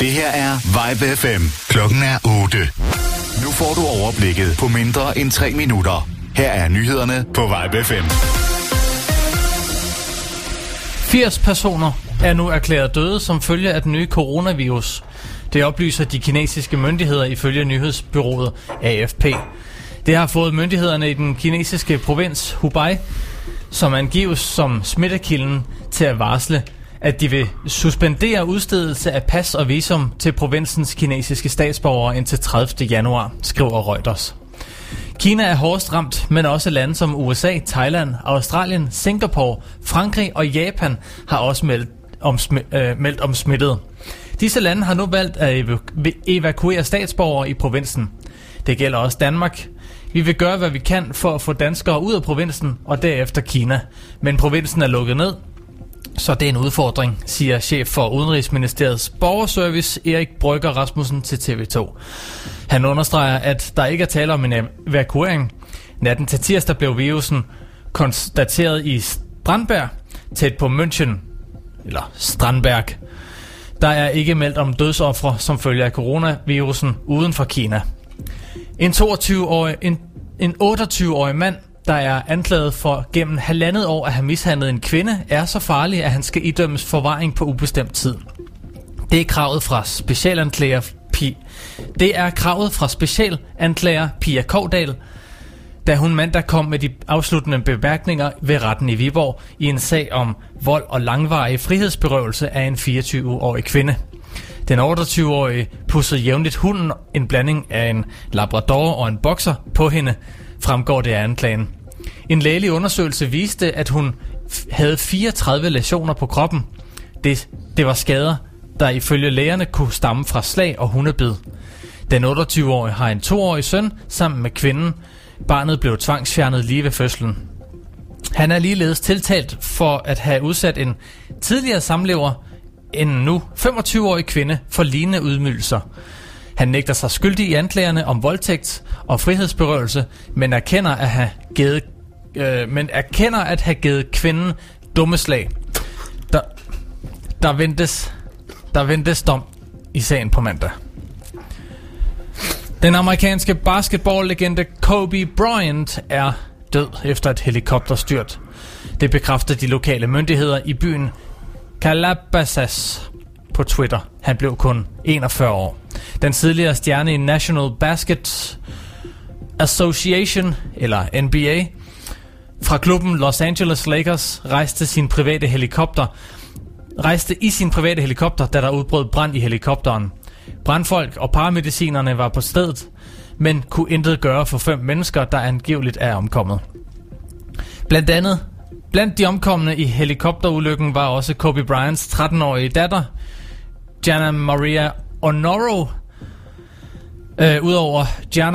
Det her er Vibe FM. Klokken er 8. Nu får du overblikket på mindre end 3 minutter. Her er nyhederne på Vibe FM. 80 personer er nu erklæret døde som følge af den nye coronavirus. Det oplyser de kinesiske myndigheder ifølge nyhedsbyrået AFP. Det har fået myndighederne i den kinesiske provins Hubei, som angives som smittekilden, til at varsle, at de vil suspendere udstedelse af pas og visum til provinsens kinesiske statsborgere indtil 30. januar, skriver Reuters. Kina er hårdest ramt, men også lande som USA, Thailand, Australien, Singapore, Frankrig og Japan har også meldt om smittede. Disse lande har nu valgt at evakuere statsborgere i provinsen. Det gælder også Danmark. Vi vil gøre, hvad vi kan for at få danskere ud af provinsen og derefter Kina. Men provinsen er lukket ned, så det er en udfordring, siger chef for Udenrigsministeriets borgerservice Erik Brygger Rasmussen til TV2. Han understreger, at der ikke er tale om en evakuering. Natten til tirsdag blev virusen konstateret i Strandberg, tæt på München, eller Strandberg. Der er ikke meldt om dødsofre som følge af coronavirusen uden for Kina. En 28-årig mand, der er anklaget for gennem 1,5 år at have mishandlet en kvinde, er så farlig, at han skal idømmes forvaring på ubestemt tid. Det er kravet fra specialanklager Pia Kovdal, da hun mandag kom med de afsluttende bemærkninger ved retten i Viborg i en sag om vold og langvarig frihedsberøvelse af en 24-årig kvinde. Den 28-årige pudsede jævnligt hunden, en blanding af en labrador og en boxer, på hende, fremgår det af anklagen. En lægelig undersøgelse viste, at hun havde 34 læsioner på kroppen. Det var skader, der ifølge lægerne kunne stamme fra slag og hundebid. Den 28-årige har en 2-årig søn sammen med kvinden. Barnet blev tvangsfjernet lige ved fødslen. Han er ligeledes tiltalt for at have udsat en tidligere samlever, en nu 25-årig kvinde, for lignende ydmygelser. Han nægter sig skyldig i anklagerne om voldtægt og frihedsberøvelse, men erkender at have givet kvinden dumme slag. Der ventes dom i sagen på mandag. Den amerikanske basketballlegende Kobe Bryant er død efter et helikopterstyrt. Det bekræfter de lokale myndigheder i byen Calabasas på Twitter. Han blev kun 41 år. Den tidligere stjerne i National Basket Association, eller NBA, fra klubben Los Angeles Lakers, rejste i sin private helikopter, da der udbrød brand i helikopteren. Brandfolk og paramedicinerne var på stedet, men kunne intet gøre for 5 mennesker, der angiveligt er omkommet. Blandt de omkomne i helikopterulykken var også Kobe Bryants 13-årige datter, Gianna Maria Honoro. Udover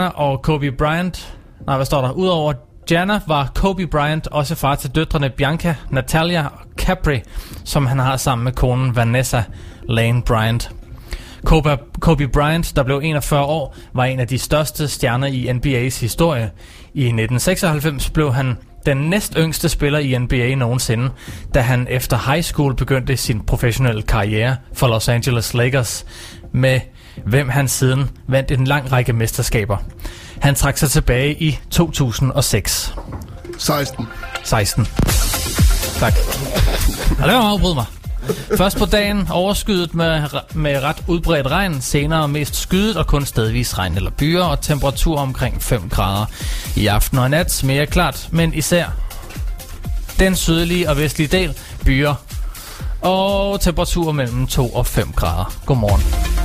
Gianna var Kobe Bryant også far til døtrene Bianca, Natalia og Capri, som han har sammen med konen Vanessa Lane Bryant. Kobe Bryant, der blev 41 år, var en af de største stjerner i NBA's historie. I 1996 blev han den næst yngste spiller i NBA nogensinde, da han efter high school begyndte sin professionelle karriere for Los Angeles Lakers, med hvem han siden vandt en lang række mesterskaber. Han trak sig tilbage i 2006. 16. Tak. Lad mig afbryde mig. Først på dagen overskyet med ret udbredt regn, senere mest skyet og kun stedvis regn eller byer, og temperatur omkring 5 grader. I aften og nat mere klart, men især den sydlige og vestlige del byer, og temperatur mellem 2 og 5 grader. Godmorgen.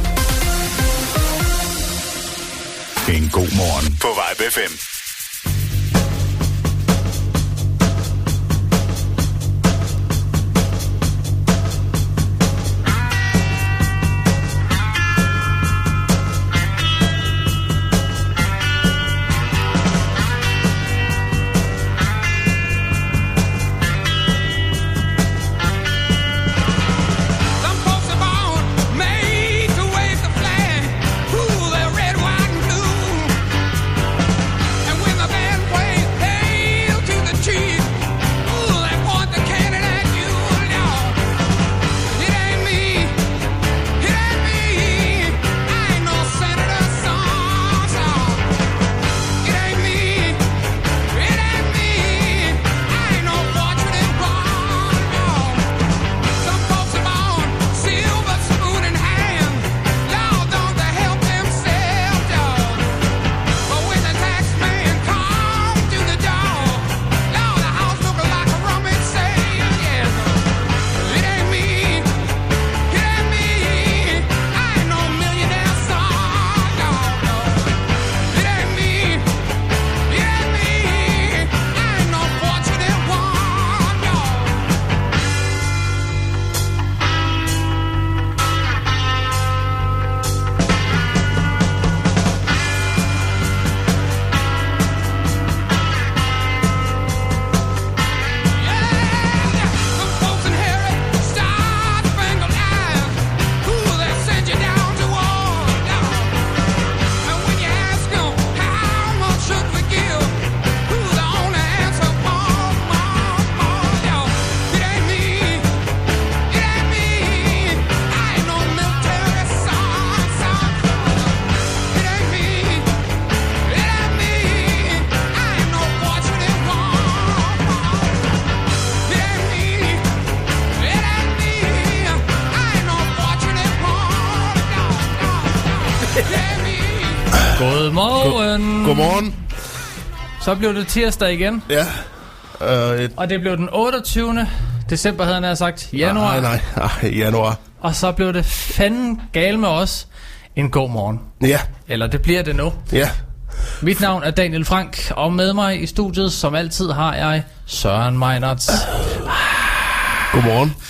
En god morgen på Vibe FM. Godmorgen. Godmorgen. Så blev det tirsdag igen. Ja. Og det blev den 28. december, havde han sagt. Januar. Nej, januar. Og så blev det fanden galt med os en god morgen. Ja. Eller det bliver det nu. Ja. Mit navn er Daniel Frank, og med mig i studiet, som altid, har jeg Søren Meinertz. Godmorgen.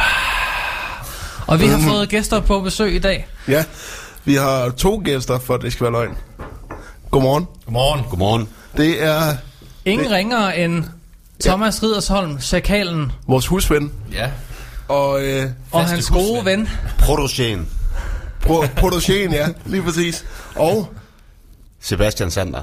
Og vi har fået gæster på besøg i dag. Ja. Vi har 2 gæster, for at det skal være løgn. Godmorgen. Godmorgen. Det er Ingen ringere end Thomas Riddersholm, Chakalen, vores husven. Ja. Og hans gode ven. Protogén. Protogén, ja. Lige præcis. Sebastian Sander.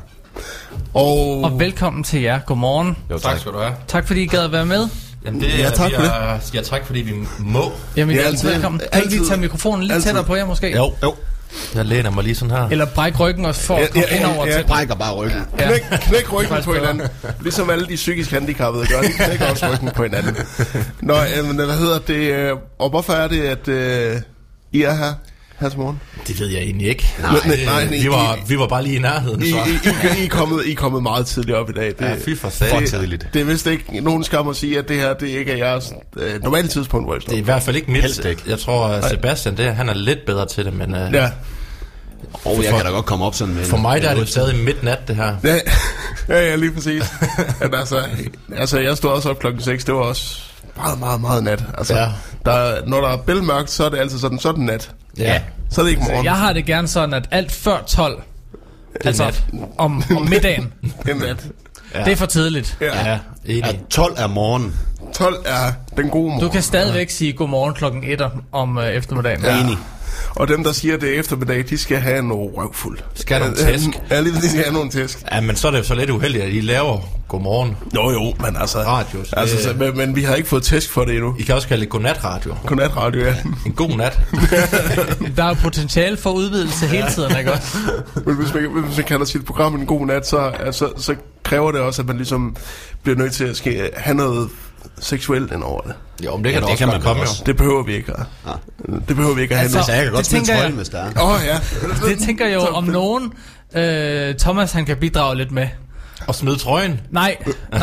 Og velkommen til jer. Godmorgen. Jo, Tak skal du have. Tak fordi I gad at være med. Jamen det er, Ja, tak for det. Ja, tak fordi vi må. Jamen, Ja, I er altid velkommen. Kan I lige altid. tage mikrofonen lidt Altid. tættere på jer måske? Jo. Jeg læner mig lige sådan her. Eller bræk ryggen og for at komme ind over til. Brækker bare ryggen. Knæk ryggen på hinanden. Ligesom alle de psykisk handicappede gør. De knækker også ryggen på hinanden. Nå, hvad hedder det? Og hvorfor er det, at I er her til morgen? Det ved jeg egentlig ikke. Nej, vi var bare lige i nærheden. Så. I er kommet meget tidligt op i dag. Ja, fy for satan. tidligt. Det er vist ikke nogen skam at sige, at det her det ikke er jeres normale tidspunkt, hvor I står. Det er i hvert fald ikke mit. Helst ikke. Jeg tror, at Sebastian, han er lidt bedre til det, men Ja. Og jeg kan da godt komme op sådan med for mig der er det stadig midnat, det her. Ja, lige præcis. Men altså, jeg stod også op klokken 6. Det var også meget nat. Altså, Ja. når der er bælmørkt, så er det altid sådan nat. Ja. Så er det ikke morgen. Jeg har det gerne sådan, at alt før 12, altså nat. om middagen, Det er nat. Ja. det er for tidligt. Ja, enig. Ja, 12 er morgen. 12 er den gode morgen. Du kan stadigvæk sige godmorgen klokken 1 om eftermiddagen. Ja. Enig. Og dem, der siger det eftermiddag, de skal have noget røvfuld. Skal have nogle tæsk. Ja, lige de skal have nogle tæsk. Ja, men så er det jo så lidt uheldigt, at I laver godmorgen Jo, men altså... radio. Så Altså, men vi har ikke fået tæsk for det endnu. I kan også kalde det godnatradio. Godnatradio, ja. En god nat. Der er potentiale for udvidelse hele tiden, ikke også? Men hvis man kalder sit program en god nat, så kræver det også, at man ligesom bliver nødt til at have noget seksuelt ind over det. Jo, men det kan Ja, da det også kan godt man komme også. jo. Det behøver vi ikke at Det behøver vi ikke at have. Altså, Altså, jeg kan godt det smide tænker jeg. trøjen, hvis der er. Ja. Det tænker jeg jo om nogen, Thomas han kan bidrage lidt med. Og smide trøjen. Nej,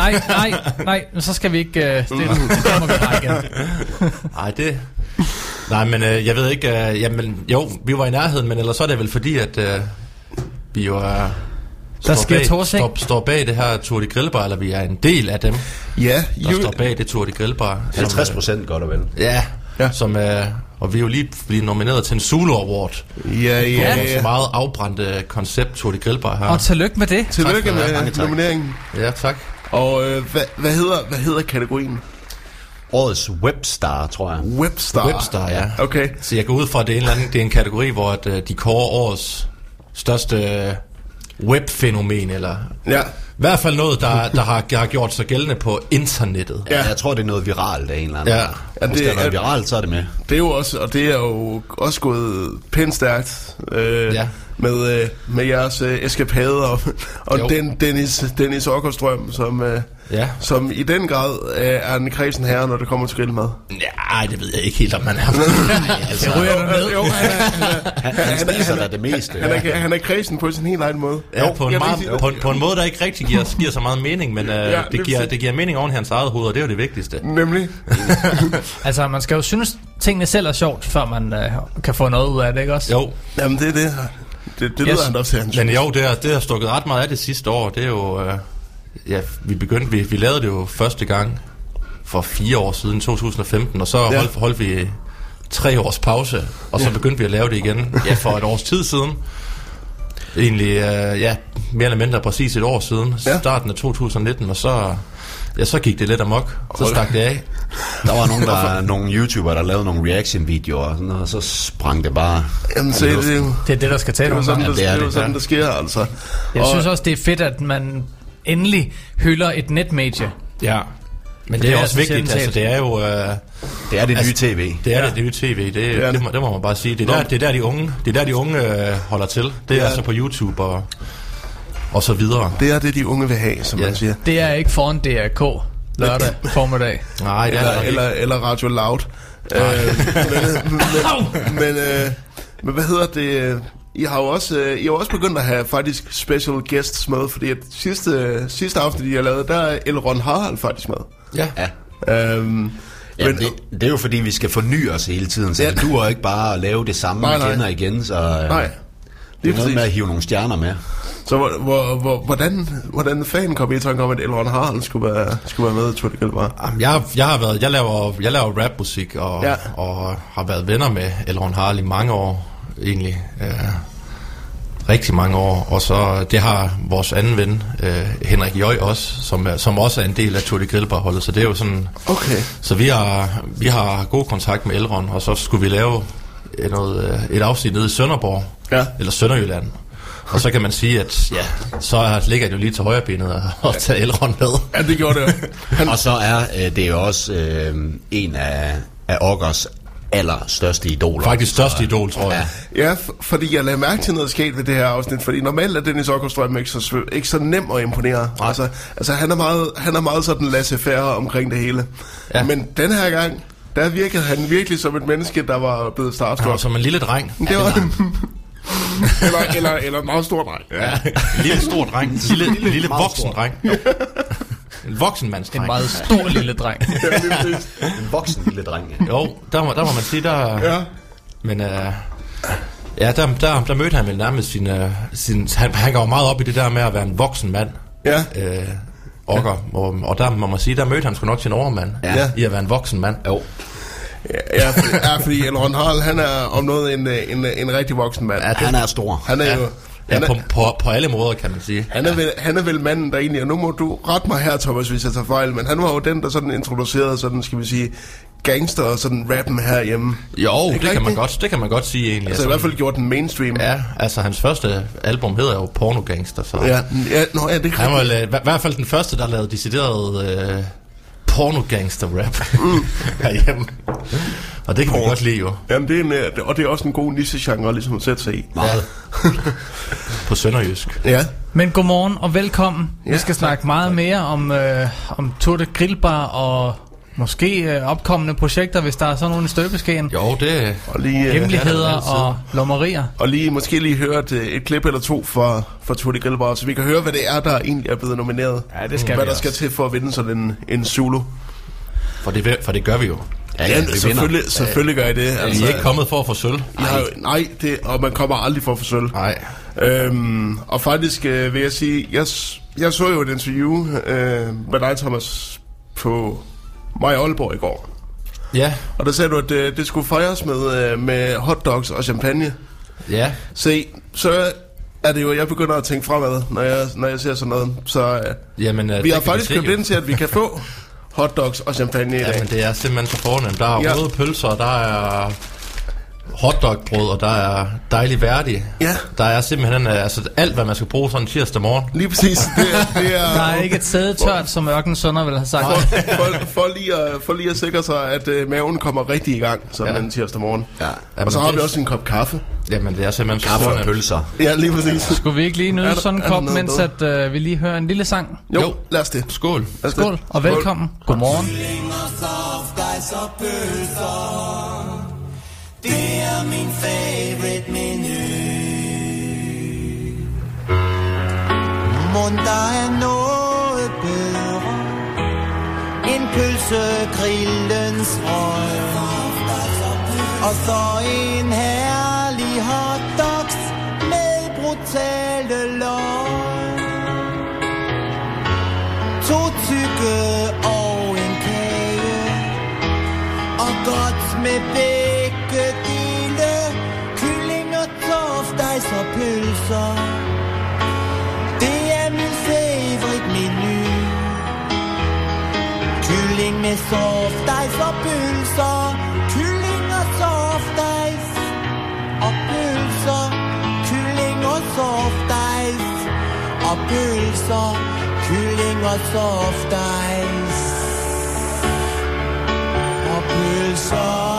men så skal vi ikke stille. Det kommer vi bare igen. Nej, det... Nej, men jeg ved ikke... Jamen, jo, vi var i nærheden, men ellers så er det vel fordi, at vi jo er... Der sker torsdag. Står bag det her Tour de Grillbar, eller vi er en del af dem, Ja, der står bag det Tour de Grillbar. 50% godt og vel. Ja, Ja. som og vi er jo lige blevet nomineret til en Zulu Award. Ja. Så meget afbrændte koncept Tour de Grillbar her. Og tillykke med det. Tillykke Tak for det. med Mange tak. nomineringen. Ja, tak. Og hvad hedder kategorien? Årets webstar, tror jeg. Webstar. Webstar, ja. Okay. Så jeg går ud fra, at det er en eller anden, det er en kategori, hvor at, de kårer årets største webfænomen, eller Ja. i hvert fald noget, der har gjort sig gældende på internettet. Ja. Jeg tror, det er noget viralt af en eller anden. Ja. Hvis det er noget viralt, så er det med. Det er jo også, og det er jo også gået pænt stærkt Ja. med jeres eskapader og Dennis Okkerstrøm, Ja. som i den grad er en kredsen herre, når det kommer til grillmad. Nej, det ved jeg ikke helt, om man er. Altså, Ryger du ned? Jo, han spiser da det meste. han er kredsen på sin helt egen måde. Ja, på en, jeg meget, vil sige- på en måde, der ikke rigtig giver så meget mening, men det giver mening oven i hans eget hoved, og det er jo det vigtigste. Nemlig. Altså, man skal jo synes, tingene selv er sjovt, før man kan få noget ud af det, ikke også? Jo, Jamen, det er det. Det lyder han også til, han men jo, det har stukket ret meget af det sidste år. Det er jo... ja, vi lavede det jo første gang for 4 år siden, 2015, og så holdt vi 3 års pause, og så begyndte vi at lave det igen for et års tid siden. Egentlig, mere eller mindre præcis et år siden, starten af 2019, og så gik det lidt amok, så stak det af. Der var nogle YouTubere, der lavede nogle reaction-videoer, og sådan noget, og så sprang det bare. Jamen, så det er jo Det er det, der skal til. det er jo sådan, Ja, det er det. sådan, der sker, altså. Jeg synes også, det er fedt, at man endelig hylder et netmedie. Ja, men det er også vigtigt, altså det er jo... Det er det nye tv. Det er det nye tv, det må man bare sige. Det er der de unge holder til. Det er altså på YouTube og så videre. Det er det, de unge vil have, som man siger. Det er ikke foran DRK lørdag formiddag. Nej, det er Eller Radio Loud. Men hvad hedder det? I har jo også begyndt at have faktisk special guests med, fordi at sidste afsnit, I har lavet, der er Elron Harald faktisk med. Ja. Men det er jo fordi, vi skal forny os hele tiden, så det duer ikke bare at lave det samme igen og igen, så det er noget med at hive nogle stjerner med. Så hvordan fanden kom I i tanke om, at Elron Harald skulle være med i Tour de Grillbar? Jeg laver rapmusik og har været venner med Elron Harald i mange år, egentlig. Rigtig mange år. Og så det har vores anden ven, Henrik Jøj også, som også er en del af Tour de Grillbar-holdet. Så det er jo sådan... Okay. Så vi har god kontakt med Elron, og så skulle vi lave et afsnit nede i Sønderborg, eller Sønderjylland. Og så kan man sige, at så ligger det jo lige til højrebenet at tage Elron med. Ja, det gjorde det jo. Og så er det jo også en af Oggers allerstørste idoler. Faktisk største idol, tror jeg. Ja, fordi jeg lagde mærke til noget sket ved det her afsnit, fordi normalt er Dennis Ockerstrøm ikke så nem at imponere. Altså han er meget sådan laissez-faire omkring det hele. Ja. Men den her gang, der virkede han virkelig som et menneske, der var blevet starstruck. Han var som en lille dreng. Det var eller en meget stor dreng. Ja. En lille stor dreng. En lille voksen dreng. En voksenmandsdreng. En meget stor lille dreng. En voksen lille dreng. Jo, der må man sige, der... Ja. Men der mødte han vel nærmest sin han går meget op i det der med at være en voksen mand. Ja. Ogger. Og der må man sige, der mødte han sgu nok sin overmand. Ja. I at være en voksen mand. Jo. Ja, fordi Elron Harald, han er om noget en rigtig voksen mand. Ja, han er stor. Han er jo... Ja, på alle måder, kan man sige. Han er vel manden, der egentlig... Og nu må du rette mig her, Thomas, hvis jeg tager fejl. Men han var jo den, der sådan introducerede sådan, skal vi sige, gangster og sådan rappen herhjemme. Jo, det kan man godt sige egentlig. Altså i hvert fald gjort den mainstream. Ja, altså hans første album hedder jo Porno Gangster. Så det er han var i hvert fald den første, der lavede decideret... porno-gangster-rap herhjemme. Og det kan man godt lide jo. Jamen, det er også en god niche-genre ligesom at sætte sig i. Meget. På sønderjysk. Ja. Men godmorgen og velkommen. Vi skal snakke meget mere om Tour de Grillbar og måske opkommende projekter, hvis der er sådan nogle i støbeskeen. Jo, det og lige, hemmeligheder og lommerier. Og måske lige høre et klip eller to fra Tour de Grillbar, så vi kan høre, hvad det er, der egentlig er blevet nomineret. Ja, det skal hvad der skal til for at vinde sådan en Zulu. For det gør vi jo. Ja, selvfølgelig gør I det. Altså, I er ikke kommet for at få sølv? Nej, og man kommer aldrig for at få sølv. Nej. Og faktisk vil jeg sige, jeg så jo et interview med dig, Thomas, på mig i Aalborg i går. Ja. Og der sagde du, at det skulle fejres med hotdogs og champagne. Ja. Se, så er det jo, jeg begynder at tænke fremad, når jeg ser sådan noget. Så vi har faktisk købt ind til, at vi kan få hotdogs og champagne i dag. Ja, men det er simpelthen så fornemt. Der er røde pølser, der er hotdogbrød, og der er dejlig værdig. Ja. Der er simpelthen alt, hvad man skal bruge sådan en tirsdag morgen. Lige præcis. Det er, der er ikke et sæde tørt, som Ørken Sønder vil have sagt. For lige at sikre sig, at maven kommer rigtig i gang sådan en tirsdag morgen. Ja. Og så har vi også en kop kaffe. Jamen, det er simpelthen kaffe og pølser. Ja, lige præcis. Skulle vi ikke lige nyde sådan en kop, mens at, vi lige hører en lille sang? Jo, lad os det. Skål. Skål, og velkommen. Godmorgen. Det er min favorite menu. Mon der er noget bedre end pølsegrillens røg, og så en herlig hotdogs med brutale løg, 2 tykke og en kage, og godt med begge dele, kylling og torfdejs og pølser. Det er min favorite menu. Kylling med softice og pølser. Kylling og softice og pølser. Kylling og softice og pølser. Kylling og softice og pølser.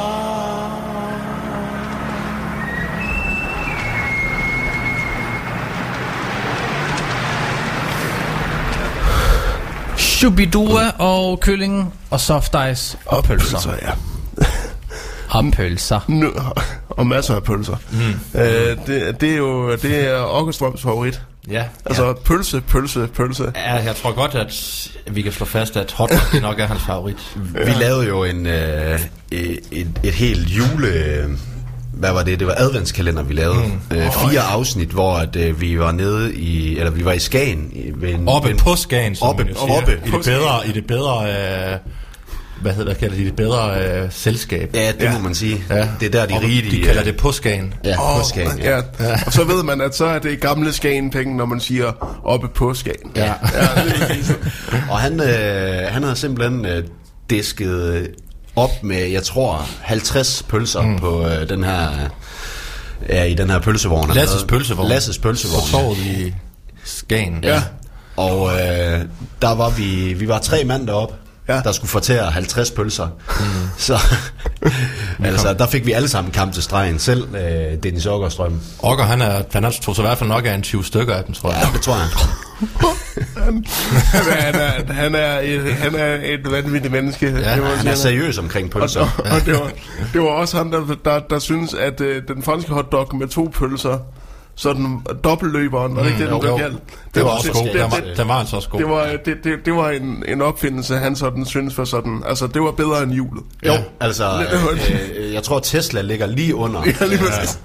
Shubidua og kylling og soft ice og pølser. Ja. Og pølser. og masser af pølser. Det er Åkerstrøms favorit. Ja. Altså pølse. Ja, jeg tror godt, at vi kan slå fast, at hotdog det nok er hans favorit. Vi lavede jo et helt jule... Hvad var det? Det var adventskalender, vi lavede. 4 afsnit, hvor at, vi var nede i... Eller vi var i Skagen. På Skagen, som oppe i det bedre... kalder de det bedre selskab? Ja, det må man sige. Ja. Det er der, de rige... De kalder det på Skagen. Ja, på Skagen. Ja. Og så ved man, at så er det gamle Skagen-penge, når man siger oppe på Skagen. Ja. Og han havde simpelthen disket op med, jeg tror, 50 pølser på den her... Ja, i den her pølsevogn. Lasses pølsevogn. På torvet i Skagen. Ja. Og der var vi var 3 mand deroppe. Ja. Der skulle fortære 50 pølser. Så altså, der fik vi alle sammen kamp til stregen. Selv Dennis Åkerstrøm. Åker, han tror så i hvert fald nok af en 20 stykker af dem, tror jeg. Ja, det tror jeg. Han er et vanvittigt menneske. Ja, han er seriøs omkring pølser. Og det var også ham, der synes, at den franske hotdog med 2 pølser, sådan dobbeltløberen, og ikke det, den blev kaldt. Det var også god. Den var altså også god. Det var en opfindelse, han sådan synes for sådan. Altså, det var bedre end hjulet. Jo, altså, jeg tror Tesla ligger lige under. Ja, lige præcis.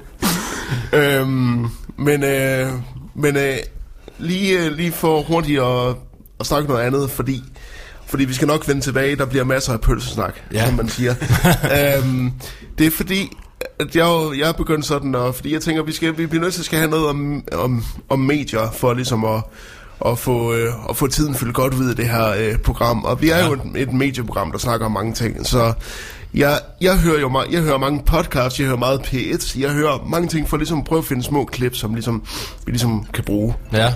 Men lige for hurtigt at snakke noget andet, fordi vi skal nok vende tilbage. Der bliver masser af pølsesnak, som man siger. Det er fordi... Jeg er begyndt sådan, fordi jeg tænker, vi bliver nødt til at have noget om medier, for ligesom at få tiden fyldt godt ud i det her program. Og vi er jo et medieprogram, der snakker om mange ting, så jeg hører mange podcasts, jeg hører meget P1, jeg hører mange ting for ligesom at prøve at finde små klip, som vi ligesom kan bruge. Ja.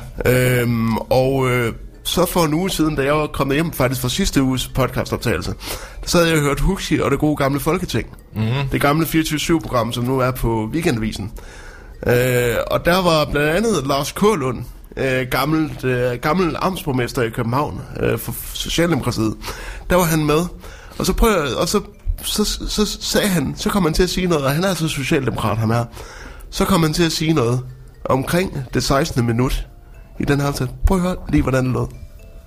Så for en uge siden, da jeg var kommet hjem faktisk fra sidste uges podcastoptagelse, der sad jeg og hørte Huxi og det gode gamle Folketing. Det gamle 24/7-program, som nu er på Weekendavisen. Og der var blandt andet Lars Kålund, gammel amtsborgmester i København for Socialdemokratiet. Der var han med. Og så sagde han, så kom han til at sige noget, og han er altså socialdemokrat, ham her. Så kom han til at sige noget omkring det 16. minut i den her aftale. Prøv at høre lige, hvordan det lød.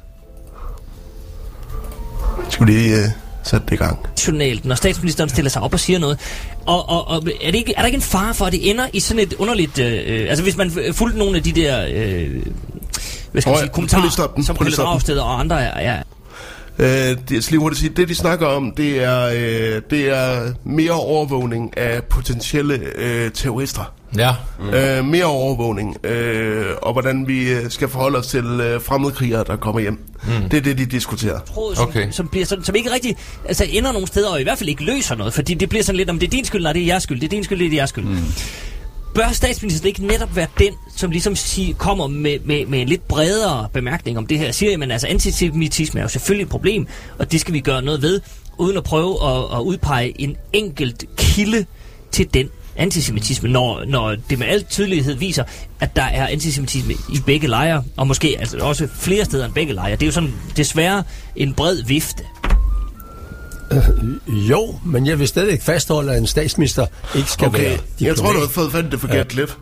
Skulle lige sætte det i gang. Når statsministeren stiller sig op og siger noget, og er der ikke en fare for, at det ender i sådan et underligt... altså hvis man fulgte nogle af de der kommentarer, som Pelle Dragsted og andre er... Det de snakker om, det er mere overvågning af potentielle terrorister. Ja. Mere overvågning, og hvordan vi skal forholde os til fremmedkrigere, der kommer hjem. Det er det, de diskuterer. Som ikke rigtig ender nogle steder, og i hvert fald ikke løser noget, fordi det bliver sådan lidt om, det er din skyld, nej, det er jeres skyld, det er din skyld, det er jeres skyld. Bør statsministeren ikke netop være den, som ligesom kommer med en lidt bredere bemærkning om det her? Siger man, altså antisemitisme er jo selvfølgelig et problem, og det skal vi gøre noget ved, uden at prøve at udpege en enkelt kilde til den antisemitisme, når det med al tydelighed viser, at der er antisemitisme i begge lejre, og måske altså også flere steder end begge lejre. Det er jo sådan desværre en bred vifte. Jo, men jeg vil stadig ikke fastholde, at en statsminister ikke skal være diplomat. Jeg tror, du har fået fat i det forkert klip.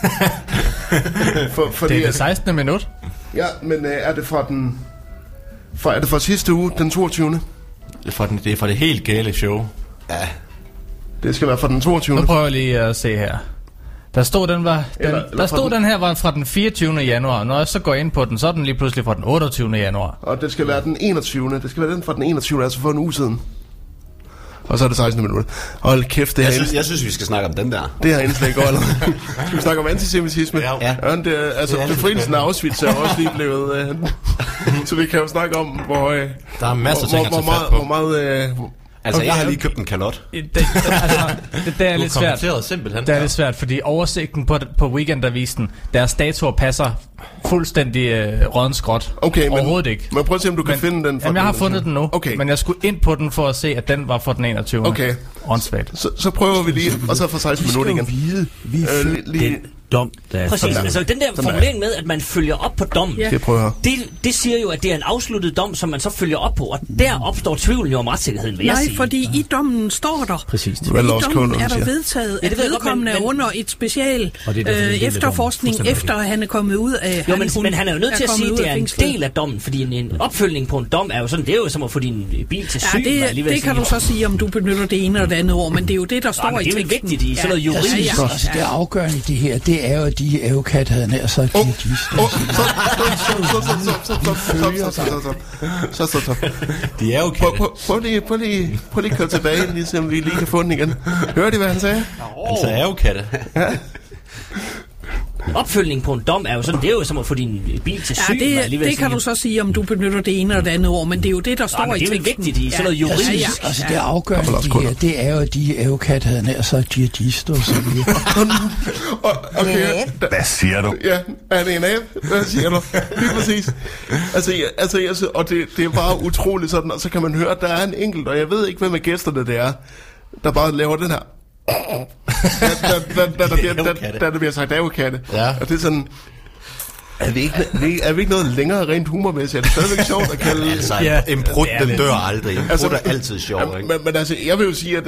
Det er det 16. minut. Ja, men er det fra sidste uge, den 22. Det er fra det helt gale show. Ja. Det skal være fra den 22. Nu prøver jeg lige at se her. Der stod den her var fra den 24. januar. Når jeg så går ind på den, så er den lige pludselig fra den 28. januar. Og det skal være den 21. Det skal være den fra den 21. Altså for en uge siden. Og så er det 16 minutter. Hold kæft, jeg synes, vi skal snakke om den der. Det her indslag går allerede. Skal vi snakke om antisemitisme? Ja. Befrielsen af Auschwitz er også lige blevet... så vi kan jo snakke om, der er masser af ting at tage fat på. Hvor meget... jeg har lige købt en kalot. Det er lidt svært. Simpelthen. Det er lidt svært, fordi oversigten på Weekendavisen, deres datoer passer fuldstændig rådenskrot. Okay, overhovedet ikke. Men prøv at se, om du kan finde den. Jamen, jeg har fundet den nu, men jeg skulle ind på den for at se, at den var for den 21. Okay. Åndssvagt. Så prøver vi lige, og så for 16 minutter igen. dom, der er... Præcis, altså den der formulering med, at man følger op på dommen, det siger jo, at det er en afsluttet dom, som man så følger op på, og der opstår tvivlen jo om retssikkerheden, vil jeg sige. Nej, fordi i dommen står der. Præcis. I dommen er der vedtaget, at vedkommende er under et special efterforskning, efter han er kommet ud af... Jo, men han er jo nødt til at sige, at det er en del af dommen, fordi en opfølgning på en dom er jo sådan, det er jo som at få din bil til syn. Ja, det kan du så sige, om du benytter det ene eller det andet ord, men det er jo det, der står i teksten. Det er vel vigtigt i sådan noget juridisk. Altså, det afgørende i det her, det er jo, at de advokat havde nær sagt, Så. De er jo katte. Prøv lige at køre tilbage, lige så vi lige kan få den igen. Hører de, hvad han sagde? Altså er jo katte. Ja. Opfølgning på en dom er jo sådan, det er jo som at få din bil til syn. Det kan du så sige, om du benytter det ene eller det andet ord, men det er jo det, der står i teksten. Det er vel vigtigt i sådan noget juridisk. Altså, det afgørende i det her, det er jo, at de advokat havde nær sagt jihadister og så videre. Okay. Hvad siger du? Ja, er det en abe? Hvad siger du? Lige præcis. Altså, og det er bare utroligt sådan, og så kan man høre, at der er en enkelt, og jeg ved ikke, hvem af gæsterne det er, der bare laver den her. Der bliver sagt advokatte. Ja. Og det er sådan... Er vi ikke noget længere rent humormæssigt? Er det stadigvæk sjovt at kalde... Altså, en brud, den dør aldrig. En brud er altid sjov, ikke? Men altså, jeg vil jo sige,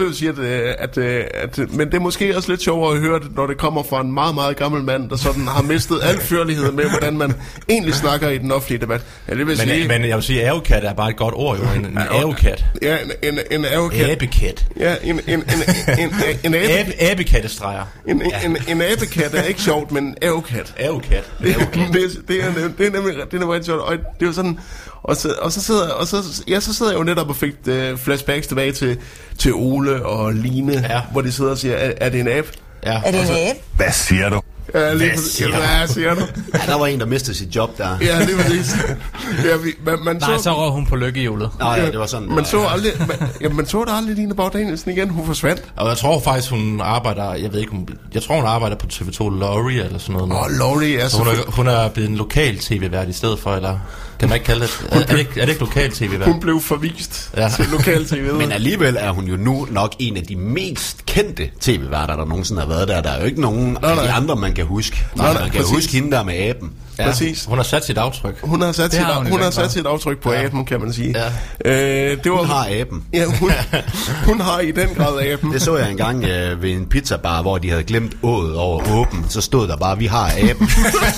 at men det er måske også lidt sjovere at høre det, når det kommer fra en meget, meget gammel mand, der sådan har mistet al førlighed med, hvordan man egentlig snakker i den offentlige debat. Ja, det vil sige, men jeg vil sige, at avokat er bare et godt ord, jo. En avokat. Ja, en avokat. Abekat. Ja, en abekattestreger. En abekat er ikke sjovt, men en avokat. Avokat. Det er nemlig sjovt. Og det er jo sådan, så sidder jeg jo netop og fik flashbacks tilbage til Ole og Line, hvor de sidder og siger, er det en abe? Ja. Er det en abe? Hvad siger du? Ja, hvad siger du? Ja, der var en, der mistede sit job der. Ja, det var det. Nej, så røg hun på lykkehjulet. Ja, det var sådan. Man så da aldrig Line Baug Danielsen igen. Hun forsvandt. Og jeg tror faktisk, hun arbejder, jeg tror, hun arbejder på TV2 Lorry eller sådan noget. Lorry er så... Hun er blevet en lokal tv-vært i stedet for, eller... Kan man ikke kalde det? Er det ikke lokal tv-vært? Hun blev forvist til lokal tv. Men alligevel er hun jo nu nok en af de mest kendte tv-værter, der nogensinde har været der. Der er jo ikke nogen af de andre, man kan huske. Man kan huske hende der med aben. Ja, præcis. Hun har sat sit aftryk. Hun har sat sit aftryk på aben, kan man sige. Ja. Hun har aben. Ja, hun har i den grad aben. Det så jeg engang ved en pizzabar, hvor de havde glemt ået over åben. Så stod der bare, vi har aben.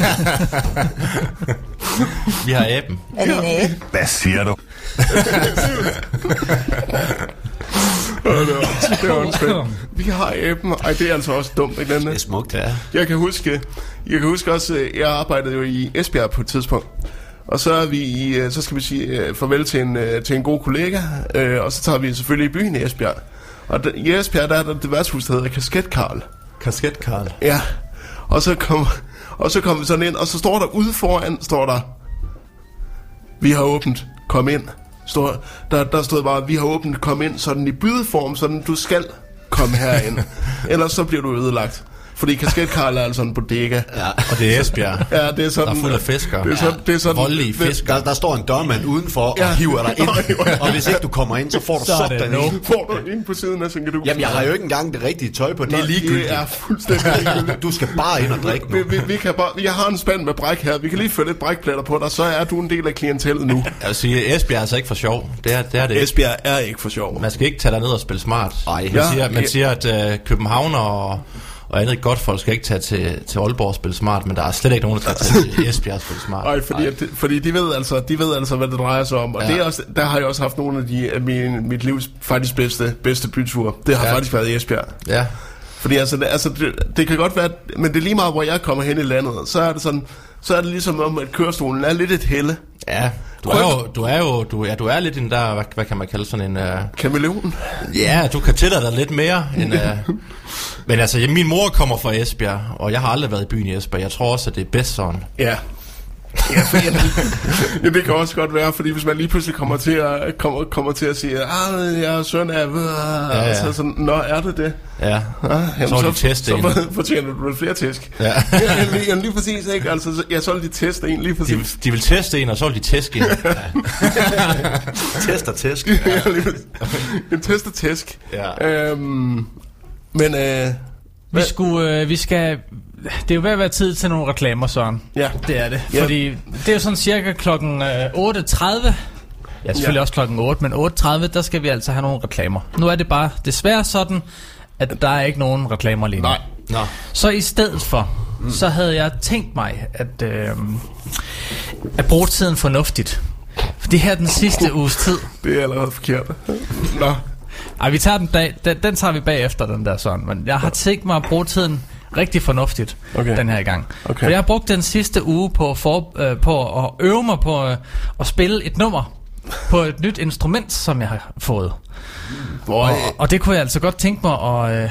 Vi har aben. Er det en abe? Hvad siger du? Det er åndssvagt. Vi har aben. Ej, det er altså også dumt, ikke? Det er smukt, ja. Jeg kan huske også, jeg arbejdede jo i Esbjerg på et tidspunkt. Og så er vi så skal vi sige farvel til en god kollega, og så tager vi selvfølgelig i byen i Esbjerg. Og i Esbjerg, der er der det værtshus, der hedder Kasket Karl. Kasket Karl? Ja. Og så kom vi sådan ind, og så står der ude foran, vi har åbent, kom ind. Der stod bare, vi har åbent, kom ind, sådan i bydeform, sådan du skal komme herind. Ellers så bliver du ødelagt. Fordi Kasket Karl er altså en bodega. Ja. Og det er Esbjerg. Ja, det er sådan. Der er fuld af fisker. Det er sådan. Voldelige fisker. Der står en dørmand udenfor og hiver dig ind. Og hvis ikke du kommer ind, så får du sådan en. Får du ind på siden af, så kan du... Jamen, jeg har jo ikke engang det rigtige tøj på. Det er ligegyldigt. Det er fuldstændig ligegyldigt. Du skal bare ind og drikke nu. Jeg har en spand med bræk her. Vi kan lige føre lidt brækplatter på dig, så er du en del af klientellet nu. Jeg vil sige, Esbjerg er altså ikke for sjov. Det er det. Esbjerg er ikke for sjov. Man skal ikke tage ned og spille smart. Man siger, at København og andet godt folk skal ikke tage til Aalborg og spille smart, men der er slet ikke nogen, der skal tage til Esbjerg og spille smart. Nej, fordi de ved altså, hvad det drejer sig om. Og det er også, der har jeg også haft nogle af mit livs faktisk bedste byture. Det har faktisk været i Esbjerg. Ja. Fordi det kan godt være, men det er lige meget, hvor jeg kommer hen i landet, så er det sådan, så er det ligesom om, at kørestolen er lidt et helle. Ja, du er lidt en der, hvad kan man kalde sådan en... Kameleon? Ja, du kan tillade dig lidt mere end... Men altså, min mor kommer fra Esbjerg, og jeg har aldrig været i byen i Esbjerg. Jeg tror også, at det er bedst sådan. Ja. Ja, det kan også godt være, fordi hvis man lige pludselig kommer til at sige, jeg er søn af, så sådan, nå, er det det? Ja, jamen, så teste en. Så fortjener du flere tæsk. Ja. Lige præcis, ikke? Altså, så vil de teste en lige præcis. De vil teste en, og så vil de tæske en. Test og tæsk. En test og tæsk. Ja. Men Vi skal... Det er jo ved at være tid til nogle reklamer, Søren. Ja. Det er det. Fordi det er jo sådan cirka klokken 8.30. Ja, selvfølgelig også klokken 8, men 8.30, der skal vi altså have nogle reklamer. Nu er det bare desværre sådan, at der er ikke nogen reklamer lige nu. Nej. Så i stedet for, så havde jeg tænkt mig at bruge tiden fornuftigt. For det her er den sidste uges tid. Det er allerede forkert. Nå. Ej, vi tager den tager vi bagefter, den der sådan. Men jeg har tænkt mig at bruge tiden rigtig fornuftigt den her gang. Okay. For jeg har brugt den sidste uge på at øve mig på at spille et nummer på et nyt instrument, som jeg har fået. Og det kunne jeg altså godt tænke mig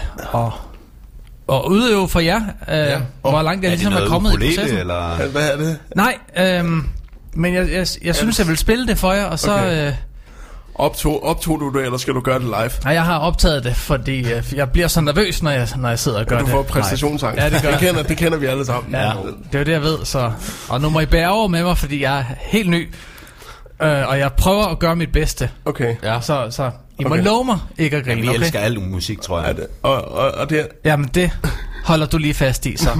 at udøve for jer. Hvor langt jeg ligesom er kommet i processen. Eller? Hvad er det? Nej, men jeg synes, jeg vil spille det for jer, og så... Okay. Optog du det, eller skal du gøre det live? Nej, jeg har optaget det, fordi jeg bliver så nervøs, når jeg sidder og gør det. Du får præstationsangst. Ja, det kender vi alle sammen. Ja, det er jo det, jeg ved. Så. Og nu må I bære over med mig, fordi jeg er helt ny. Og jeg prøver at gøre mit bedste. Okay. Ja. Så I må love mig ikke at grine. Ja, vi elsker al musik, tror jeg. Og det... Jamen det holder du lige fast i, så.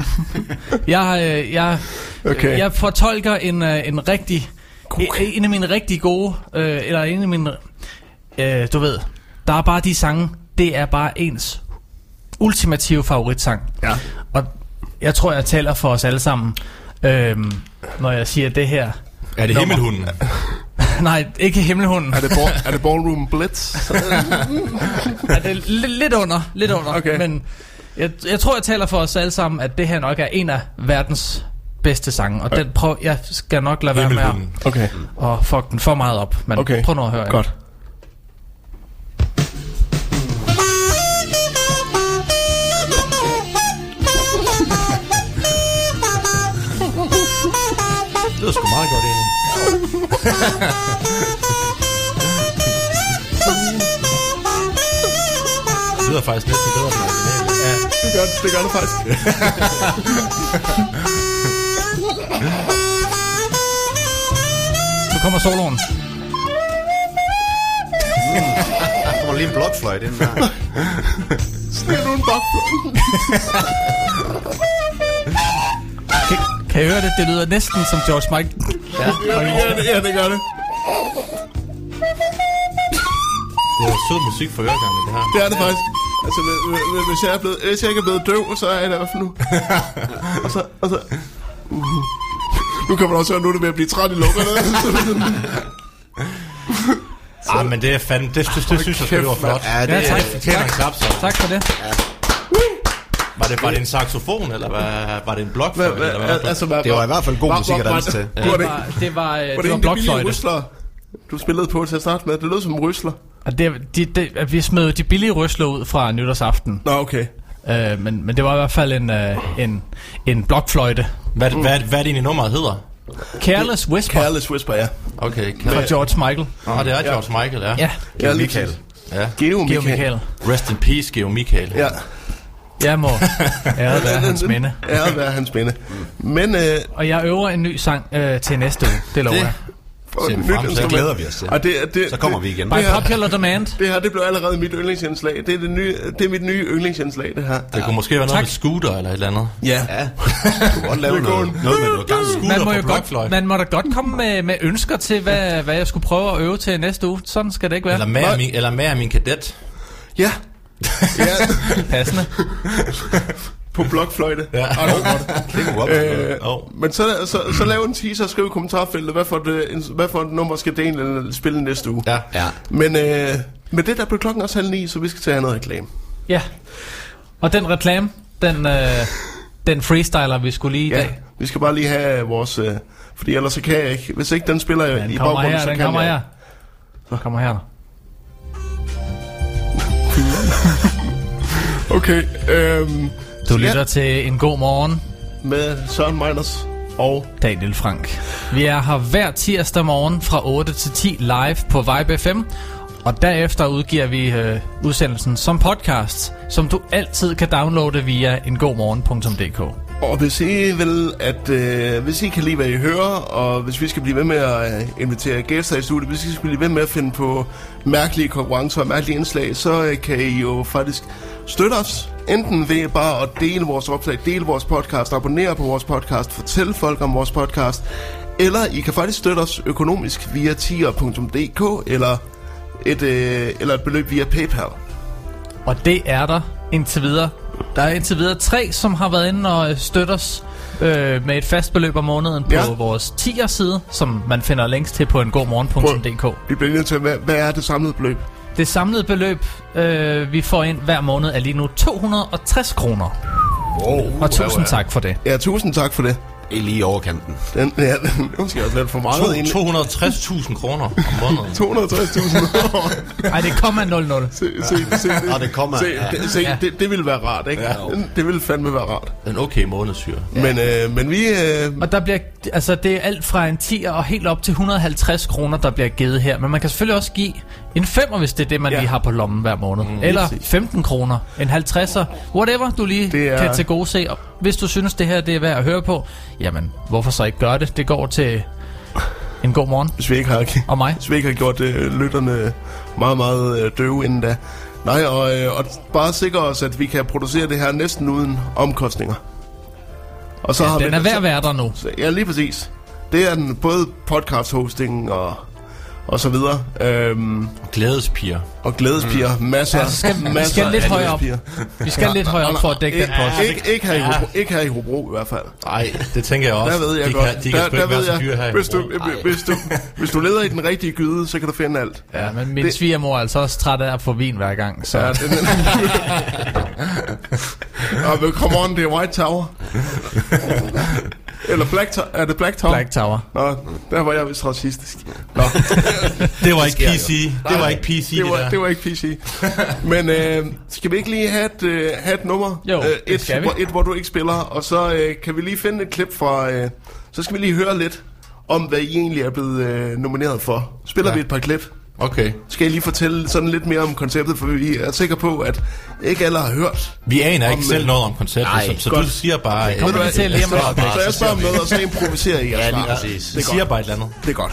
Jeg fortolker en rigtig... En af mine rigtig gode, eller en af mine, du ved, der er bare de sange, det er bare ens ultimative favoritsang. Ja. Og jeg tror, jeg taler for os alle sammen, når jeg siger det her. Er det Himmelhunden? Nej, ikke Himmelhunden. Er det Ballroom Blitz? Er det lidt under, okay. Men jeg tror, jeg taler for os alle sammen, at det her nok er en af verdens bedste sange, og den jeg skal nok lade være med og fuck den for meget op, men prøv nu at høre. Godt. Det lyder sgu meget godt egentlig. Det lyder faktisk næsten bedre end originalen. Ja, det gør det faktisk. Nu kommer soloen. Der kommer lige en blokfløjte ind der. Skal du en blokfløjte? Kan I høre det? Det lyder næsten som George Michael. Ja, det gør det. Det er sød musik for øregangen, det her. Det er det faktisk. Altså, hvis jeg ikke er blevet døv, så er jeg det i hvert fald nu. og så... Nu kan man også høre, nu er det ved at blive træt i lukkerne. Men det er fandme... Det synes jeg, det var flot. Ja, tak. Tak for det. Ja. Var det en saxofon, eller var det en blokfløjte? Det var i hvert fald god musik at danse til. Det var blokfløjte. Du spillede på til at starte med. Det lød som rysler. Vi smed de billige rysler ud fra nytårsaften. Nå, okay. Men det var i hvert fald en blokfløjte. Hvad er det egentlig nummeret hedder? Careless Whisper. Careless Whisper, ja. Okay. Fra George Michael. Det er George Michael, ja. Geo Michael. Geo Michael. Rest in peace, Geo Michael. Ja. Jeg må æret være hans minde. Æret være hans minde. Men, og jeg øver en ny sang til næste uge. Det lover jeg. Så glæder vi os til. Så kommer vi igen. By popular demand. Det her, det blev allerede mit yndlingsindslag. Det er mit nye yndlingsindslag, det her. Det kunne måske være noget med scooter eller et eller andet. Ja. Du kunne godt lave noget med noget gang scooter. Man må da godt komme med ønsker til, hvad jeg skulle prøve at øve til næste uge. Sådan skal det ikke være. Eller med af min kadet. Ja. Passende. På blokfløjte. Ja. Det kunne godt men så lav en teaser og skriv i kommentarfeltet, hvad for et nummer skal det egentlig spille næste uge. Ja. Men med det der blev klokken også 8:30, så vi skal tage noget reklame. Ja. Og den reklame, den freestyler vi skulle lige i dag. Vi skal bare lige have vores... fordi ellers så kan jeg ikke... Hvis ikke den spiller i baggrunden, så kan jeg... Den kommer her. Okay. Du lytter til En God Morgen med Søren Meiners og Daniel Frank. Vi er her hver tirsdag morgen fra 8 til 10 live på Vibe FM. Og derefter udgiver vi udsendelsen som podcast, som du altid kan downloade via engodmorgen.dk. Og hvis I vil, hvis I kan lide, hvad I hører, og hvis vi skal blive ved med at invitere gæster i studiet, hvis I skal blive ved med at finde på mærkelige konkurrencer og mærkelige indslag, så kan I jo faktisk støtte os. Enten ved bare at dele vores opslag, dele vores podcast, abonnere på vores podcast, fortælle folk om vores podcast, eller I kan faktisk støtte os økonomisk via tier.dk eller et beløb via PayPal. Og det er der indtil videre. Der er indtil videre 3, som har været inde og støtte os med et fast beløb om måneden på vores tier-side, som man finder links til på engodmorgen.dk. Vi bliver nødt til, hvad er det samlede beløb? Det samlede beløb, vi får ind hver måned, er lige nu 260 kroner. Wow, og tusind tak for det. Ja, tusind tak for det. Lige i overkanten. Den måske også lidt for meget. 260.000 kroner om måneden. 260.000. Nej, det kommer 00. Det ville være rart, ikke? Ja. Det ville fandme være rart. En okay månedshyre. Ja. Men vi... Og der bliver, altså det er alt fra en 10'er og helt op til 150 kroner, der bliver givet her. Men man kan selvfølgelig også give en 5'er, hvis det er det, man lige har på lommen hver måned. Eller 15 kroner, en 50'er, whatever du lige kan til gode se. Og hvis du synes, det her det er værd at høre på, jamen, hvorfor så ikke gøre det? Det går til en god morgen. Hvis vi ikke har, og mig. Hvis vi ikke har gjort lytterne meget, meget døve inden da. Nej, og bare sikre os, at vi kan producere det her næsten uden omkostninger. Og så har den er værd at være der nu. Ja, lige præcis. Det er den både podcast hosting og så videre. Glædespiger. Og glædespiger. Masser. Vi skal lidt højere op. Vi skal lidt højere op for at dække den post. Ikke her i Hobro i hvert fald. Nej, det tænker jeg også. Der ved jeg godt. De kan sgu ikke være så dyre her i Hobro. Hvis du leder i den rigtige gyde, så kan du finde alt. Ja, men min svigermor er altså også træt af at få vin hver gang. Så. Ja, men come on, det er White Tower. Eller Black Tower. Er det Black Tower? Black Tower. Nå, der var jeg vist racistisk. Nå. Det var ikke PC. Det var ikke PC. Det var ikke PC. Men skal vi ikke lige have et nummer? Jo, et, hvor du ikke spiller. Og så kan vi lige finde et klip fra... så skal vi lige høre lidt om, hvad I egentlig er blevet nomineret for. Spiller vi et par klip? Okay. Skal jeg lige fortælle sådan lidt mere om konceptet, for vi er sikre på, at ikke alle har hørt. Vi aner ikke selv noget om konceptet, så du siger bare... Så jeg spørger om noget, og så improviserer I. Ja, lige præcis. Det siger bare et eller andet. Det er godt.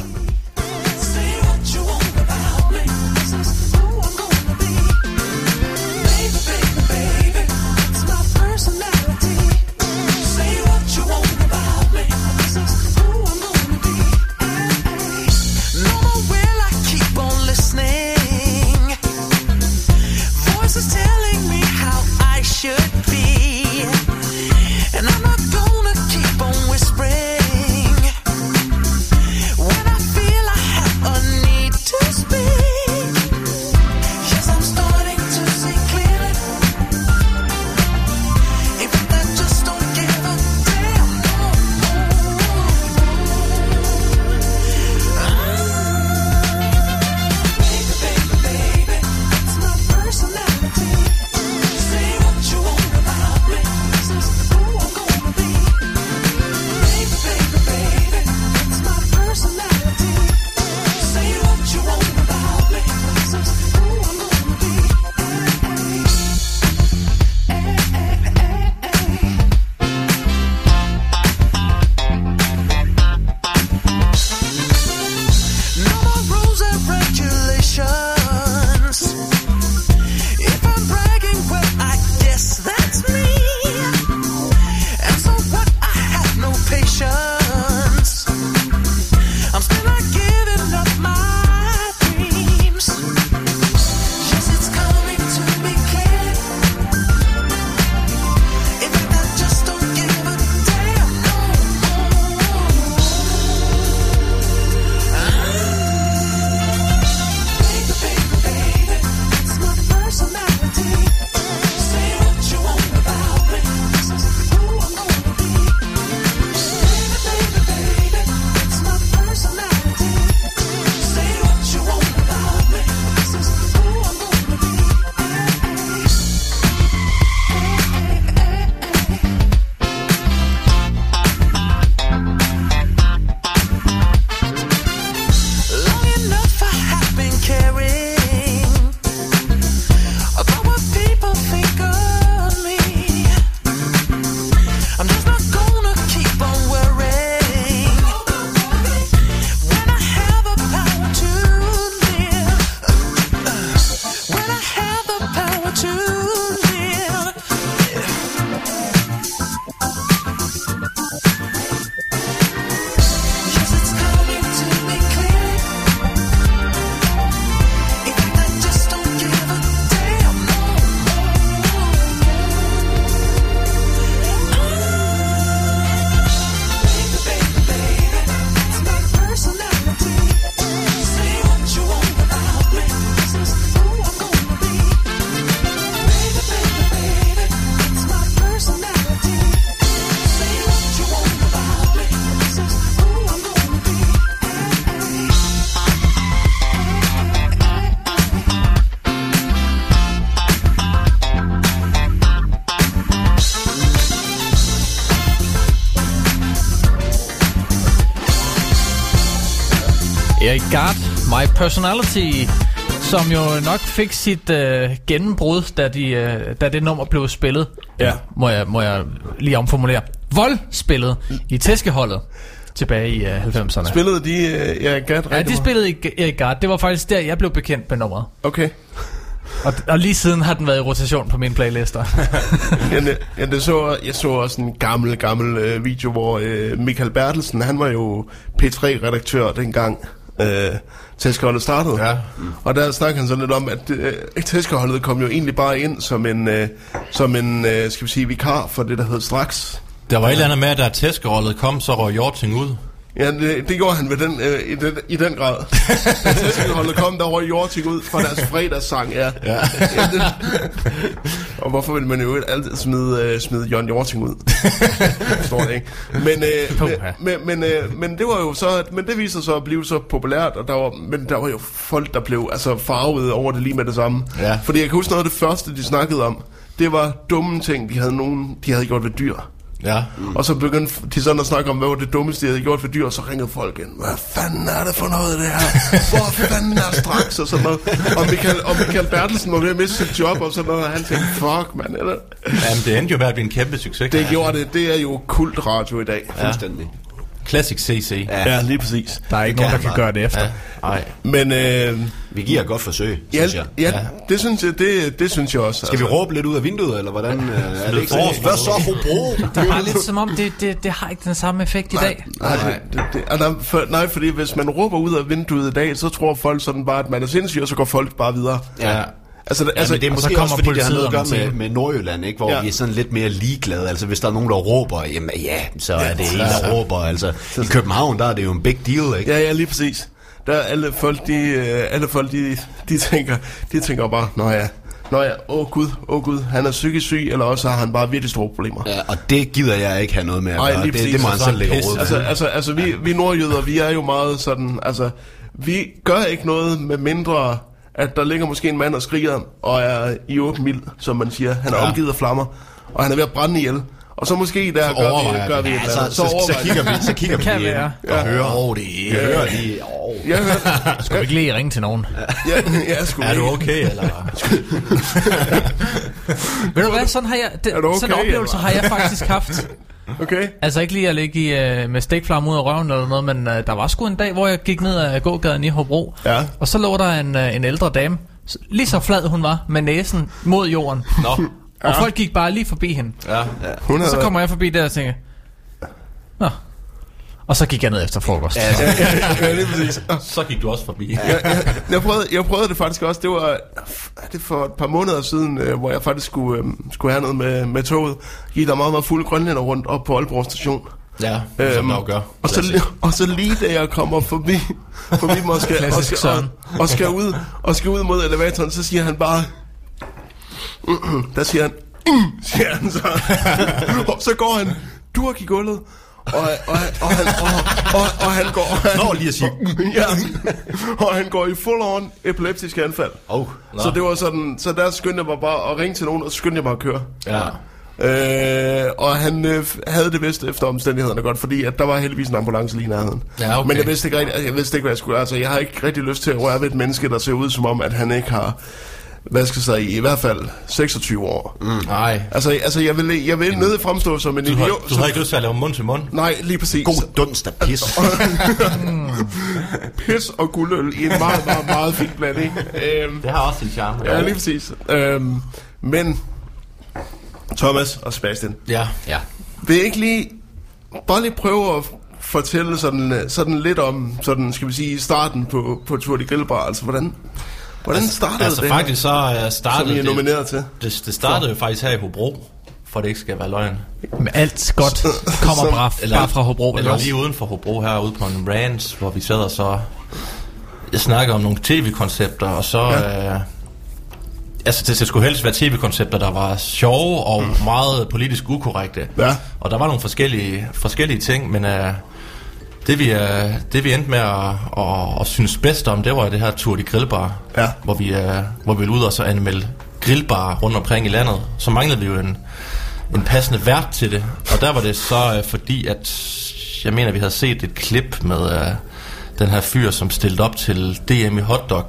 Erik Gard, My Personality, som jo nok fik sit gennembrud, da det nummer blev spillet. Ja. Må jeg lige omformulere. Vold spillet i tæskeholdet tilbage i 90'erne. Spillede de Erik Gard? Ja, de spillede Erik Gard. Det var faktisk der, jeg blev bekendt med nummeret. Okay. Og lige siden har den været i rotation på mine playlister. Jeg så også en gammel video, hvor Michael Bertelsen, han var jo P3-redaktør dengang tæskeholdet startede. Ja. Og der snakkede han så lidt om, at tæskeholdet kom jo egentlig bare ind som en skal vi sige, vikar for det, der hed Straks. Der var et eller andet med, at da tæskeholdet kom, så røg Hjorting ud. Ja, det gjorde han ved i den grad. Da tæskeholdet kom, der røg Hjorting ud fra deres fredagssang, ja. Og hvorfor vil man jo altid smide Jørgen Hjorting ud? Forstår det ikke. Men det var jo så, men det viste sig så at blive så populært, og der var jo folk, der blev altså farvet over det lige med det samme. Ja. Fordi jeg kan huske noget af det første, de snakkede om, det var dumme ting, de havde gjort ved dyr. Ja. Og så begyndte de sådan at snakke om, hvad var det dummeste, de havde gjort for dyr, og så ringede folk ind. Hvad fanden er det for noget, det her? Hvor fanden er Straks? Og sådan noget. Og Michael Bertelsen var ved at miste sit job, og sådan noget, og han tænkte, fuck, mand. Eller? Jamen, det endte jo med at blive en kæmpe succes. Det gjorde det. Det er jo kult radio i dag. Ja. Fuldstændig. Classic CC. Ja, lige præcis. Der er ikke nogen, der kan gøre det efter. Ja. Nej. Men vi giver et godt forsøg, synes jeg. Ja, det synes jeg, det synes jeg også. Skal vi råbe lidt ud af vinduet, eller hvordan? Er det ikke hvad så, Hobro? Det er lidt som om, det har ikke den samme effekt i dag. Nej, fordi hvis man råber ud af vinduet i dag, så tror folk sådan bare, at man er sindssyg, og så går folk bare videre. Ja. Altså, det er måske også fordi, det har noget at gøre med Nordjylland, ikke? Hvor vi er sådan lidt mere ligeglade. Altså hvis der er nogen, der råber, jamen ja, så er det en, der råber. Altså i København, der er det jo en big deal, ikke? Ja, lige præcis. Der er alle folk, de tænker bare, nå ja, åh Gud, han er psykisk syg, eller også har han bare virkelig store problemer. Ja, og det gider jeg ikke have noget med at gøre. Det må han selv lægge råd. Altså vi nordjyder, vi er jo meget sådan, altså vi gør ikke noget med mindre, at der ligger måske en mand og skriger og er i åben ild, som man siger. Han er omgivet af flammer, og han er ved at brænde ihjel. Og så måske der gør vi et eller andet. Så kigger vi hjem og hører. Jeg hører lige. Skal vi ikke lige ringe til nogen? Er du okay, eller? Ved du hvad, sådan en oplevelse har jeg faktisk haft. Okay. Altså ikke lige at ligge med stikflamme ud af røven eller noget, men der var sgu en dag, hvor jeg gik ned ad gågaden i Hobro, og så lå der en ældre dame, lige så flad hun var, med næsen mod jorden. Nå. Og folk gik bare lige forbi hende. Ja. Så kommer jeg forbi der og tænker, nå. Og så gik jeg ned efter frokost. Ja, lige præcis. Så gik du også forbi. Jeg prøvede det faktisk også. Det for et par måneder siden, hvor jeg faktisk skulle have noget med toget. Gik der meget, meget fulde grønlænder rundt op på Aalborg station. Ja, som der jo gør. Og så lige da jeg kommer forbi mig og skal ud mod elevatoren, så siger han bare, der siger han, siger han så. Og så går han durk i gulvet, og han går... Nå, lige at sige... Ja, og han går i full-on epileptisk anfald. Så det var sådan, så der skyndte jeg mig bare at ringe til nogen, og så skyndte jeg mig at køre. Ja. Og han havde det bedst efter omstændighederne godt, fordi at der var heldigvis en ambulance lige i nærheden. Ja, okay. Men jeg vidste ikke, hvad jeg skulle. Altså, jeg har ikke rigtig lyst til at røre ved et menneske, der ser ud som om, at han ikke har... Hvad skal jeg sige, i hvert fald 26 år. Nej. Altså jeg vil nødt fremstå som en idiot. Du har ikke lyst til at lave mund til mund? Nej, lige præcis. God dunst af pis. Pis og guldøl i en meget, meget, meget fin blanding. Det har også sin charme. Ja, lige præcis. Men Thomas og Sebastian. Ja. Vil I ikke lige prøve at fortælle sådan lidt om, sådan skal vi sige, starten på Tour de Grillbar, altså hvordan startede det? Faktisk så startede som I er nomineret til. Det startede jo faktisk her i Hobro, for det ikke skal være løgn. Men alt godt kommer bare fra Hobro. Eller lige uden for Hobro, herude på en ranch, hvor vi sad og så... Jeg snakker om nogle tv-koncepter, og så... det skulle helst være tv-koncepter, der var sjove og meget politisk ukorrekte. Ja. Og der var nogle forskellige ting, men... Det vi endte med at synes bedst om, det var det her Tour de Grillbar, hvor vi ville ud og så anmelde grillbar rundt omkring i landet. Så manglede vi jo en passende vært til det, og der var det så fordi, at jeg mener, vi havde set et klip med den her fyr, som stillede op til DM i hotdog.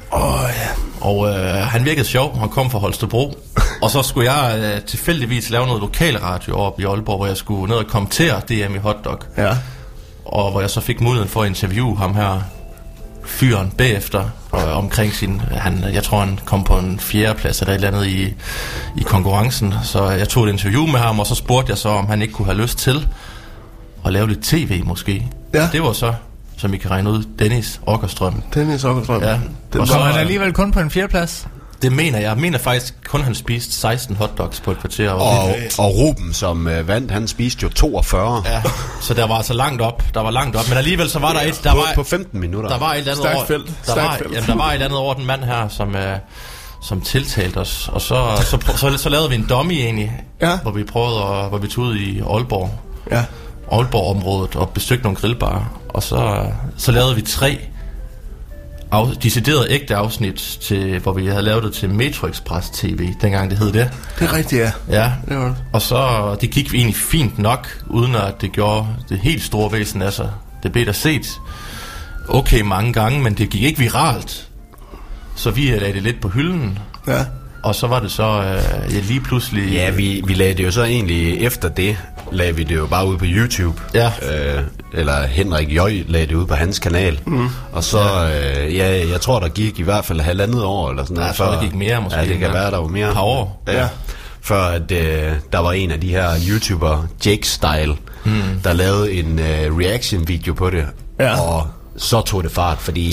Og han virkede sjov. Han kom fra Holstebro. Og så skulle jeg tilfældigvis lave noget lokalradio op i Aalborg, hvor jeg skulle ned og kommentere DM i hotdog. Ja. Og hvor jeg så fik muligheden for at interviewe ham her, fyren, bagefter, omkring sin... jeg tror, han kom på en 4. plads eller et eller andet i konkurrencen. Så jeg tog et interview med ham, og så spurgte jeg så, om han ikke kunne have lyst til at lave lidt tv måske. Ja. Det var så, som I kan regne ud, Dennis Åkerstrøm. Dennis Åkerstrøm. Ja. Og så han alligevel kun på en 4. plads? Det mener jeg. Jeg mener faktisk kun, han spiste 16 hotdogs på et kvarter. Og Ruben, som vandt, han spiste jo 42. Ja, så der var altså langt op. Men alligevel så var der et... På 15 minutter. Der var et andet over... Der var et andet over den mand her, som tiltalte os. Og så lavede vi en dummy egentlig, hvor vi tog ud i Aalborg. Ja. Aalborg-området og besøgte nogle grillbarer. Og så lavede vi 3 decideret ægte afsnit, hvor vi havde lavet det til Metro Express TV, dengang det hed det. Det er rigtigt, ja. Ja, og så det gik egentlig fint nok, uden at det gjorde det helt store væsen af sig. Det blev der set okay mange gange, men det gik ikke viralt. Så vi lagde det lidt på hylden. Ja. Og så var det så lige pludselig... Ja, vi lagde det jo så egentlig efter det, lagde vi det jo bare ud på YouTube. Ja. Eller Henrik Jøj lagde det ud på hans kanal. Mm. Og så, jeg tror, der gik i hvert fald 1,5 år eller sådan noget. Ja, så der gik mere måske. Ja, det kan være, der var mere. Et par år. Ja. Før at der var en af de her YouTuber, Jake Style, der lavede en reaction-video på det. Ja. Og så tog det fart, fordi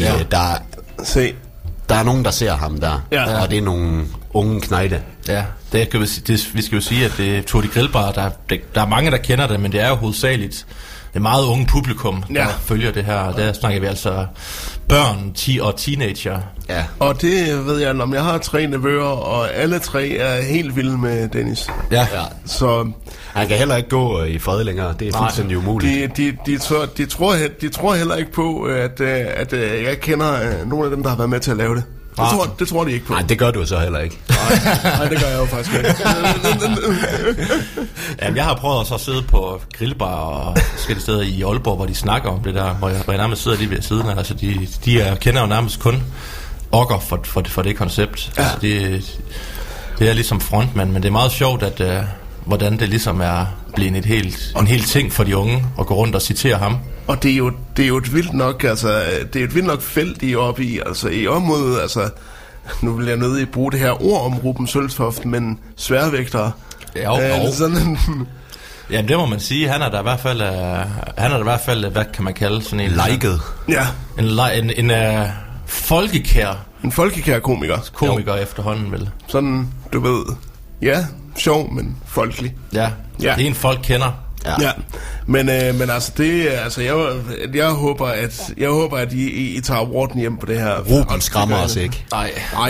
der er nogen, der ser ham der. Ja. Og det er nogle unge knejte. Ja, vi skal jo sige, at det Tour de Grillbar, der er mange, der kender det, men det er jo hovedsageligt det meget unge publikum, der følger det her. Der snakker vi altså børn og teenager. Ja. Og det ved jeg, om jeg har 3 nevøer, og alle 3 er helt vilde med Dennis. Ja. Så han kan heller ikke gå i fred længere. Det er fuldstændig umuligt. De tror heller ikke på, at jeg kender nogle af dem, der har været med til at lave det. Det tror de ikke på. Nej, det gør du så heller ikke. Nej, det gør jeg jo faktisk ikke. Jamen, jeg har prøvet at sidde på grillbar og forskellige steder i Aalborg, hvor de snakker om det der, hvor jeg nærmest sidder lige ved siden af. Altså, de kender jo nærmest kun Åker for det koncept. Ja. Altså, det er ligesom frontmand, men det er meget sjovt, at hvordan det ligesom er blevet en hel ting for de unge at gå rundt og citere ham. Og det er jo et vildt nok, altså, det er et vildt nok felt i oppe i, altså i området, altså, nu vil jeg nødig bruge det her ord om Ruben Søltoft, men sværvægtere. Ja, sådan. Jamen det må man sige, han er der i hvert fald, hvad kan man kalde sådan en... Liket. Ja. En folkekær. En folkekær komiker. Komiker efterhånden, vel. Sådan, du ved, sjov, men folkelig. Ja, det er en folk kender. Ja. Men altså jeg håber at I tager Wharton hjem på det her. Ruben skræmmer os ikke. Nej.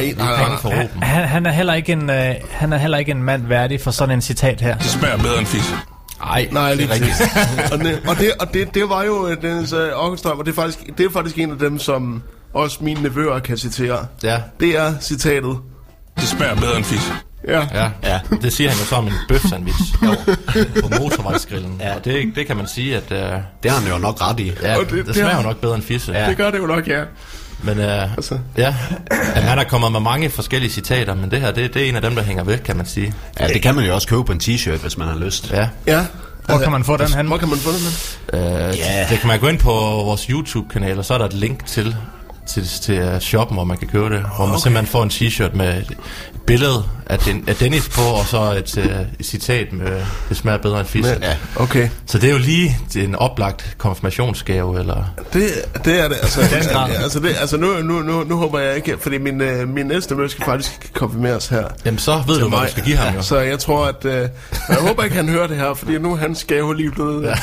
Han er heller ikke en mand værdig for sådan en citat her. Det smager bedre end fisk. Nej, lige præcis. og det var jo Dennis Åkerstrøm, og det er faktisk en af dem, som også mine nevøer kan citere. Ja. Det er citatet. Det smager bedre end fisk. Ja, det siger han jo så om en bøfsandwich på motorvejsgrillen. Ja. Og det kan man sige, at... det har han jo nok ret i. Ja, det smager jo nok bedre end fisk. Ja. Det gør det jo nok, ja. Men han er kommet med mange forskellige citater, men det her, det er en af dem, der hænger ved, kan man sige. Ja, det kan man jo også købe på en t-shirt, hvis man har lyst. Ja. Hvor kan man få den hen? Hvor kan man få den hen? Det kan man gå ind på vores YouTube-kanal, og så er der et link til shoppen, hvor man kan købe det, hvor man simpelthen får en t-shirt med et billede af Dennis på, og så et citat med, det smager bedre end fisk. Ja, okay. Så det er jo lige en oplagt konfirmationsgave, eller... Det er det, altså, nu håber jeg ikke, fordi min næste møde skal faktisk konfirmeres her. Jamen så ved du, hvad du skal give ham, jo. Så jeg tror, at... jeg håber ikke, han hører det her, fordi nu er hans gave lige blevet... Ja.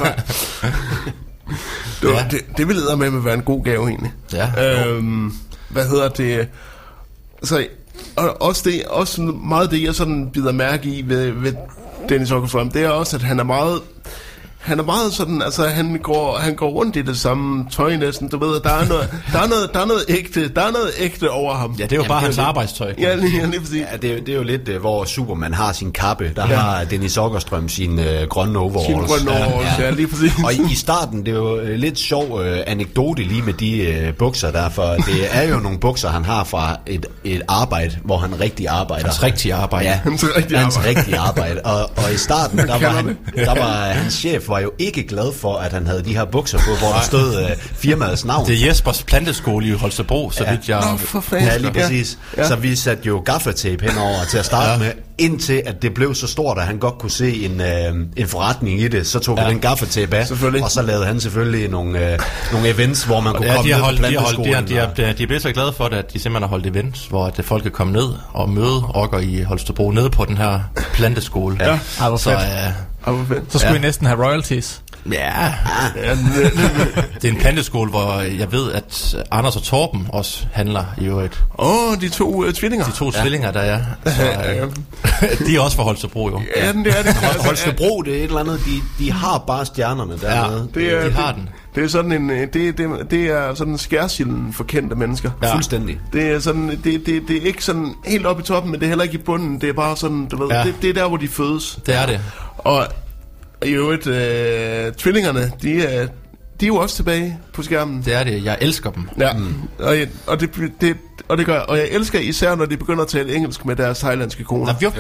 Det vil lede med at være en god gave egentlig. Ja. Hvad hedder det? Så også meget det jeg sådan bider mærke i ved Dennis Åkerstrøm, det er også at han er meget han er meget sådan, altså han går rundt i det samme tøj næsten, du ved, der er noget ægte over ham. Ja, det er jo bare hans arbejdstøj. Ja, lige præcis. Ja, det er jo lidt, hvor Superman har sin kappe, der har Dennis Ockerström sin grønne overalls. Sin grønne overalls, ja, lige præcis. Og i starten, det er jo lidt sjov anekdote lige med de bukser der, for det er jo nogle bukser, han har fra et arbejde, hvor han rigtig arbejder. Hans rigtige arbejde. Ja, hans rigtige arbejde. Og i starten, der var hans chef var jo ikke glad for, at han havde de her bukser på, hvor der stod firmaets navn. Det er Jespers planteskole i Holstebro, så vidt jeg... Ja, lige præcis. Ja. Så vi satte jo gaffatape henover til at starte med, indtil at det blev så stort, at han godt kunne se en forretning i det. Så tog vi den gaffatape af, og så lavede han selvfølgelig nogle events, hvor man kunne komme ned på planteskolen. De blev så glade for det, at de simpelthen har holdt events, hvor at folk kan komme ned og møde rocker i Holstebro nede på den her planteskole. Ja, så skulle I næsten have royalties. Ja. Det er en planteskole, hvor jeg ved, at Anders og Torben også handler i øvrigt. De to tvillinger. De to tvillinger, der er. Så, de er også fra Holstebro, jo. Ja, det er det. Holstebro, det er et eller andet, de har bare stjernerne dernede. Ja, de har den. Det er sådan det er sådan skærsilden for kendte mennesker. Ja. Fuldstændig. Det er sådan det er ikke sådan helt oppe i toppen, men det er heller ikke i bunden. Det er bare sådan, du ved, det er der hvor de fødes. Det er det. Og i øvrigt tvillingerne, de er jo også tilbage på skærmen. Det er det. Jeg elsker dem. Ja. Og det gør jeg. Og jeg elsker især når de begynder at tale engelsk med deres thailandske koner. Jo.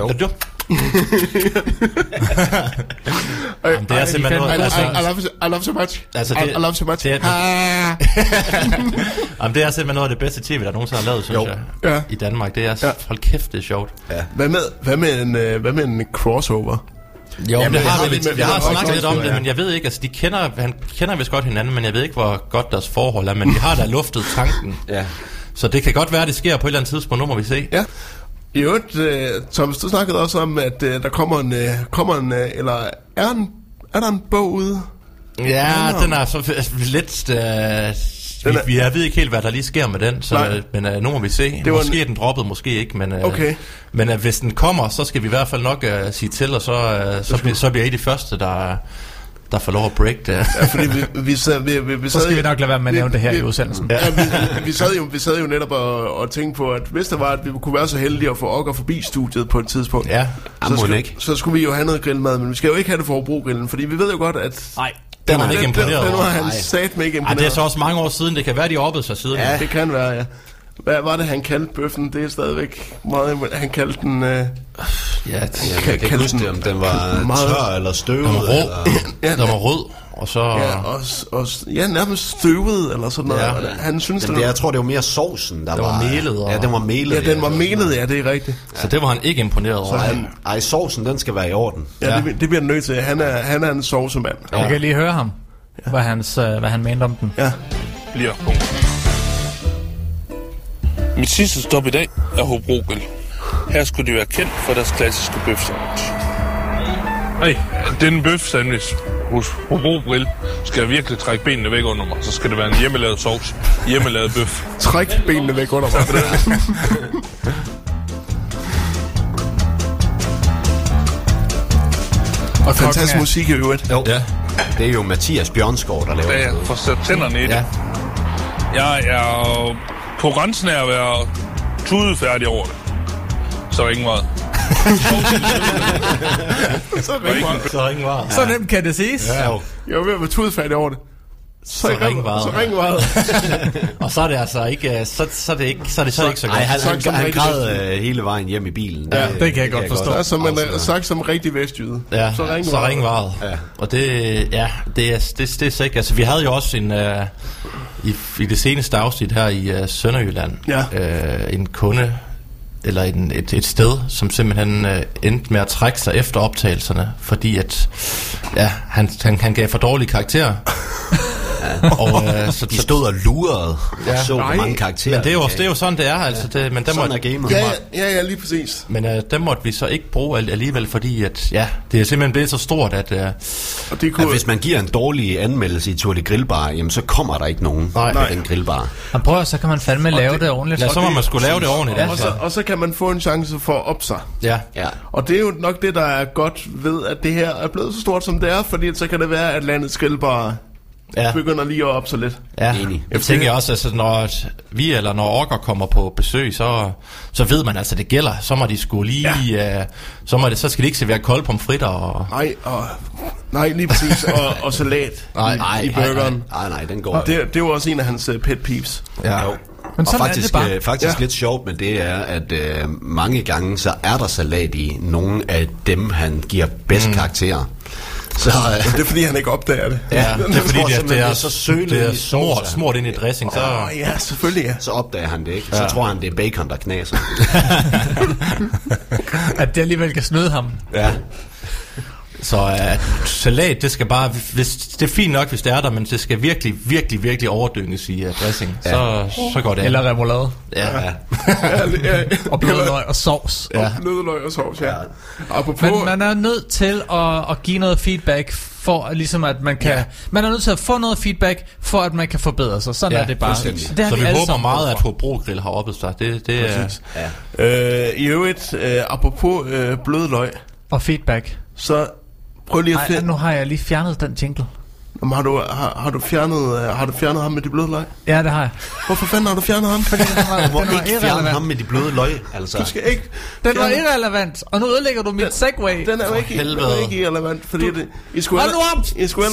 Jamen, det er simpelthen noget. I love so much. Altså, I love so much. Jamen, det er simpelthen noget af det bedste tv, der nogensinde har lavet, synes jeg, i Danmark. Det er, hold kæft, det er sjovt. Ja. Hvad med en crossover? Jo, jamen, det har vi lidt. Jeg har snakket lidt om det, men jeg ved ikke, altså han kender vist godt hinanden, men jeg ved ikke, hvor godt deres forhold er, men de har da luftet tanken. Ja. Så det kan godt være, at det sker på et eller andet tidspunkt, nu må vi se. Ja. I øvrigt, Thomas, du snakkede også om, at der kommer en eller er der en bog ude? Ja, den er så lidt... Jeg ved ikke helt, hvad der lige sker med den, men nu må vi se. Måske er den droppet, måske ikke, men hvis den kommer, så skal vi i hvert fald nok sige til, og så bliver I de første, der får lov at break det. Ja, fordi vi så skal vi nok lade være med at nævne det her i udsendelsen. Ja, vi sad jo netop og tænkte på, at hvis det var, at vi kunne være så heldige at få Okker forbi studiet på et tidspunkt, så skulle vi jo have noget grillmad, men vi skal jo ikke have det for Hobro-grillen, fordi vi ved jo godt, at... Nej. Den var ikke imponeret. Den var han satme ikke imponeret. Det er så også mange år siden. Det kan være, de oppede sig siden. Ja, det kan være, ja. Hvad var det, han kaldte bøffen? Det er stadigvæk meget... Han kaldte den... jeg kan ikke huske, om den var tør eller støvet. Den var rød. Den var rød. Og så... Ja, nærmest støvet eller sådan noget. Ja. Han synes, jeg tror, det var mere sovsen, der var melet. Ja, den var melet. Ja, den var melet, ja, det er rigtigt. Så det var han ikke imponeret over. Sovsen, den skal være i orden. Ja, det bliver den nødt til. Han er en sovsemand. Jeg kan lige høre ham, hvad han mente om den. Ja. Bliver punkt. Mit sidste stop i dag er Hobro Grill. Her skulle de være kendt for deres klassiske bøfsandwich. Nej, den bøfsandwich hos Hobro Grill skal jeg virkelig trække benene væk under mig. Så skal det være en hjemmelavet sovs, hjemmelavet bøf. Træk benene væk under mig. Og fantastisk musik i øvrigt. Jo. Ja. Det er jo Mathias Bjørnskov, der laver det. Ja, for sat tænderne i det. Ja. Jeg er på grænsen af at være tudefærdig over det. Så ingen meget. Så nemt kan det siges. Ja. Jeg er ved at være tudefærdig over det. Så ring meget. Og så er det altså ikke så er det ikke så godt. Nej, han græd hele vejen hjem i bilen. Ja, det kan jeg godt forstå. Som man har sagt som rigtig vestjyde. Ja, så ring meget. Ja. Og det er sikkert. Altså vi havde jo også en i det seneste afsnit her i Sønderjylland en kunde eller et sted, som simpelthen endte med at trække sig efter optagelserne, fordi at han gav for dårlige karakterer. Og, de stod og lurede og så hvor mange karakterer. Men det er jo sådan, det er. Altså, men sådan er gamet. Ja, lige præcis. Men dem måtte vi så ikke bruge alligevel, fordi at, det er simpelthen blevet så stort, at... Og det kunne... at hvis man giver en dårlig anmeldelse i Tour de Grillbar, jamen så kommer der ikke nogen af den grillbar. Og prøv, så kan man fandme lave det ordentligt. Ja, så må man skulle lave det ordentligt. Ja. Og så kan man få en chance for at op sig. Ja. Og det er jo nok det, der er godt ved, at det her er blevet så stort, som det er, fordi så kan det være, at landets grillbar begynder lige at op sig lidt. Ja, jeg tænker også, altså, når vi eller når orker kommer på besøg, så ved man altså, det gælder. Så må de skulle lige... så skal de ikke servere kolde pomfritter og... Nej, lige præcis. og salat i burgeren. Nej, den går. Det var også en af hans pet peeves. Ja. Men og faktisk lidt sjovt med det er, at mange gange så er der salat i nogle af dem, han giver bedst karakterer. Så, det er fordi, han ikke opdager det. Ja, det er fordi, det er så sødt, det er smurt ind i dressing. Ja, selvfølgelig, ja. Så opdager han det ikke. Så tror han, det er bacon, der knaser. At det alligevel kan snyde ham. Ja. Så salat, det skal bare... det er fint nok, hvis det er der, men det skal virkelig, virkelig, virkelig overdynges i dressing. Så går det. Eller remoulade. Ja. Og blødløg og sovs. Og blødløg og sovs, ja. Men man er nødt til at give noget feedback, for ligesom at man kan... Man er nødt til at få noget feedback, for at man kan forbedre sig. Sådan er det bare. Så vi håber meget, at Hobro Grill har oppet sig. Det er... I øvrigt, apropos blødløg... Og feedback. Så prøv lige at nu har jeg lige fjernet den jingle. Jamen, har du fjernet ham med de bløde løg? Ja, det har jeg. Hvorfor fanden har du fjernet ham? Fordi du må ikke fjerne ham med de bløde løg, altså. Du skal ikke... Den var irrelevant, og nu ødelægger du mit segway. Den er jo ikke irrelevant, fordi I skulle hold nu op!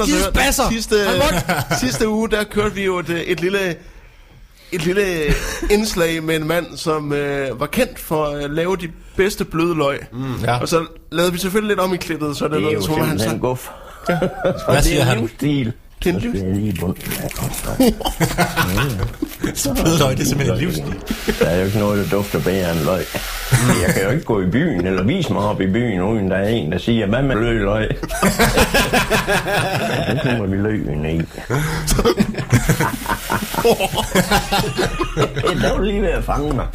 Sidste uge, der kørte vi jo et lille indslag med en mand, som var kendt for at lave de bedste bløde løg. Og så lavede vi selvfølgelig lidt om i klippet, så det er jo simpelthen en guf. Hvad siger han? Livsstil. Det er en livsstil. Så bløde løg, det er simpelthen en livsstil. Der er jo ikke noget, der dufter bedre end løg. Jeg kan jo ikke gå i byen, eller vise mig op i byen, uden der er en, der siger, hvad med bløde løg? Den kommer vi løgen i. Det var lige ved at fange mig.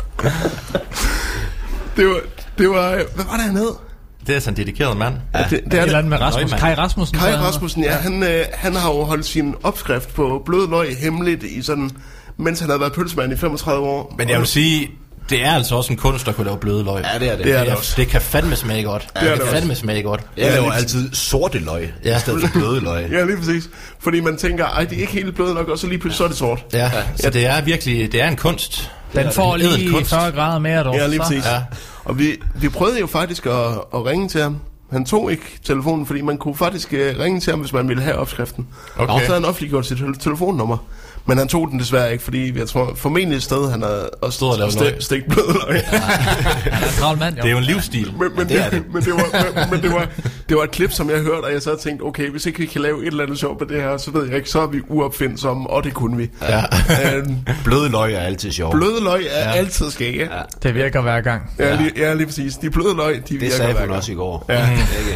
Det var hvad var det, han hed? Det er sådan en dedikeret mand. Ja, det er det med Rasmus. Kai Rasmussen. Kai Rasmussen, ja. Han har jo holdt sin opskrift på blød løg hemmeligt i sådan, mens han havde været pølsemand i 35 år. Men jeg vil sige, det er altså også en kunst at kunne lave bløde løg. Ja, det er det. Det kan fandme smage godt. Ja, det kan fandme smage godt. Jeg laver altid sorte løg i stedet for bløde løg. Ja, lige præcis. Fordi man tænker, det er ikke helt bløde nok, og så lige pludselig så er det sort. Ja, så det er virkelig, det er en kunst. Den får lige 40 grader mere dog. Ja, lige præcis. Ja. Og vi prøvede jo faktisk at ringe til ham. Han tog ikke telefonen, fordi man kunne faktisk ringe til ham, hvis man ville have opskriften. Okay. Og så havde han offentliggjort sit telefonnummer. Men han tog den desværre ikke, fordi jeg tror formentlig et sted, han havde også stegt bløde løg. Det er jo en livsstil. Men det var et klip, som jeg hørte, og jeg så havde tænkt, okay, hvis ikke vi kan lave et eller andet sjovt på det her, så ved jeg ikke, så er vi uopfindsomme, og det kunne vi. Ja. Bløde løg er altid sjovt. Bløde løg er altid skæg. Ja. Det virker hver gang. Ja, lige præcis. De bløde løg, de virker hver gang. Det sagde hun også i går. Ja.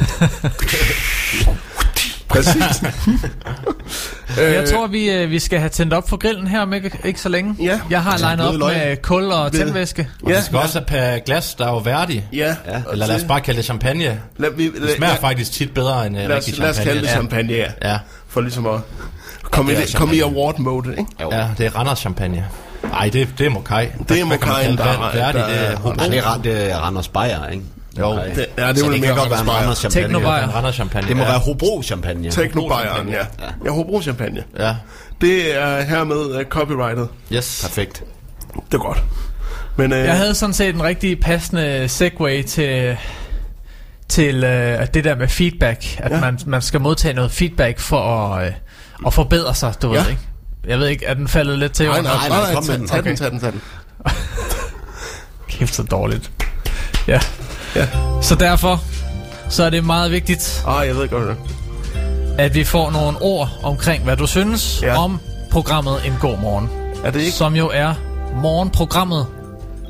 Præcis. Jeg tror, vi skal have tændt op for grillen her om ikke så længe. Ja. Jeg har legnet op med kul og tændvæske. Og vi skal også have glas, der er jo værdig. Ja. Eller lad os bare kalde det champagne. Det smager faktisk tit bedre end rigtig champagne. Lad os kalde det champagne, ja. For ligesom at komme i award mode, ikke? Ja, det er Randers champagne. Nej, det er Mokai. Det er Mokai, det er Randers Bayer, ikke? Jo, det vil mere godt være en Randers champagne. Det må være Hobro champagne. Teknobayern, ja. Ja, Hobro champagne. Ja. Det er hermed copyrightet. Yes. Perfekt. Det er godt. Men jeg havde sådan set en rigtig passende segue til det der med feedback, at man skal modtage noget feedback for at forbedre sig, du ved ikke. Jeg ved ikke, er den faldet lidt til? Nej, kom med den. Tag den. Kæft så dårligt. Ja. Så derfor så er det meget vigtigt, jeg ved godt det, at vi får nogle ord omkring, hvad du synes om programmet En God Morgen. Er det ikke? Som jo er morgenprogrammet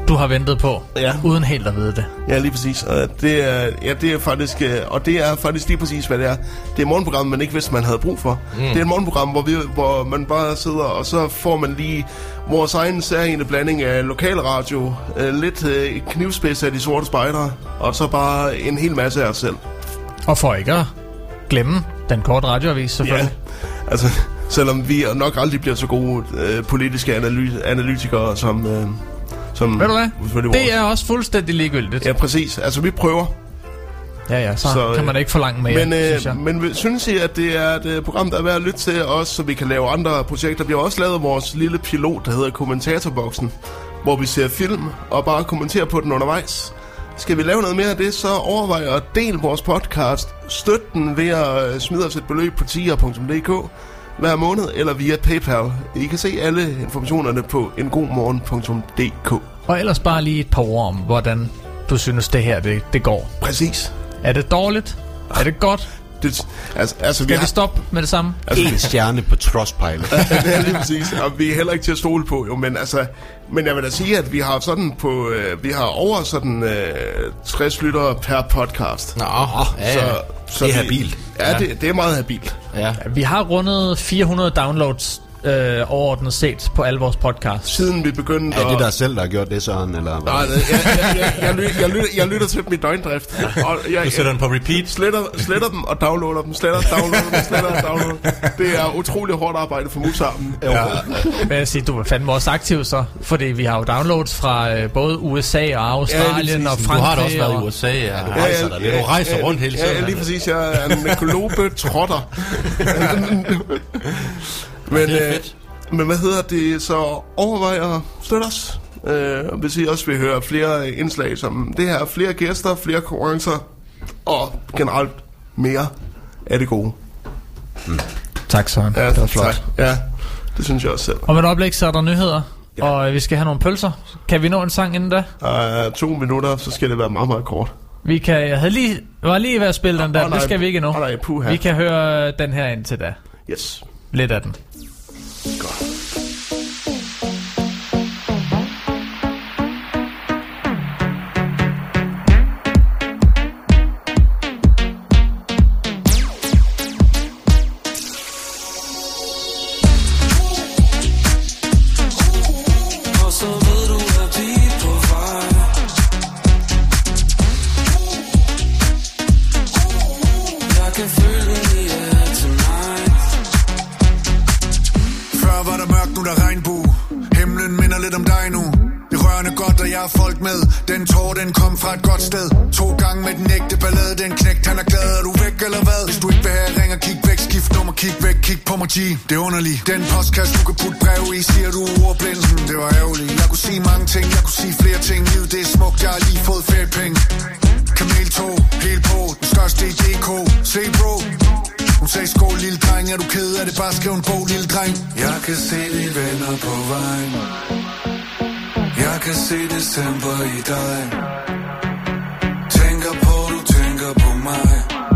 du har ventet på, uden helt at vide det. Ja, lige præcis. Og det er faktisk lige præcis, hvad det er. Det er et morgenprogram, man ikke vidste, man havde brug for. Det er et morgenprogram, hvor man bare sidder, og så får man lige vores egen særlige blanding af lokalradio, lidt knivspids af de sorte spejdere, og så bare en hel masse af os selv. Og for ikke at glemme den korte radioavis, selvfølgelig. Ja, altså, selvom vi nok aldrig bliver så gode politiske analytikere, som ved du hvad? Det er også fuldstændig ligegyldigt. Ja, præcis. Altså, vi prøver. Ja, så kan man da ikke forlange mere, synes jeg. Men synes I, at det er et program, der er værd at lytte til os, så vi kan lave andre projekter? Vi har også lavet vores lille pilot, der hedder Kommentatorboksen, hvor vi ser film og bare kommenterer på den undervejs. Skal vi lave noget mere af det, så overvej at dele vores podcast. Støt den ved at smide os et beløb på tier.dk hver måned, eller via PayPal. I kan se alle informationerne på engodmorgen.dk. Og ellers bare lige et par ord om, hvordan du synes, det her det går. Præcis. Er det dårligt? Er det godt? Skal vi stoppe med det samme? En stjerne på Trustpilot. Det er lige præcis. Og vi er heller ikke til at stole på, jo, men jeg vil da sige, at vi har sådan på vi har over sådan 60 lyttere per podcast. Nå, så det er habilt. Ja, det er meget habilt. Ja. Vi har rundet 400 downloads overordnet set på alle vores podcasts. Siden vi begyndte det der selv, der har gjort det sådan, eller? Nej, jeg lytter til dem i døgndrift. Og du sætter den på repeat? Sletter dem og downloader dem. Sletter og downloader. Det er utrolig hårdt arbejde for musarmen. Ja. Men jeg siger, du er fandme også aktiv så, fordi vi har jo downloads fra både USA og Australien og Frankrig. Du har da også været i USA, du rejser rundt hele tiden. Ja, lige præcis. Jeg er en globe-trotter. Men hvad hedder det, så overvej at støtte os. Hvis I også vil høre flere indslag som det her, flere gæster, flere konkurrencer, og generelt mere af det gode. Tak, Søren. Ja, det var flot. Tak. Ja, det synes jeg også selv. Om et øjeblik, så er der nyheder, og vi skal have nogle pølser. Kan vi nå en sang inden da? 2 minutter, så skal det være meget, meget kort. Jeg var lige ved at spille den der, det skal vi ikke nå. Vi kan høre den her indtil da. Yes. Lidt af den. Godt. Det er underligt. Den postkasse, du kan putte brev i, siger du ordblind. Det var ærgerligt. Jeg kunne sige mange ting, jeg kunne sige flere ting. Livet det er smukt, jeg har lige fået feriepenge. Kameltog, helt på, den største i DK. Se bro, hun sagde skål lille dreng. Er du ked af det, bare skriv en bog lille dreng. Jeg kan se dine venner på vejen. Jeg kan se december i dig. Tænker på, du tænker på mig.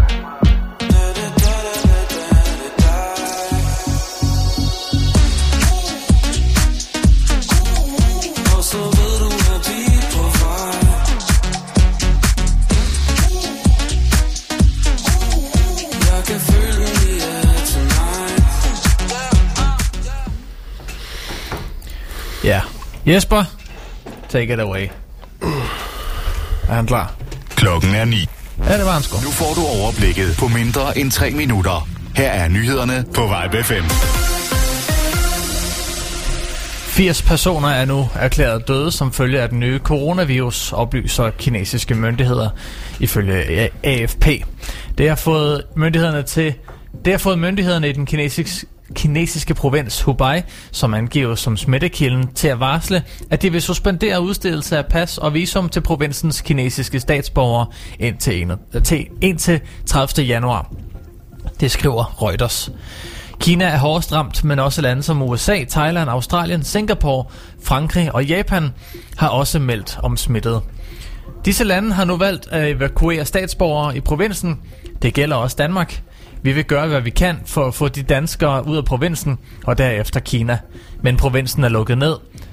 Ja. Jesper, take it away. Er han klar? Klokken er 9. Ja, det var han sgu. Nu får du overblikket på mindre end 3 minutter. Her er nyhederne på Vibe FM. 80 personer er nu erklæret døde som følge af den nye coronavirus, oplyser kinesiske myndigheder ifølge AFP. Det har fået myndighederne i den kinesiske provins Hubei, som angives som smittekilden, til at varsle, at de vil suspendere udstedelse af pas og visum til provinsens kinesiske statsborgere indtil 30. januar. Det skriver Reuters. Kina er hårdest ramt, men også lande som USA, Thailand, Australien, Singapore, Frankrig og Japan har også meldt om smittede. Disse lande har nu valgt at evakuere statsborgere i provinsen. Det gælder også Danmark. Vi vil gøre, hvad vi kan for at få de danskere ud af provinsen, og derefter Kina. Men provinsen er lukket ned,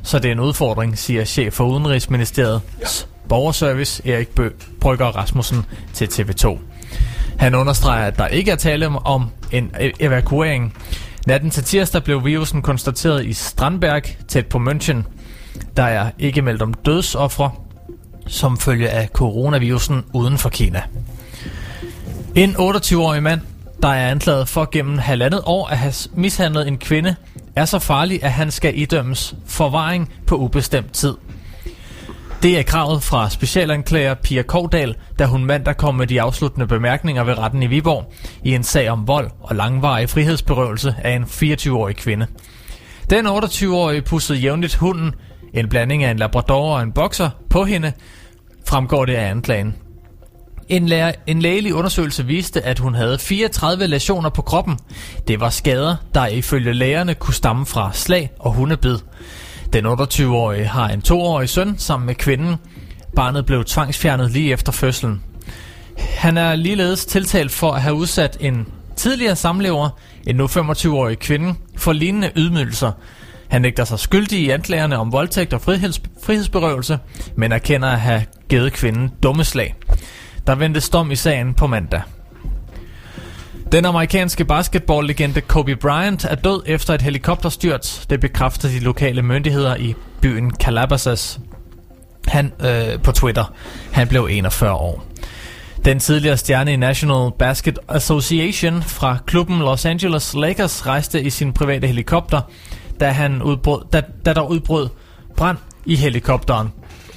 så det er en udfordring, siger chef for Udenrigsministeriets borgerservice Erik Brygger Rasmussen til TV2. Han understreger, at der ikke er tale om en evakuering. Natten til tirsdag blev virusen konstateret i Strandberg, tæt på München. Der er ikke meldt om dødsofre som følge af coronavirusen uden for Kina. En 28-årig mand, der er anklaget for gennem 1,5 år at have mishandlet en kvinde, er så farlig, at han skal idømmes forvaring på ubestemt tid. Det er kravet fra specialanklager Pia Kovdal, da hun mandag kom med de afsluttende bemærkninger ved retten i Viborg i en sag om vold og langvarig frihedsberøvelse af en 24-årig kvinde. Den 28-årige pudsede jævnligt hunden, en blanding af en labrador og en boxer, på hende, fremgår det af anklagen. En lægelig undersøgelse viste, at hun havde 34 læsioner på kroppen. Det var skader, der ifølge lægerne kunne stamme fra slag og hundebid. Den 28-årige har en 2-årig søn sammen med kvinden. Barnet blev tvangsfjernet lige efter fødslen. Han er ligeledes tiltalt for at have udsat en tidligere samlever, en nu 25-årig kvinde, for lignende ydmygelser. Han nægter sig skyldig i anklagerne om voldtægt og frihedsberøvelse, men erkender at have givet kvinden dumme slag. Der ventes dom i sagen på mandag. Den amerikanske basketballlegende Kobe Bryant er død efter et helikopterstyrt. Det bekræfter de lokale myndigheder i byen Calabasas på Twitter. Han blev 41 år. Den tidligere stjerne i National Basket Association fra klubben Los Angeles Lakers rejste i sin private helikopter, da der udbrød brand i helikopteren.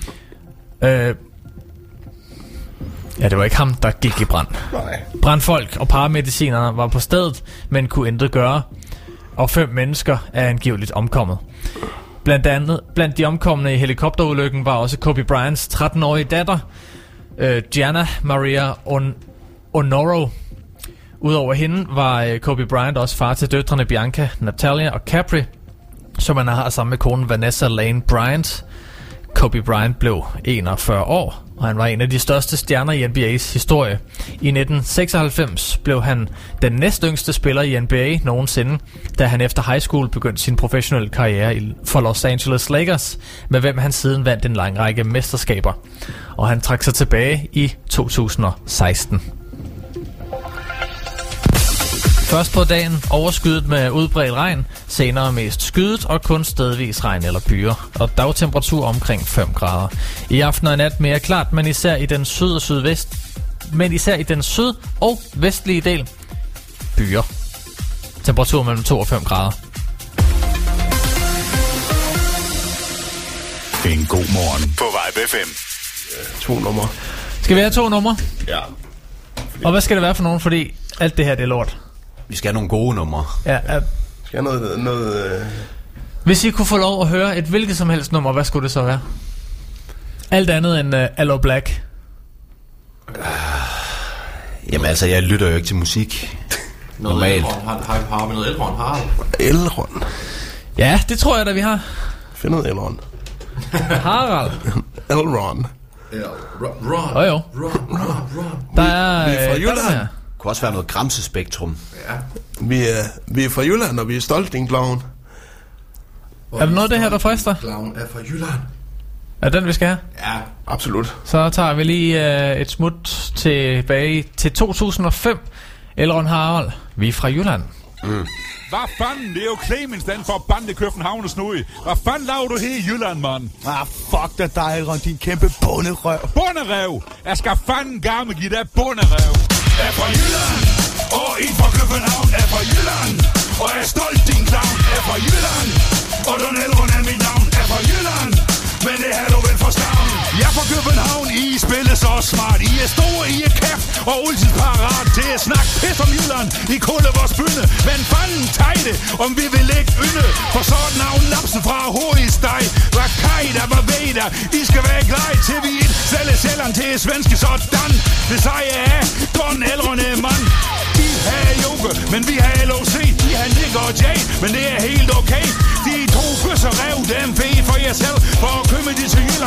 Ja, det var ikke ham, der gik i brand. Nej. Brandfolk og paramedicinerne var på stedet, men kunne intet gøre. Og 5 mennesker er angiveligt omkommet. Blandt de omkomne i helikopterulykken var også Kobe Bryants 13-årige datter, Gianna Maria Honoro. Udover hende var Kobe Bryant også far til døtrene Bianca, Natalia og Capri, som han har sammen med konen Vanessa Lane Bryant. Kobe Bryant blev 41 år, og han var en af de største stjerner i NBA's historie. I 1996 blev han den næstyngste spiller i NBA nogensinde, da han efter high school begyndte sin professionelle karriere for Los Angeles Lakers, med hvem han siden vandt en lang række mesterskaber. Og han trak sig tilbage i 2016. Først på dagen overskyet med udbredt regn, senere mest skyet og kun stedvis regn eller byer, og dagtemperatur omkring 5 grader. I aften og nat mere klart, men især i den syd og sydvest, og vestlige del byer. Temperatur mellem 2 og 5 grader. En god morgen på Vibe FM. 2 numre. Skal vi have 2 numre? Ja. Og hvad skal det være for nogen, fordi alt det her, det er lort? Vi skal have nogle gode numre. Ja, vi skal have noget... Hvis I kunne få lov at høre et hvilket som helst nummer, hvad skulle det så være? Alt andet end Allo Black. Jamen altså, jeg lytter jo ikke til musik. Normalt. Har vi noget Elrond? Elrond? Ja, det tror jeg da, vi har. Find noget Elrond. Harald. Elrond. Ron. Jo. Der er... Vi er fra Jylland. Det kunne også være noget Gramsespektrum. Ja. Vi er fra Jylland, og vi er stolte, din clown. Er der noget af det her, der frister? Clown er fra Jylland. Er den, vi skal have? Ja, absolut. Så tager vi lige et smut tilbage til 2005. Elrond Harald. Vi er fra Jylland. Hvad fanden? Det er jo Clemens, den forbandede Københavnersnude. Hvad fanden laver du her i Jylland, mand? Fuck dig, Elrond, din kæmpe bunderøv. Bunderøv? Jeg skal fanden gammel give dig bunderøv. Er fra Jylland, og en fra København er fra Jylland. Og jeg er stolt, din clown er fra Jylland. Og den Elrond er mit navn er fra Jylland. Men det har du vel forstået. Jeg er fra København, I spiller så smart. I er store, I er kæft og altid parat til at snakke pis om Jylland. I kulde vores bynde. Men fanden tejde, om vi vil lægge ynde. For sådan navn lapsen fra hovedsteg. Hvad kaj der, hvad ved der. I skal være glad til vi et sælge Sjælland til svenske sådan. Det siger jeg er, Don Elrond er mand. De har Joke, men vi har LOC. De har Nick og Jay, men det er helt okay. De 2 bøsser rev dem fed for jer selv. For at købe de til Jylland.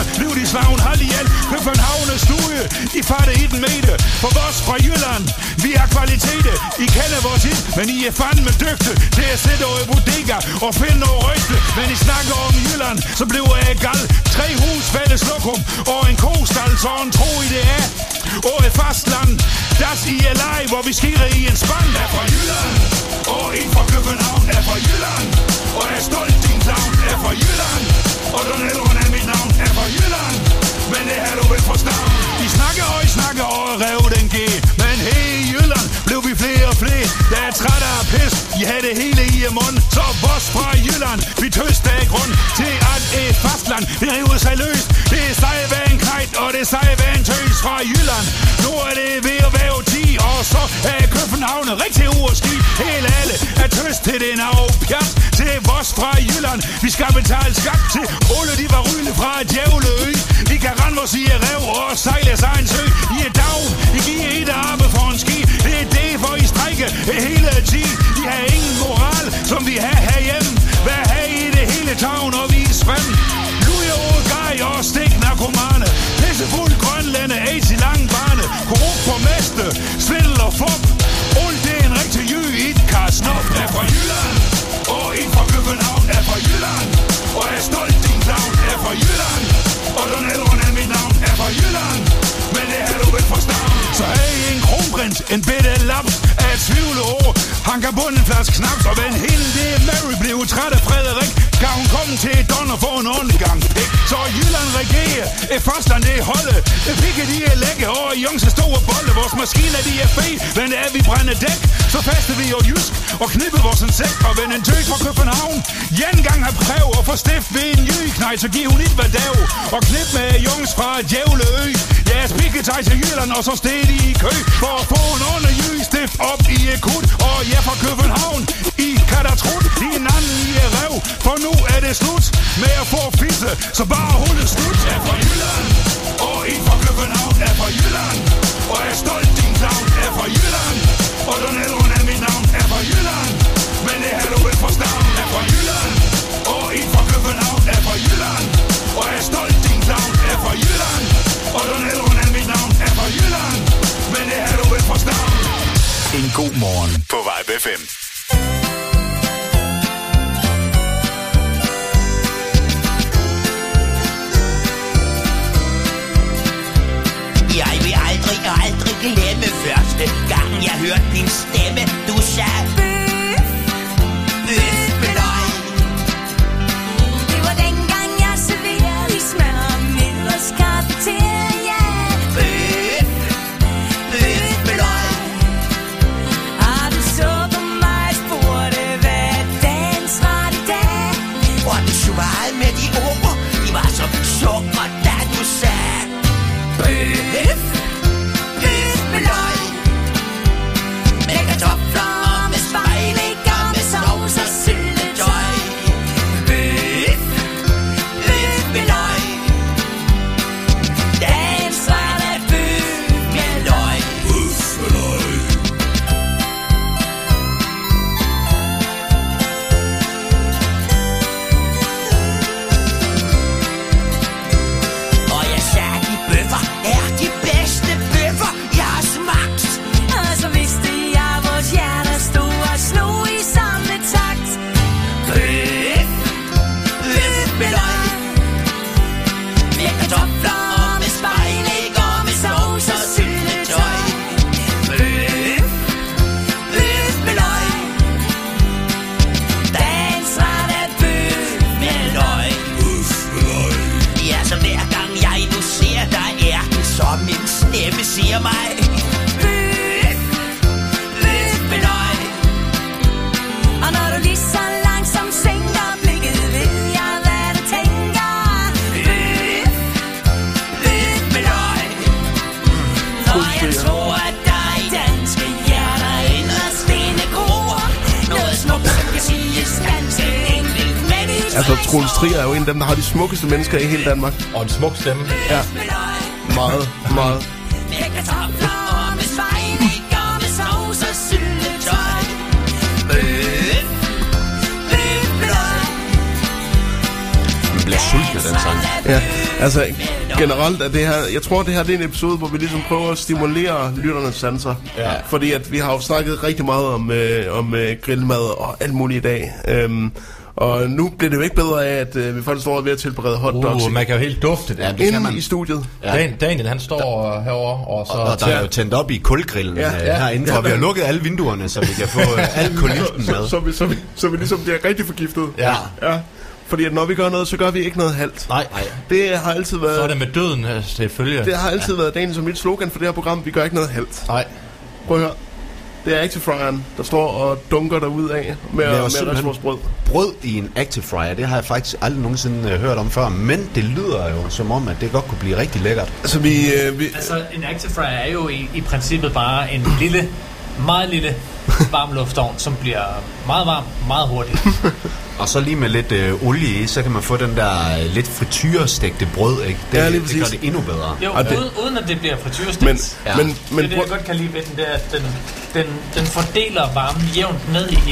Liv de svagn, hold ihjel. Københavnes stue, I fatte i den mede. For vores fra Jylland, vi har kvalitet. I kender vores hit, men I er fandme dygte til at sætte over i bodega og finde noget rygte. Men I snakker om Jylland, så bliver jeg gal. 3 hus, fælles lokum og en kostal, så en tro i det er. Og et fastland, das I er live, hvor vi skirer i en spand. Er fra Jylland, og en fra København er fra Jylland. Og er stolt din clown, er fra Jylland. Og den ældre er mit navn, er fra Jylland. Men det har du vel forstået. I snakker og rev den G. Men hey, i Jylland blev vi flere og flere. Der er træt af pis, I har det hele i munden. Så vores fra Jylland, vi tøst af grund til at et fastland, det river sig løst. Det er sejt hvad en knejt, og det er sejt hvad en tøs fra Jylland. Nu er det ved at være 10, og så er København rigtig urski. Hele alle er tøst til den af pjat til vores fra Jylland. Vi skal betale skat til alle de var rydde fra Djævleø. Vi kan rende vores i rev og sejle sig en sø. I er dag, I giver et arme for en ski. Det er det, hvor I strækker hele tiden. I har ingen moral, som vi har herhjemme. Hvad har I det hele tavn og vis frem? Luja og gej og stik narkomane. Pissefuld grønlande, aids i lange bane. Korrupt på meste, svindel og fup. Alt det er en rigtig jø i et karsnop. Er fra Jylland, og en fra København er fra Jylland. Og er stolt din clown er fra Jylland. Og den ældre er mit navn er fra Jylland. Men det har du vel forstået. Så er I en kronprins, en bitte laps af et tvivle år. Han kan bunde en flaske knaps, og ven hele det Mary blev træt af Frederik. Kan hun komme til Don og få en ordentlig gang pik. Så Jylland regerer, et fastland det er holde. Pikke de er lække, og i Jongse store bolle. Vores maskiner de er fed, men er vi brænder dæk. Så faster vi jo jysk og knipper vores insekt. Og ven en tøs fra København. Jan gang har prøv at få stift ved en jøgeknej, så giver hun et hvad dag. Og knip med Jungs fra Djævleø. Jeres pikke tager til Jylland, og så steg de i kø. For at få en ordentlig jøgestift op i et kut. Og ja fra København, I kan da trudt. I en anden i et rev, for nu er det slut med at få fisse. Så bare hold det slut. Er fra Jylland, og en fra København er fra Jylland. Og er stolt din clown er fra Jylland. Og den ældre er mit navn er fra Jylland. Men det har du vel forstået. Er fra Jylland, og en fra København er fra Jylland. Og er stolt din clown er fra Jylland. Og den ældre er mit navn er fra Jylland. Men det har du vel forstået. En god morgen på Vibe FM. Jeg vil aldrig glemme første gang jeg hørte din stemme. Du sagde bøf med løg. Det var dengang jeg serverede i smør med os kafeteria. Bøf med løg. Og du så på mig og spurgte, hvad dagens ret i dag. Og du svarede med de ord, de var så sukker, da du sagde bøf med løg. Med kartofler og med spejlæg og med sovs og syltetøj. Bøf med løg. Dagens ret er bøf med løg. Og jeg sagde, de bøffer er de bedste bøffer, jeg har smagt. Og så vidste jeg, vores hjerter stod og slog i samme takt. Bøf med løg. Med kartofler og med spejlæg og med sovs og syltetøj. Bøf med løg. Dagens ret er bøf Med løg. Ja, så hver gang jeg nu ser dig, er det som min stemme siger mig. Bøf med løg. Og når du lige så langsomt sænker blikket, ved jeg, hvad du tænker. Bøf med løg. Når jeg tror, at der i danske hjerter inderst inde gror noget smukt, som kan siges ganske enkelt, men i Altså, Troels Trier er jo en af dem, der har de smukkeste mennesker i hele Danmark. Og en smuk stemme. Ja, meget. med kartofler og med spejlæg og med sovs og syltetøj. Bøf med løg. Vi bliver sultne af den sang. Ja. Altså, generelt er det her... Jeg tror, det her det er en episode, hvor vi ligesom prøver at stimulere lytternes sanser. Ja. Fordi at vi har jo snakket rigtig meget om grillmad og alt muligt i dag. Og nu bliver det jo ikke bedre af, at vi faktisk står ved at tilberede hotdogs. Man kan jo helt dufte det. Ja, det kan man. I studiet. Ja. Daniel, han står herovre. Og der er jo tændt op i kulgrillen herinde, for vi har lukket alle vinduerne, så vi kan få al kulisten med. Så vi ligesom bliver rigtig forgiftet. Ja. Fordi at når vi gør noget, så gør vi ikke noget halvt. Nej. Det har altid været... Så er det med døden til følge. Det har altid været Daniel som mit slogan for det her program. Vi gør ikke noget halvt. Nej. Prøv at høre. Det er Active Fryeren, der står og dunker derud af med restaurantsbrød. Brød i en Active Fryer, det har jeg faktisk aldrig nogensinde hørt om før. Men det lyder jo som om, at det godt kunne blive rigtig lækkert. Altså, altså en Active Fryer er jo i princippet bare en meget lille varm luftovn, som bliver meget varm, meget hurtigt. Og så lige med lidt olie i, så kan man få den der lidt frityrestegte brød, ikke? Det gør det endnu bedre. Jo, uden at det bliver frityrestegt. Men det jeg godt kan lide ved den, det er, at den fordeler varmen jævnt ned i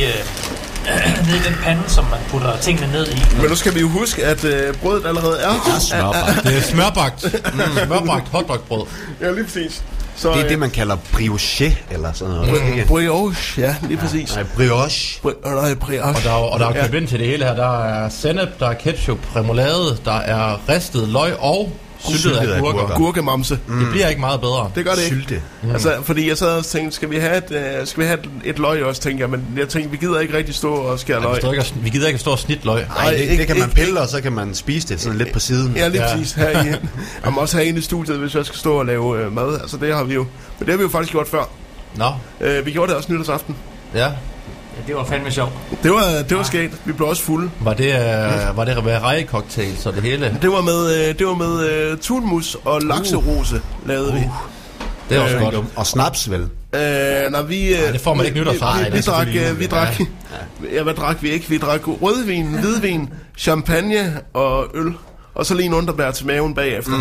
den pande, som man putter tingene ned i. Men nu skal vi jo huske, at brødet allerede er smørbagt. Det er smørbagt. Smørbagt hotdogbrød. Ja, lige præcis. Så, det er det, man kalder brioche, eller sådan noget. Brioche, ja, lige præcis. Nej, brioche. Og der er købt ind til det hele her. Der er sennep, der er ketchup, remoulade, der er ristet løg og syltede agurker. Gurkemamse. Det bliver ikke meget bedre. Det gør det ikke. Sylte. Altså, fordi jeg sad og tænkte, skal vi have et løg også, tænkte jeg. Men jeg tænkte, vi gider ikke rigtig stå og skære løg. Vi gider ikke stå og snitte løg. Nej, det kan man pille, og så kan man spise det sådan lidt på siden. Ja, lige præcis. Jeg må også have en i studiet, hvis jeg skal stå og lave mad. Altså, det har vi jo. Men det har vi jo faktisk gjort før. Vi gjorde det også nytårsaften. Ja. Det var fandme sjovt. Det var skægt. Vi blev også fulde. Var det rejecocktail, så det hele? Det var med tunmus og lakserose, lavede vi. Det er også godt. Og snaps, vel? Det får man ikke nytårsaften. Hvad drak vi ikke? Vi drak rødvin, hvidvin, champagne og øl. Og så lige en underbær til maven bagefter.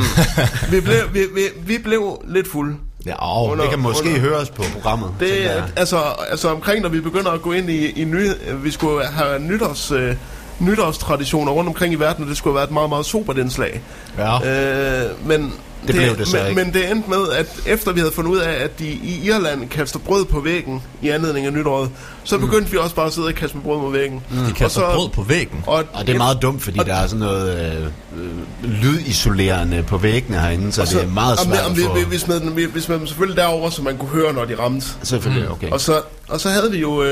Vi blev lidt fulde. Ja, det kan måske høres på programmet. Det altså omkring, når vi begynder at gå ind i vi skulle have nytårstraditioner rundt omkring i verden, og det skulle have været et meget, meget sobert indslag. Ja. Men det blev det så ikke. Men det endte med, at efter vi havde fundet ud af, at de i Irland kaster brød på væggen i anledning af nytåret, så begyndte vi også bare at sidde og kaste med brød på væggen. De kaster brød på væggen? Og det er meget dumt, fordi der er sådan noget lydisolerende på væggene herinde, så det er meget svært at få... Vi smed dem selvfølgelig derover, så man kunne høre, når de ramte. Selvfølgelig, okay. Og så havde vi jo...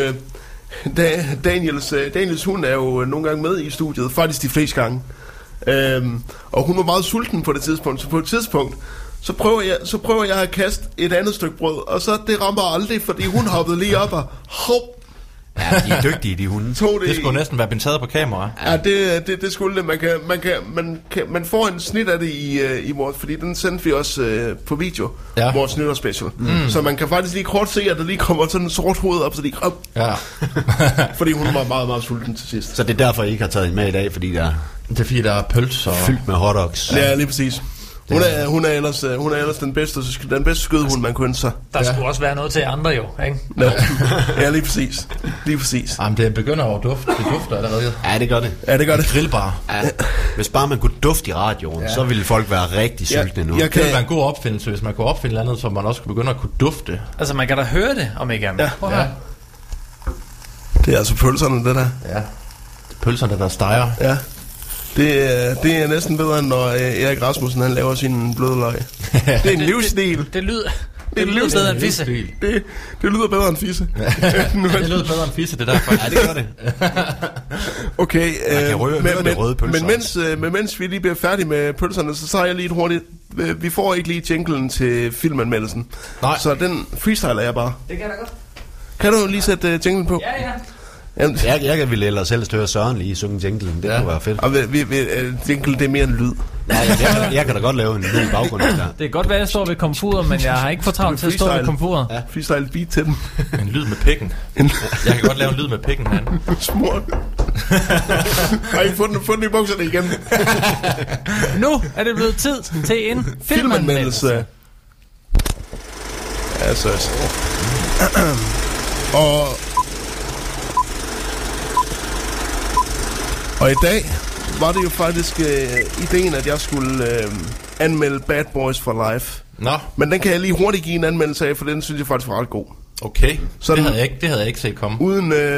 Daniels hund er jo nogle gange med i studiet, faktisk de fleste gange. Og hun var meget sulten på det tidspunkt. Så på et tidspunkt så prøver jeg at kaste et andet stykke brød, og så det rammer aldrig, fordi hun hoppede lige op og hop. Ja, de er dygtige, de hunde. Det skulle næsten være bentaget på kamera. Ja, det skulle det. Man får en snit af det i vores, fordi den sendte vi også på video, vores nytårsspecial. Så man kan faktisk lige kort se, at der lige kommer sådan en sort hoved op, så de fordi hun var meget, meget sulten til sidst. Så det er derfor, I ikke har taget hende med i dag, fordi der... Det er fordi, der er pølser fyldt med hotdogs. Ja, lige præcis. Hun er ellers den bedste skødehund, man kunne ønske sig. Der skulle også være noget til andre jo, ikke? Ja, lige præcis. Jamen, det begynder jo at dufte. Det dufter allerede. Ja, det gør det. Grillbar. Ja. Hvis bare man kunne dufte i radioen, så ville folk være rigtig sultne nu. Det ville være en god opfindelse, hvis man kunne opfinde andet, så man også kunne begynde at kunne dufte. Altså, man kan da høre det, om ikke andet. Ja. Det er altså pølserne, det der. Ja. Pølserne, der steger. Ja. Det er næsten bedre, end når Erik Rasmussen han laver sin bløde løg. Det er en livsstil. Det lyder bedre end fisse. Det lyder bedre end fisse. Det lyder bedre end fisse, det er derfor. Ja, det gør det. Okay, men mens vi lige bliver færdige med pølserne, så har jeg lige et hurtigt... Vi får ikke lige jinglen til filmanmeldelsen. Nej. Så den freestyler jeg bare. Det kan jeg da godt. Kan du lige sætte jinglen på? Ja. Jeg ville ellers helst høre Søren lige synge jinglen. Det kunne være fedt. Og jingle, det er mere en lyd. Jeg kan da godt lave en lyd i baggrunden der. Det er godt være, at jeg står ved komfuret, men jeg har ikke for travlt til at stå ved komfuret. Ja. Freestyle beat til den. En lyd med pikken. Jeg kan godt lave en lyd med pikken, mand. Smurt. Har I fundet den i bukserne igen? Nu er det blevet tid til en filmanmeldelse. Altså. Og i dag, var det jo faktisk ideen, at jeg skulle anmelde Bad Boys for Life. Nå. Men den kan jeg lige hurtigt give en anmeldelse af, for den synes jeg faktisk var ret god. Okay, det havde jeg ikke set komme. Uden, det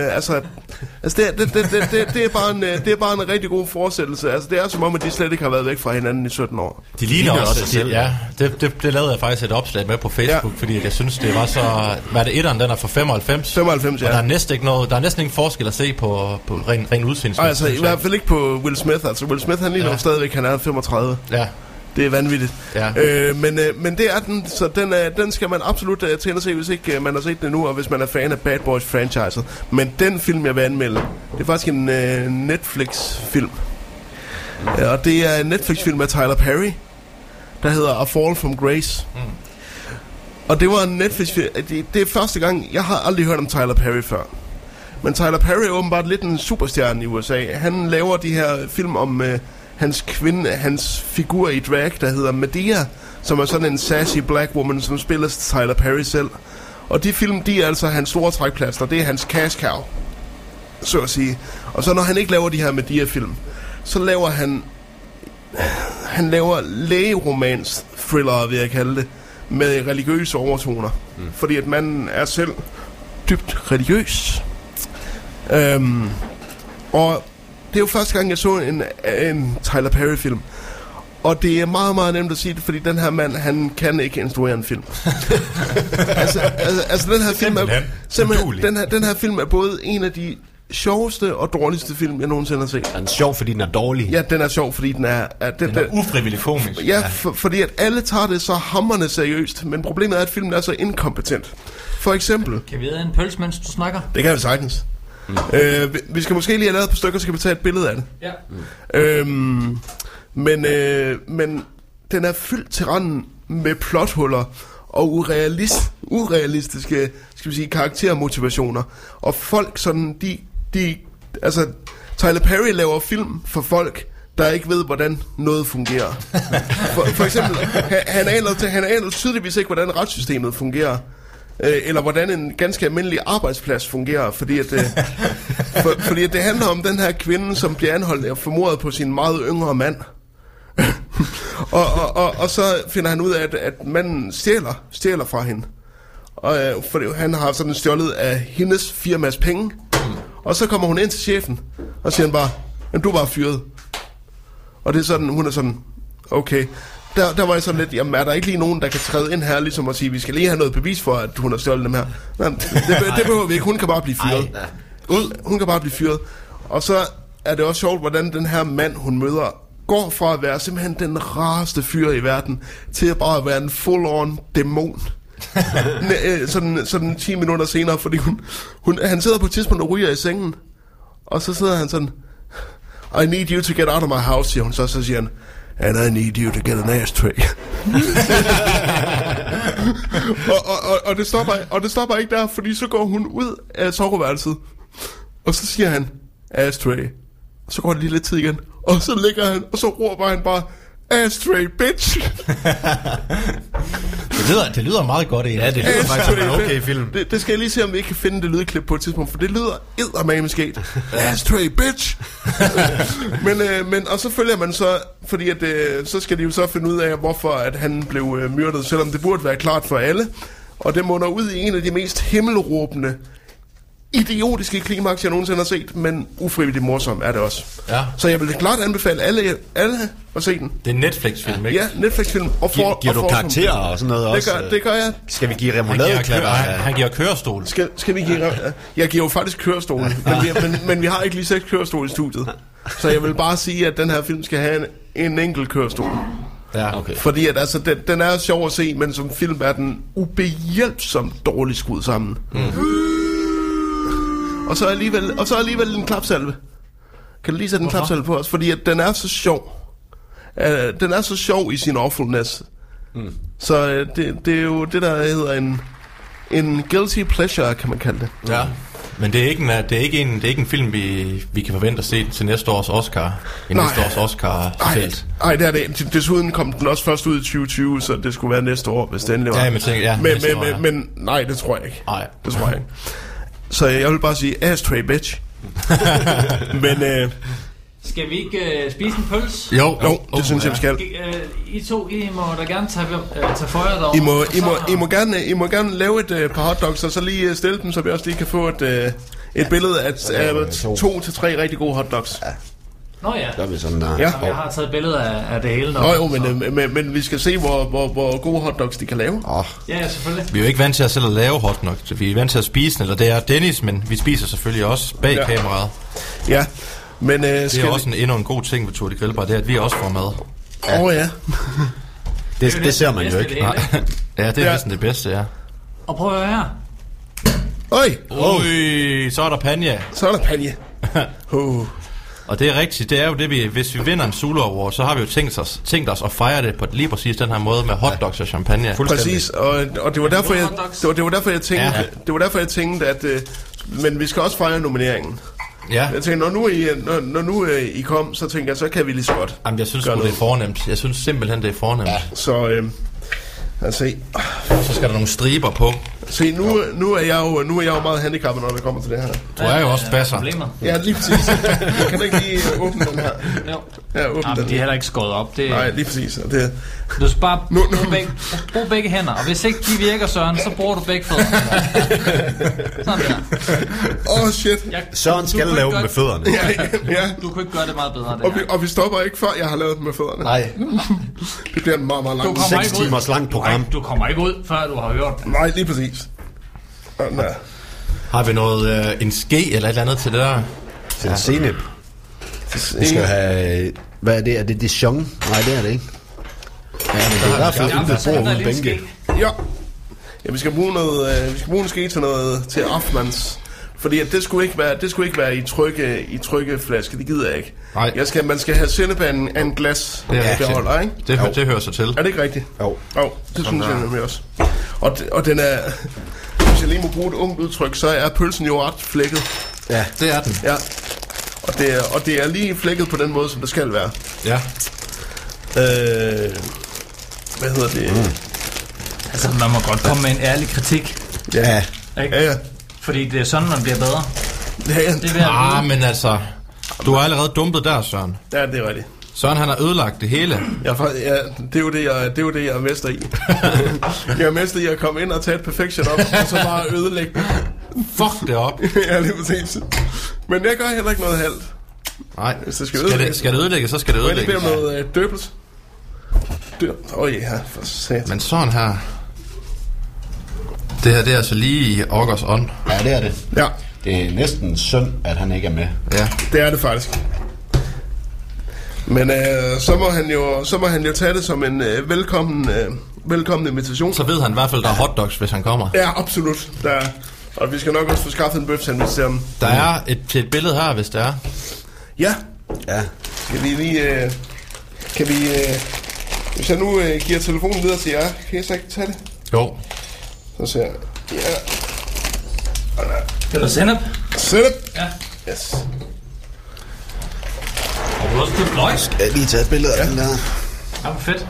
er bare en rigtig god fortsættelse. Altså, det er som om, at de slet ikke har været væk fra hinanden i 17 år. De ligner også det selv. Ja, det lavede jeg faktisk et opslag med på Facebook, fordi jeg synes, det var så... Hvad er det, etteren, den er fra 95? 95, ja. Og der er næsten ikke noget, der er næsten ingen forskel at se på ren udseende. Altså, i hvert fald ikke på Will Smith. Altså, Will Smith, han ligner stadigvæk, han er 35. Ja. Det er vanvittigt. Ja. Men det er den, så den skal man absolut til at se, hvis ikke man har set den endnu, og hvis man er fan af Bad Boys-franchiset. Men den film, jeg vil anmelde, det er faktisk en Netflix-film. Og det er en Netflix-film af Tyler Perry, der hedder A Fall from Grace. Og det var en Netflix-film. Det er første gang, jeg har aldrig hørt om Tyler Perry før. Men Tyler Perry er åbenbart lidt en superstjerne i USA. Han laver de her film om... hans figur i drag, der hedder Medea, som er sådan en sassy black woman, som spiller Tyler Perry selv. Og de film, de er altså hans store trækplaster. Det er hans cash cow, så at sige. Og så når han ikke laver de her Medea-film, så laver han laver lægeromans thriller, vil jeg kalde det, med religiøse overtoner. Fordi at manden er selv dybt religiøs. Og det er jo første gang, jeg så en Tyler Perry-film. Og det er meget, meget nemt at sige det, fordi den her mand, han kan ikke instruere en film. altså den her film er... Den her film er både en af de sjoveste og dårligste film, jeg nogensinde har set. Den er sjov, fordi den er dårlig. Ja, den er sjov, fordi den er... Den er ufrivillig komisk. Ja, fordi at alle tager det så hamrende seriøst. Men problemet er, at filmen er så inkompetent. For eksempel... Kan vi have en pølse, mens du snakker? Det kan vi sagtens. Vi skal måske lige have lavet et par stykker, så skal vi tage et billede af det. Ja. Men den er fyldt til randen med plothuller og urealistiske, skal vi sige, karaktermotivationer. Og folk sådan, altså Tyler Perry laver film for folk, der ikke ved, hvordan noget fungerer. For eksempel, han aner tydeligvis ikke, hvordan retssystemet fungerer. Eller hvordan en ganske almindelig arbejdsplads fungerer, fordi at det handler om den her kvinde, som bliver anholdt og formordet på sin meget yngre mand. og så finder han ud af, at manden stjæler fra hende. Fordi han har sådan stjålet af hendes firmas penge. Og så kommer hun ind til chefen, og siger han bare, men du er bare fyret. Og det er sådan, hun er sådan, okay. Der var jeg sådan lidt, jamen er der ikke lige nogen, der kan træde ind her, ligesom at sige, vi skal lige have noget bevis for, at hun har stjålet dem her. Nej, det behøver vi ikke, hun kan bare blive fyret. Hun kan bare blive fyret. Og så er det også sjovt, hvordan den her mand, hun møder, går fra at være simpelthen den rareste fyr i verden, til at bare være en full-on dæmon. sådan 10 minutter senere, fordi han sidder på et tidspunkt og ryger i sengen, og så sidder han sådan, I need you to get out of my house, siger hun, så siger han, and I need you to get an ashtray. og det stopper ikke der, fordi så går hun ud af soveværelset, og så siger han, ashtray. Så går det lige lidt tid igen, og så ligger han, og så råber han bare, ashtray, bitch. Det lyder meget godt egentlig. Ja, det lyder faktisk som en okay film. Det skal jeg lige se, om vi ikke kan finde det lydklip på et tidspunkt, for det lyder eddermame skægt. Ashtray, bitch. men og så følger man så, fordi at, så skal de jo så finde ud af, hvorfor at han blev myrdet, selvom det burde være klart for alle. Og det munder ud i en af de mest himmelråbende, idiotiske klimaks, jeg nogensinde har set, men ufrivilligt morsom er det også. Ja. Så jeg vil klart anbefale alle at se den. Det er en Netflix-film, ikke? Ja, Netflix-film. Giver du karakterer og sådan noget også? Det gør jeg. Skal vi give remouladeklatter? Han giver kørestol. Skal vi give... Jeg giver jo faktisk kørestol, men vi har ikke lige 6 kørestol i studiet. Så jeg vil bare sige, at den her film skal have en enkelt kørestol. Ja, okay. Fordi at, altså, den er sjov at se, men som film er den ubehjælpsomt dårligt skruet sammen. Og så alligevel en klapsalve. Kan du lige sætte en klapsalve på os? Fordi at den er så sjov. Den er så sjov i sin awfulness. Så det er jo det, der hedder en guilty pleasure, kan man kalde det. Ja. Men det er ikke en film, vi kan forvente at se til næste års Oscar. Næste års Oscar-felt. Nej, det er det. Desuden kom den også først ud i 2020, så det skulle være næste år, hvis det endelig var. Ja, men nej, det tror jeg ikke. Nej. Det tror jeg ikke. Så jeg vil bare sige, ashtray, bitch. Skal vi ikke spise en pølse? Jo, det synes jeg, vi skal. I to, I må da gerne tage for jer derovre. I må gerne lave et par hotdogs, og så lige stille dem, så vi også lige kan få et billede af 2 til 3 rigtig gode hotdogs. Ja. Nå ja. Der er vi sådan der. Ja. Jeg har taget et billede af det hele. Men vi skal se, hvor gode hotdogs de kan lave. Ja, selvfølgelig. Vi er jo ikke vant til at selv at lave hotdogs, så vi er vant til at spise den, eller det er Dennis, men vi spiser selvfølgelig også bag kameraet. Ja. Men, det er også endnu en god ting ved Tour de Grillbar, det er, at vi også får mad. Ja. det ser man jo ikke. Ja, det er næsten det bedste, ja. Og prøv at høre her. Oj, så er der panje. Og det er rigtigt, det er jo det, hvis vi vinder en Zulu Award, så har vi jo tænkt os at fejre det på lige præcis den her måde med hotdogs og champagne. Præcis, og det var derfor jeg tænkte, at men vi skal også fejre nomineringen. Ja. Jeg tænker, når nu I kom, så tænker jeg, så kan vi lige så godt. Jamen, jeg synes det er fornemt. Jeg synes simpelthen, det er fornemt. Ja. Så, så skal der nogle striber på. Se, nu er jeg jo meget handicappet, når det kommer til det her. Du er jo også basser. Ja, lige præcis. Kan du ikke lige åbne den her? Jo. Ja, åbne den. De er heller ikke skåret op. Nej, lige præcis. Du skal bare bruge begge hænder, og hvis ikke de virker, Søren, så bruger du begge fødder. Sådan der. Shit. Søren skal lave dem med fødderne. Ja. Du kunne ikke gøre det meget bedre. Og vi stopper ikke, før jeg har lavet dem med fødderne. Nej. Det bliver en meget, meget lang 6 timers langt program. Nej, du kommer ikke ud, før du har hørt det. Nej, lige præcis. Har vi noget, en ske eller et eller andet til det der? Til en senep. Vi skal have... Hvad er det? Er det Dijon? Nej, det er det ikke. Ja, men det er i hvert fald intet bord uden bænke. Ja, vi skal bruge en ske til noget til Afmans. Fordi at det skulle ikke være i trygge flaske. Det gider jeg ikke. Nej. Man skal have sennepanden af en glas beholder, ikke? Det hører sig til. Er det ikke rigtigt? Jo, det synes jeg nemlig også. Og den er... Hvis jeg lige må bruge et ungt udtryk, så er pølsen jo ret flækket. Ja, det er den. Ja. Og det er lige flækket på den måde, som det skal være. Ja. Hvad hedder det? Altså, man må godt komme med en ærlig kritik. Ja. Ja. Fordi det er sådan, man bliver bedre. Ja. Men altså, du har allerede dumpet der, Søren. Ja, det er rigtigt. Søren, han har ødelagt det hele. Ja, det er jo det, jeg er mester i. Jeg er mester i at komme ind og tage et perfection op, og så bare ødelægge det. Fuck det op. Ja, lige præcis. Men jeg gør heller ikke noget halvt. Nej, skal det ødelægge, så skal det ødelægge. Det bliver noget døbels. Ja, for sat. Men sådan her... Det her, det er altså lige i Augers ånd. Ja, det er det. Ja. Det er næsten synd, at han ikke er med. Ja. Det er det faktisk. Men så må han jo tage det som en velkommen invitation. Så ved han i hvert fald, der er hotdogs, hvis han kommer. Ja, absolut. Og vi skal nok også få skaffet en bøfsandwich til ham. Der er et billede her, hvis det er. Ja. Skal vi lige... hvis jeg nu giver telefonen videre til jer, kan jeg så ikke tage det? Jo. Så ser jeg... Ja. Eller sennep? Sennep? Ja. Yes. Og du har også købt løg? Skal jeg lige tage et billede af den der? Ja, hvor fedt.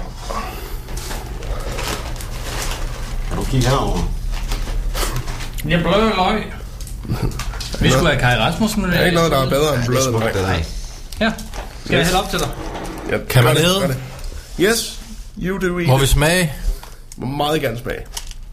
Kan du kigge herover? Jeg bløde løg. Vi skulle have Kai Rasmussen. Der er ikke noget, der er bedre end bløde løg. Ja. Skal jeg hælde op til dig? Ja, kan man æde? Yes, you do eat. Må vi smage? Må meget gerne smage.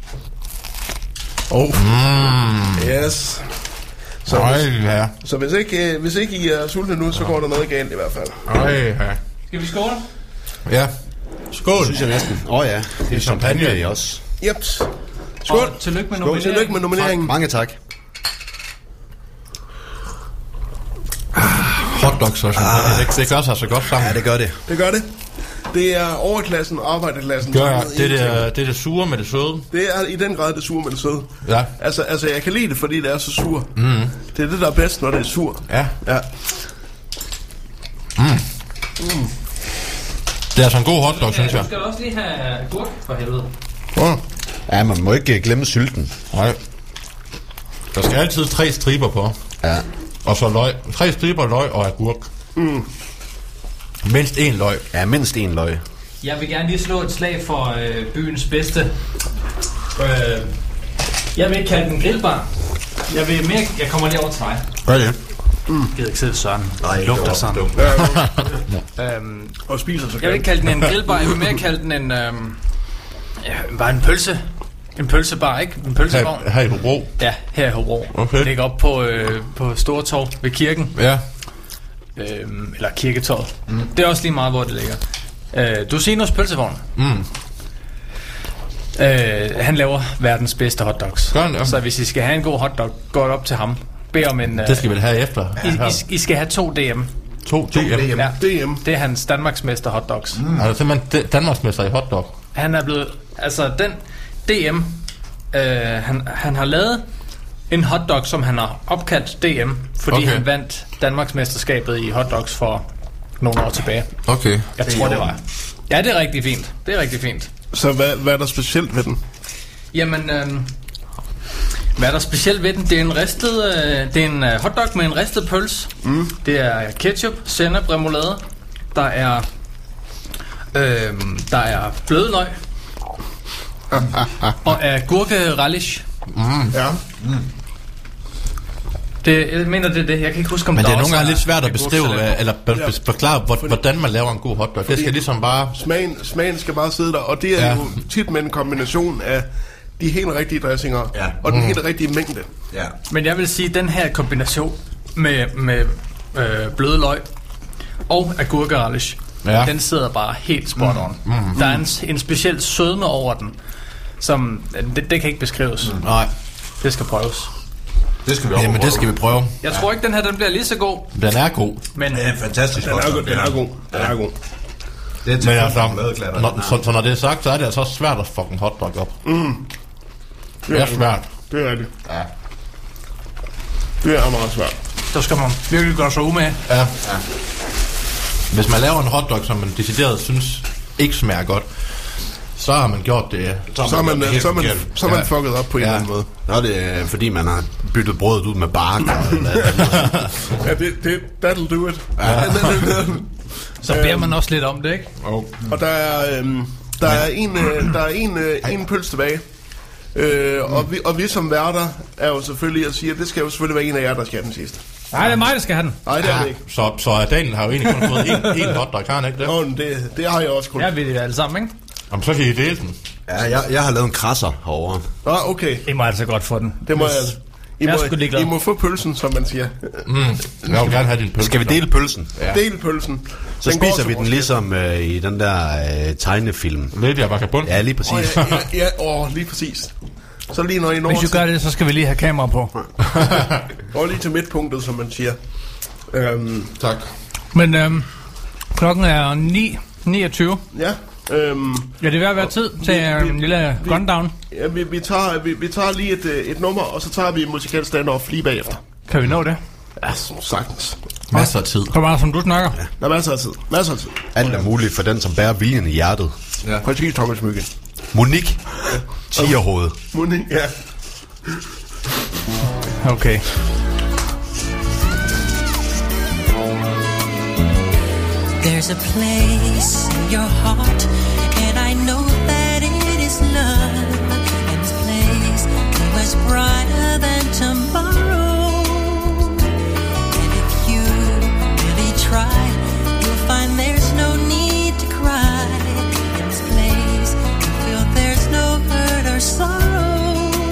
Yes. Så hvis ikke I er sultne nu, så går der noget galt i hvert fald. Skal vi skåle? Ja. Skål. Synes jeg næsten. Ja. Det er champagne i også. Yep. Skål. Og tillykke med nomineringen. Tillykke med nomineringen. Mange tak. Hotdogs og champagne. Det gør sig så godt sammen. Ja, det gør det. Det gør det. Det er overklassen og arbejderklassen. Det er det sure med det søde. Det er i den grad det sure med det søde. Ja. Altså jeg kan lide det, fordi det er så sur. Mm. Det er det, der er bedst, når det er sur. Ja. Det er altså en god hotdog, synes jeg. Du skal også lige have agurk for helvede. Ja, man må ikke glemme sylten. Nej. Der skal altid 3 striber på. Ja. Og så løg. 3 striber løg og agurk. Mindst 1 løg. Ja, mindst 1 løg. Jeg vil gerne lige slå et slag for byens bedste. Jeg vil ikke kalde den grillbar. Jeg kommer lige over til dig. Hvad er det? Jeg gider ikke sidde sådan. Nej, lugter sådan. Og spiser så. Jeg vil ikke kalde den en grillbar, jeg vil mere kalde den en... bare en pølse. En pølsebar, ikke? En pølsevogn. Her i Hobro? Ja, her i Hobro. Okay. Ligger op på Stortorv ved kirken. Ja. Eller Kirketorvet. Det er også lige meget, hvor det ligger. Dusinos pølsevogn. Han laver verdens bedste hotdogs. Så hvis I skal have en god hotdog, gå op til ham. Bed om en... det skal vi have efter. I skal have 2 DM. 2 DM? Ja. DM. Det er hans Danmarksmester hotdogs. Er det simpelthen Danmarksmester i hotdog? Han er blevet... Altså, den DM... han har lavet en hotdog, som han har opkaldt DM, fordi han vandt Danmarksmesterskabet i hotdogs for nogle år tilbage. Okay. Jeg tror, det var. Ja, det er rigtig fint. Det er rigtig fint. Så hvad er der specielt ved den? Jamen, hvad er der specielt ved den? Det er en det er en hotdog med en ristet pølse. Det er ketchup, sennep, remoulade. Der er flødeløg. Og agurke relish. Ja. Jeg mener, det er det. Jeg kan ikke huske, om men der det er også nogle gange lidt svært at beskrive, eller forklare, hvordan man laver en god hotdog. Det skal ligesom bare... Smagen skal bare sidde der, og det er jo tit med en kombination af de helt rigtige dressinger, og den helt rigtige mængde. Ja. Men jeg vil sige, at den her kombination med bløde løg og agurke relish, den sidder bare helt spot on. Der er en speciel sødme over den, som det kan ikke beskrives. Nej. Det skal prøves. Det skal vi prøve. Jamen, det skal vi prøve. Jeg tror ikke, den her den bliver lige så god. Den er god. Men det er fantastisk. Den er god. Det er til så når det er sagt, så er det altså også svært at fucking hotdog op. Det er svært. Det er det. Ja. Det er meget svært. Så skal man virkelig gøre sig umage. Ja. Hvis man laver en hotdog, som man decideret synes ikke smager godt, så har man gjort det. Så er man fucket op på en eller anden måde. Nå, det er fordi man har byttet brødet ud med bark. Ja, that'll do it. Ja. Så beder man også lidt om det, ikke? Og der er en pølse tilbage. Og vi som værter er jo selvfølgelig at sige, at det skal jo selvfølgelig være en af jer, der skal have den sidste. Nej, det er mig, der skal have den. Nej, det er det ikke. Så Daniel har jo egentlig kun fået en hotdog, kan han ikke det? Det har jeg også kun. Jeg ved det alle sammen, ikke? Jamen, så kan I dele den. Ja, jeg har lavet en krasser herovre. Okay. I må altså godt få den. Det må jeg. I må få pølsen, som man siger. Jeg vil gerne have din pølse. Skal vi dele pølsen? Ja. Del pølsen. Så spiser vi den ligesom i den der tegnefilm. Lidt jeg vagabond. Ja, lige præcis. Lige præcis. Så lige når I når... Hvis du gør det, så skal vi lige have kamera på. Og lige til midtpunktet, som man siger. Tak. Men klokken er 9:29. Ja. Ja, det er ved at være tid til en lille rundown. Ja, vi tager lige et nummer, og så tager vi musikalsk stand-off lige bagefter. Kan vi nå det? Ja, sagtens. Masser af tid. Kom bare, som du snakker. Ja, der er masser af tid. Masser af tid. Alt er muligt for den, som bærer viljen i hjertet. Ja. Præcis, Thomas Myggen. Monique. Tigerhoved. Monique, ja. Okay. There's a place in your heart, and I know that it is love. And this place is much brighter than tomorrow. And if you really try, you'll find there's no need to cry. In this place, you feel there's no hurt or sorrow.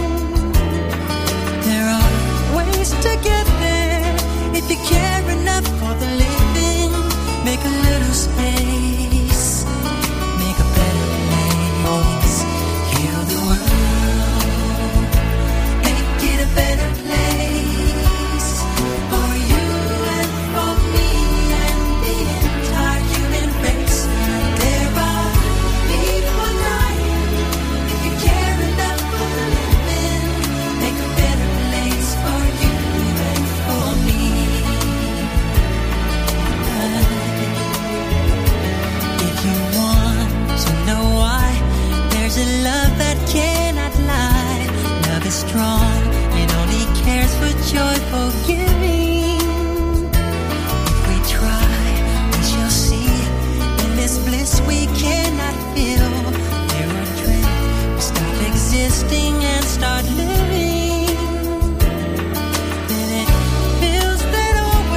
There are ways to get there if you care enough for the living. Make a little space, make a better place, heal the world, make it a better place, for you and for me and the entire human race. There are people dying, if you care enough for the living, make a better place for you and for me. There's a love that cannot lie. Love is strong, it only cares for joyful giving. If we try, we shall see. In this bliss we cannot feel. There are dreams, we stop existing and start living. Then it feels that all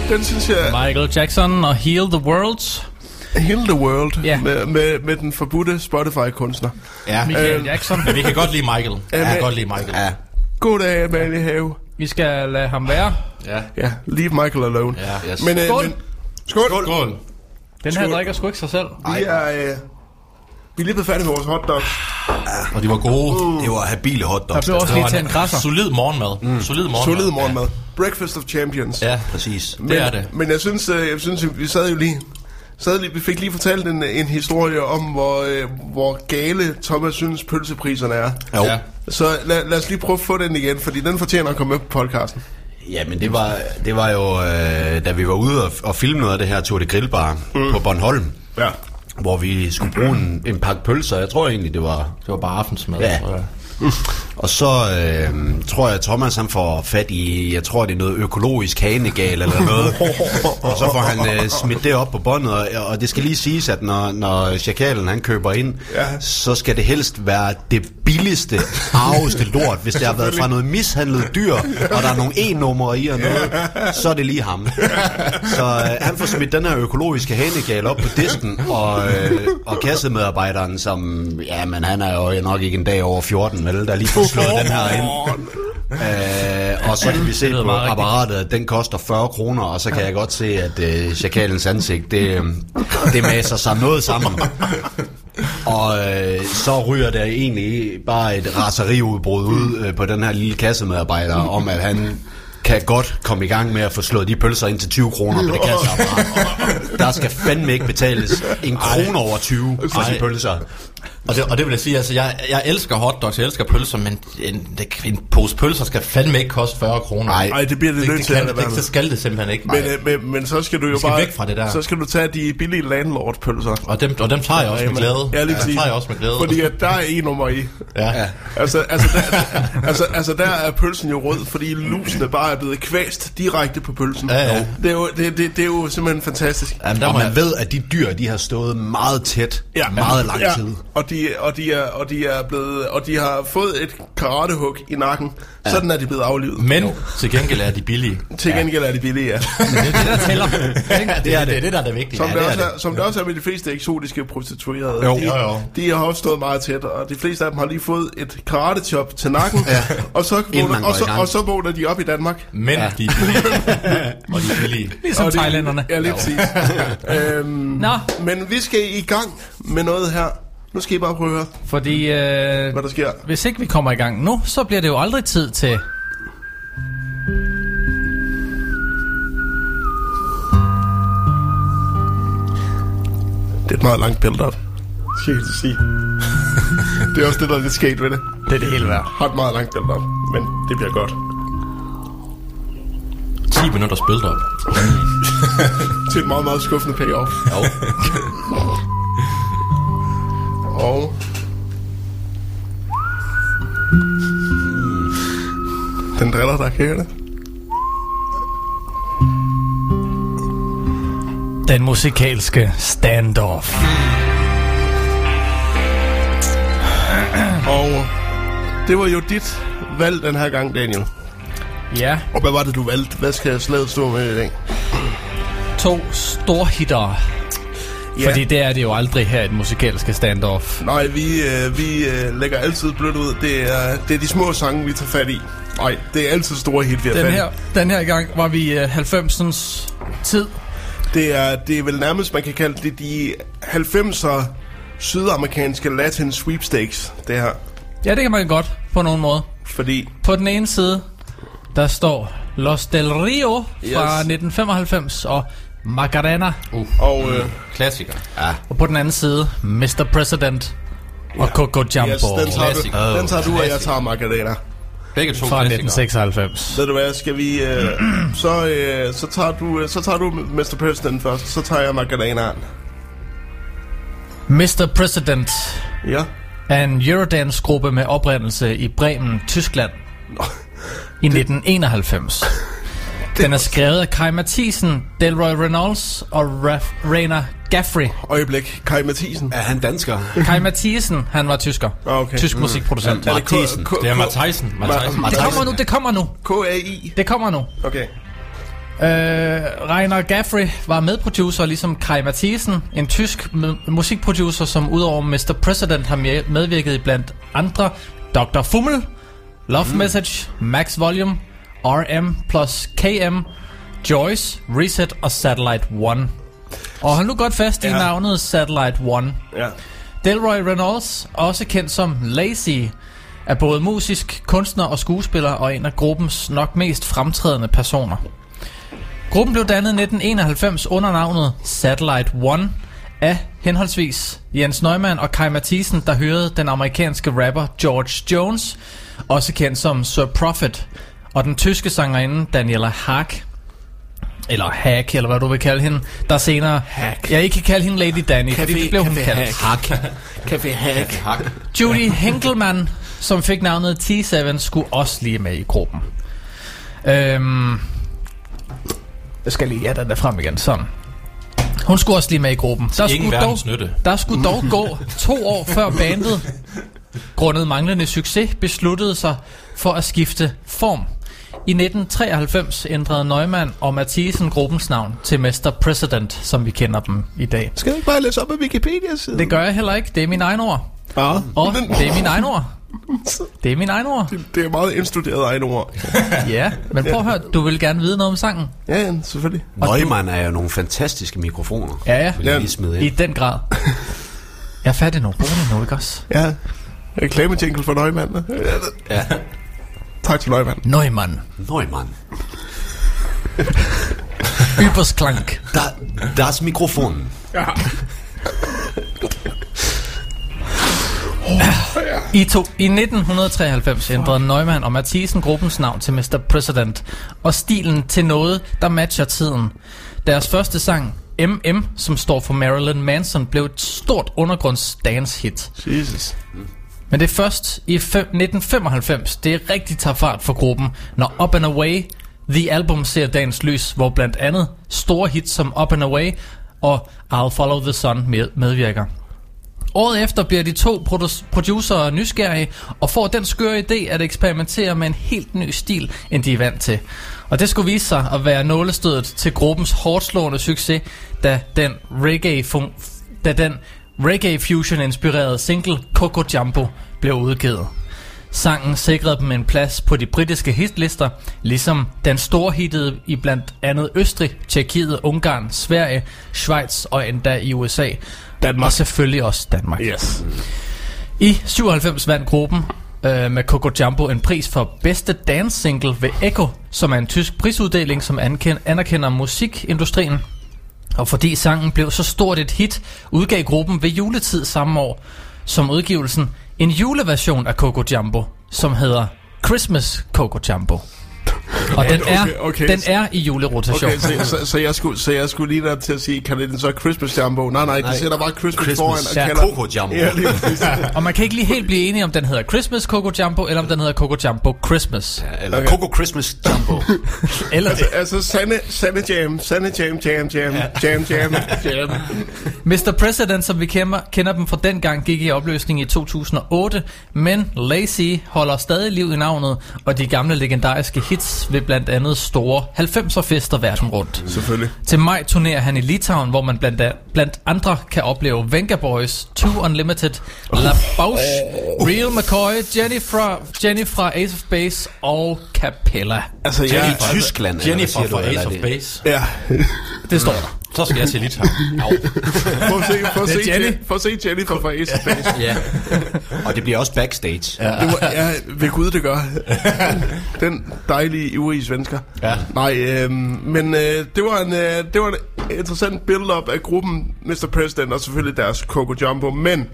Den synes jeg... Michael Jackson og Heal the World. Heal the World, ja. med den forbudte Spotify-kunstner. Ja. Michael Jackson. Men vi kan godt lide Michael. Ja, godt lide Michael. Ja. Goddag, Amalie Have. Vi skal lade ham være. Ja, leave Michael alone. Ja. Yes. Men, skål. Skål. Den her drikker sgu ikke sig selv. Vi er lige blevet færdige med vores hotdogs. Og de var gode. Det var habile hotdogs. Der blev også lige til en krasser. Solid morgenmad. Solid morgenmad. Breakfast of champions. Ja, præcis. Det er det. Men jeg synes vi sad jo lige... vi fik lige fortalt en historie om, hvor gale Thomas synes pølsepriserne er. Jo. Ja. Så lad os lige prøve at få den igen, fordi den fortjener at komme med på podcasten. Ja, men det var jo, da vi var ude og filme noget af det her Tour de Grillbar på Bornholm. Ja. Hvor vi skulle bruge en pakke pølser. Jeg tror egentlig, det var bare aftensmad. Ja. Og så tror jeg, Thomas han får fat i, jeg tror det er noget økologisk hanegal eller noget. Og så får han smidt det op på båndet. Og det skal lige siges, at når chakalen han køber ind, så skal det helst være det billigste, arveste lort. Hvis det har været fra noget mishandlet dyr, og der er nogle E-numre i og noget, så er det lige ham. Så han får smidt den her økologiske hanegal op på disken, og kassemedarbejderen, som, ja, men han er jo nok ikke en dag over 14, vel, der lige får slået den her ind. Og så kan vi se på apparatet, at den koster 40 kroner, og så kan jeg godt se, at chakalens ansigt, det masser sig noget sammen. Og så ryger der egentlig bare et raseriudbrud ud på den her lille kassemedarbejder, om at han kan godt komme i gang med at få slået de pølser ind til 20 kroner på det kasseapparat. Der skal fandme ikke betales 1 krone over 20 for de pølser. Og det vil jeg sige, altså jeg elsker hotdogs, jeg elsker pølser, men en pose pølser skal fandme ikke koste 40 kroner. Nej, det bliver det nødt til at være. Det skal det simpelthen ikke. Men så skal du jo bare væk fra det der. Så skal du tage de billige landlord-pølser. Og dem tager jeg også med glæde. Ja, lige tager jeg også med glæde. Fordi at der er E-nummer i. Ja. Altså der er pølsen jo rød, fordi lusene bare er blevet kvæst direkte på pølsen. Ja. Det er jo simpelthen fantastisk. Jamen, og man ved, at de dyr, de har stået meget tæt, meget lang tid. Og de har fået et karatehug i nakken. Sådan er de blevet aflivet. Men til gengæld er de billige. Til gengæld er de billige, ja. Det er det, der tæller. Det er det, der er det vigtige. Som det også er med de fleste eksotiske prostituerede. Jo. De har også stået meget tæt, og de fleste af dem har lige fået et karate-chop til nakken. Og så vågner de op i Danmark. Men de er billige. Og de er billige. Ligesom thailænderne. Ja, lige præcis. Men vi skal i gang med noget her. Nu skal I bare prøve at høre, fordi, hvad der sker. Hvis ikke vi kommer i gang nu, så bliver det jo aldrig tid til... Det er et meget langt build-up, skal jeg sige. Det er også det, der er lidt skægt ved det. Det er det hele værd. Har et meget langt build-up, men det bliver godt. 10 minutters build-up. Til et meget, meget skuffende payoff. Jo. Og den driller der, kan det? Den musikalske standoff. Og det var jo dit valg den her gang, Daniel. Ja. Og hvad var det, du valgte? Hvad skal jeg slaget stå med i dag? 2 storhitter. Ja. Fordi det er det jo aldrig her i den musikalske standoff. Nej, vi lægger altid blødt ud. Det er de små sange, vi tager fat i. Nej, det er altid store hit, vi har fat i. Den her gang var vi 90'ens tid. Det er vel nærmest, man kan kalde det de 90'er sydamerikanske Latin sweepstakes, det her. Ja, det kan man godt på nogen måde. Fordi på den ene side, der står Los Del Rio fra 1995 og Macarena. Og klassiker. Ja. Og på den anden side, Mr. President og Coco Jumbo. Yes, den tager du, og jeg tager Macarena. Begge to fra 1996. Ved du hvad, skal vi så tager du Mr. President først, så tager jeg Macarena. Mr. President. Ja. Er en Eurodance-gruppe med oprindelse i Bremen, Tyskland. I 1991. Den er skrevet af Kai Mathisen, Delroy Reynolds og Rainer Gaffrey. Øjeblik, Kai Mathisen. Er han dansker? Kai Mathisen, han var tysker. Okay. Tysk musikproducent. Det er Mathisen. Det kommer nu. K-A-I. Det kommer nu. Okay. Rainer Gaffrey var medproducer, ligesom Kai Mathisen, en tysk musikproducer, som udover Mr. President har medvirket i blandt andre Dr. Fummel, Love Message, Max Volume, RM plus KM, Joyce, Reset og Satellite One. Og hold nu godt fast i navnet Satellite One. Ja. Delroy Reynolds, også kendt som Lazy, er både musisk, kunstner og skuespiller og en af gruppens nok mest fremtrædende personer. Gruppen blev dannet i 1991 under navnet Satellite One af henholdsvis Jens Neumann og Kai Mathisen, der hørte den amerikanske rapper George Jones, også kendt som Sir Prophet, og den tyske sangerinde Daniela Hack, eller Hack, eller hvad du vil kalde hende, der senere... Hack. Jeg ikke kan kalde hende Lady Danny, for det blev hun kaldt. Hack. Café Hack. Judy Henkelmann, som fik navnet T7, skulle også lige med i gruppen. Jeg skal lige den der frem igen, sådan. Hun skulle også lige med i gruppen. Der skulle dog gå 2 år før bandet, grundet manglende succes, besluttede sig for at skifte form. I 1993 ændrede Neumann og Mathisen gruppens navn til Mr. President, som vi kender dem i dag. Skal du ikke bare læse op af Wikipedia-siden? Det gør jeg heller ikke. Det er mine egne ord. Ja. Og det er mine egne ord. Det er mine egne ord. Det er meget indstuderet egne ord. Ja, men prøv at høre, du vil gerne vide noget om sangen. Ja, selvfølgelig. Neumann er jo nogle fantastiske mikrofoner. Ja. I den grad. Jeg er fat i nogle boner nu, ikke også? Ja. Reklamejingle for Neumann. Ja. Tak til Neumann. Neumann. Übersklank. Das Mikrofonen. Ja. I 1993 ændrede Neumann og Mathisen gruppens navn til Mr. President, og stilen til noget, der matcher tiden. Deres første sang, MM, som står for Marilyn Manson, blev et stort undergrunds dance hit. Jesus. Men det er først i 1995, det rigtig tager fart for gruppen, når Up and Away, The Album, ser dagens lys, hvor blandt andet store hits som Up and Away og I'll Follow the Sun medvirker. Året efter bliver de 2 producerer nysgerrige og får den skøre idé at eksperimentere med en helt ny stil, end de er vant til. Og det skulle vise sig at være nålestødet til gruppens hårdslående succes, da den reggae fusion inspirerede single Coco Jumbo blev udgivet. Sangen sikrede dem en plads på de britiske hitlister, ligesom den store hittede i blandt andet Østrig, Tjekkiet, Ungarn, Sverige, Schweiz og endda i USA. Danmark. Og selvfølgelig også Danmark. Yes. I 97 vandt gruppen med Coco Jumbo en pris for bedste dance single ved Echo, som er en tysk prisuddeling, som anerkender musikindustrien. Og fordi sangen blev så stort et hit, udgav gruppen ved juletid samme år som udgivelsen en juleversion af Coco Jumbo, som hedder Christmas Coco Jumbo. Og den er i julerotation. Okay, så jeg skulle lige der til at sige, kan det den så Christmas Jumbo? Nej, de sætter bare Christmas foran og kalder Coco Jumbo. Ja, og man kan ikke lige helt blive enige om den hedder Christmas Coco Jumbo eller om den hedder Coco Jumbo Christmas. Ja, eller okay. Coco Christmas Jumbo. Eller altså Sande Jam. Mr. President, som vi kender dem fra dengang, gik i opløsning i 2008, men Lazy holder stadig liv i navnet, og de gamle legendariske hits ved blandt andet store 90'er fester verden rundt. Selvfølgelig. Til maj turnerer han i Litauen, hvor man blandt andre kan opleve Venga Boys, Two Unlimited, La Bausch, Real McCoy, Jenny fra Ace of Base og Capella. Altså Jenny fra Tyskland. Jennifer fra Ace of Base. Ja. Det står der. Så skal jeg til Litauen. For at se Jennifer fra Ace of Base. Ja. Og det bliver også backstage. Ja. Ved Gud det gør. Den dejlige, ivrige svensker. Ja. Nej, men det var en interessant build-up af gruppen Mr. President og selvfølgelig deres Coco Jumbo, men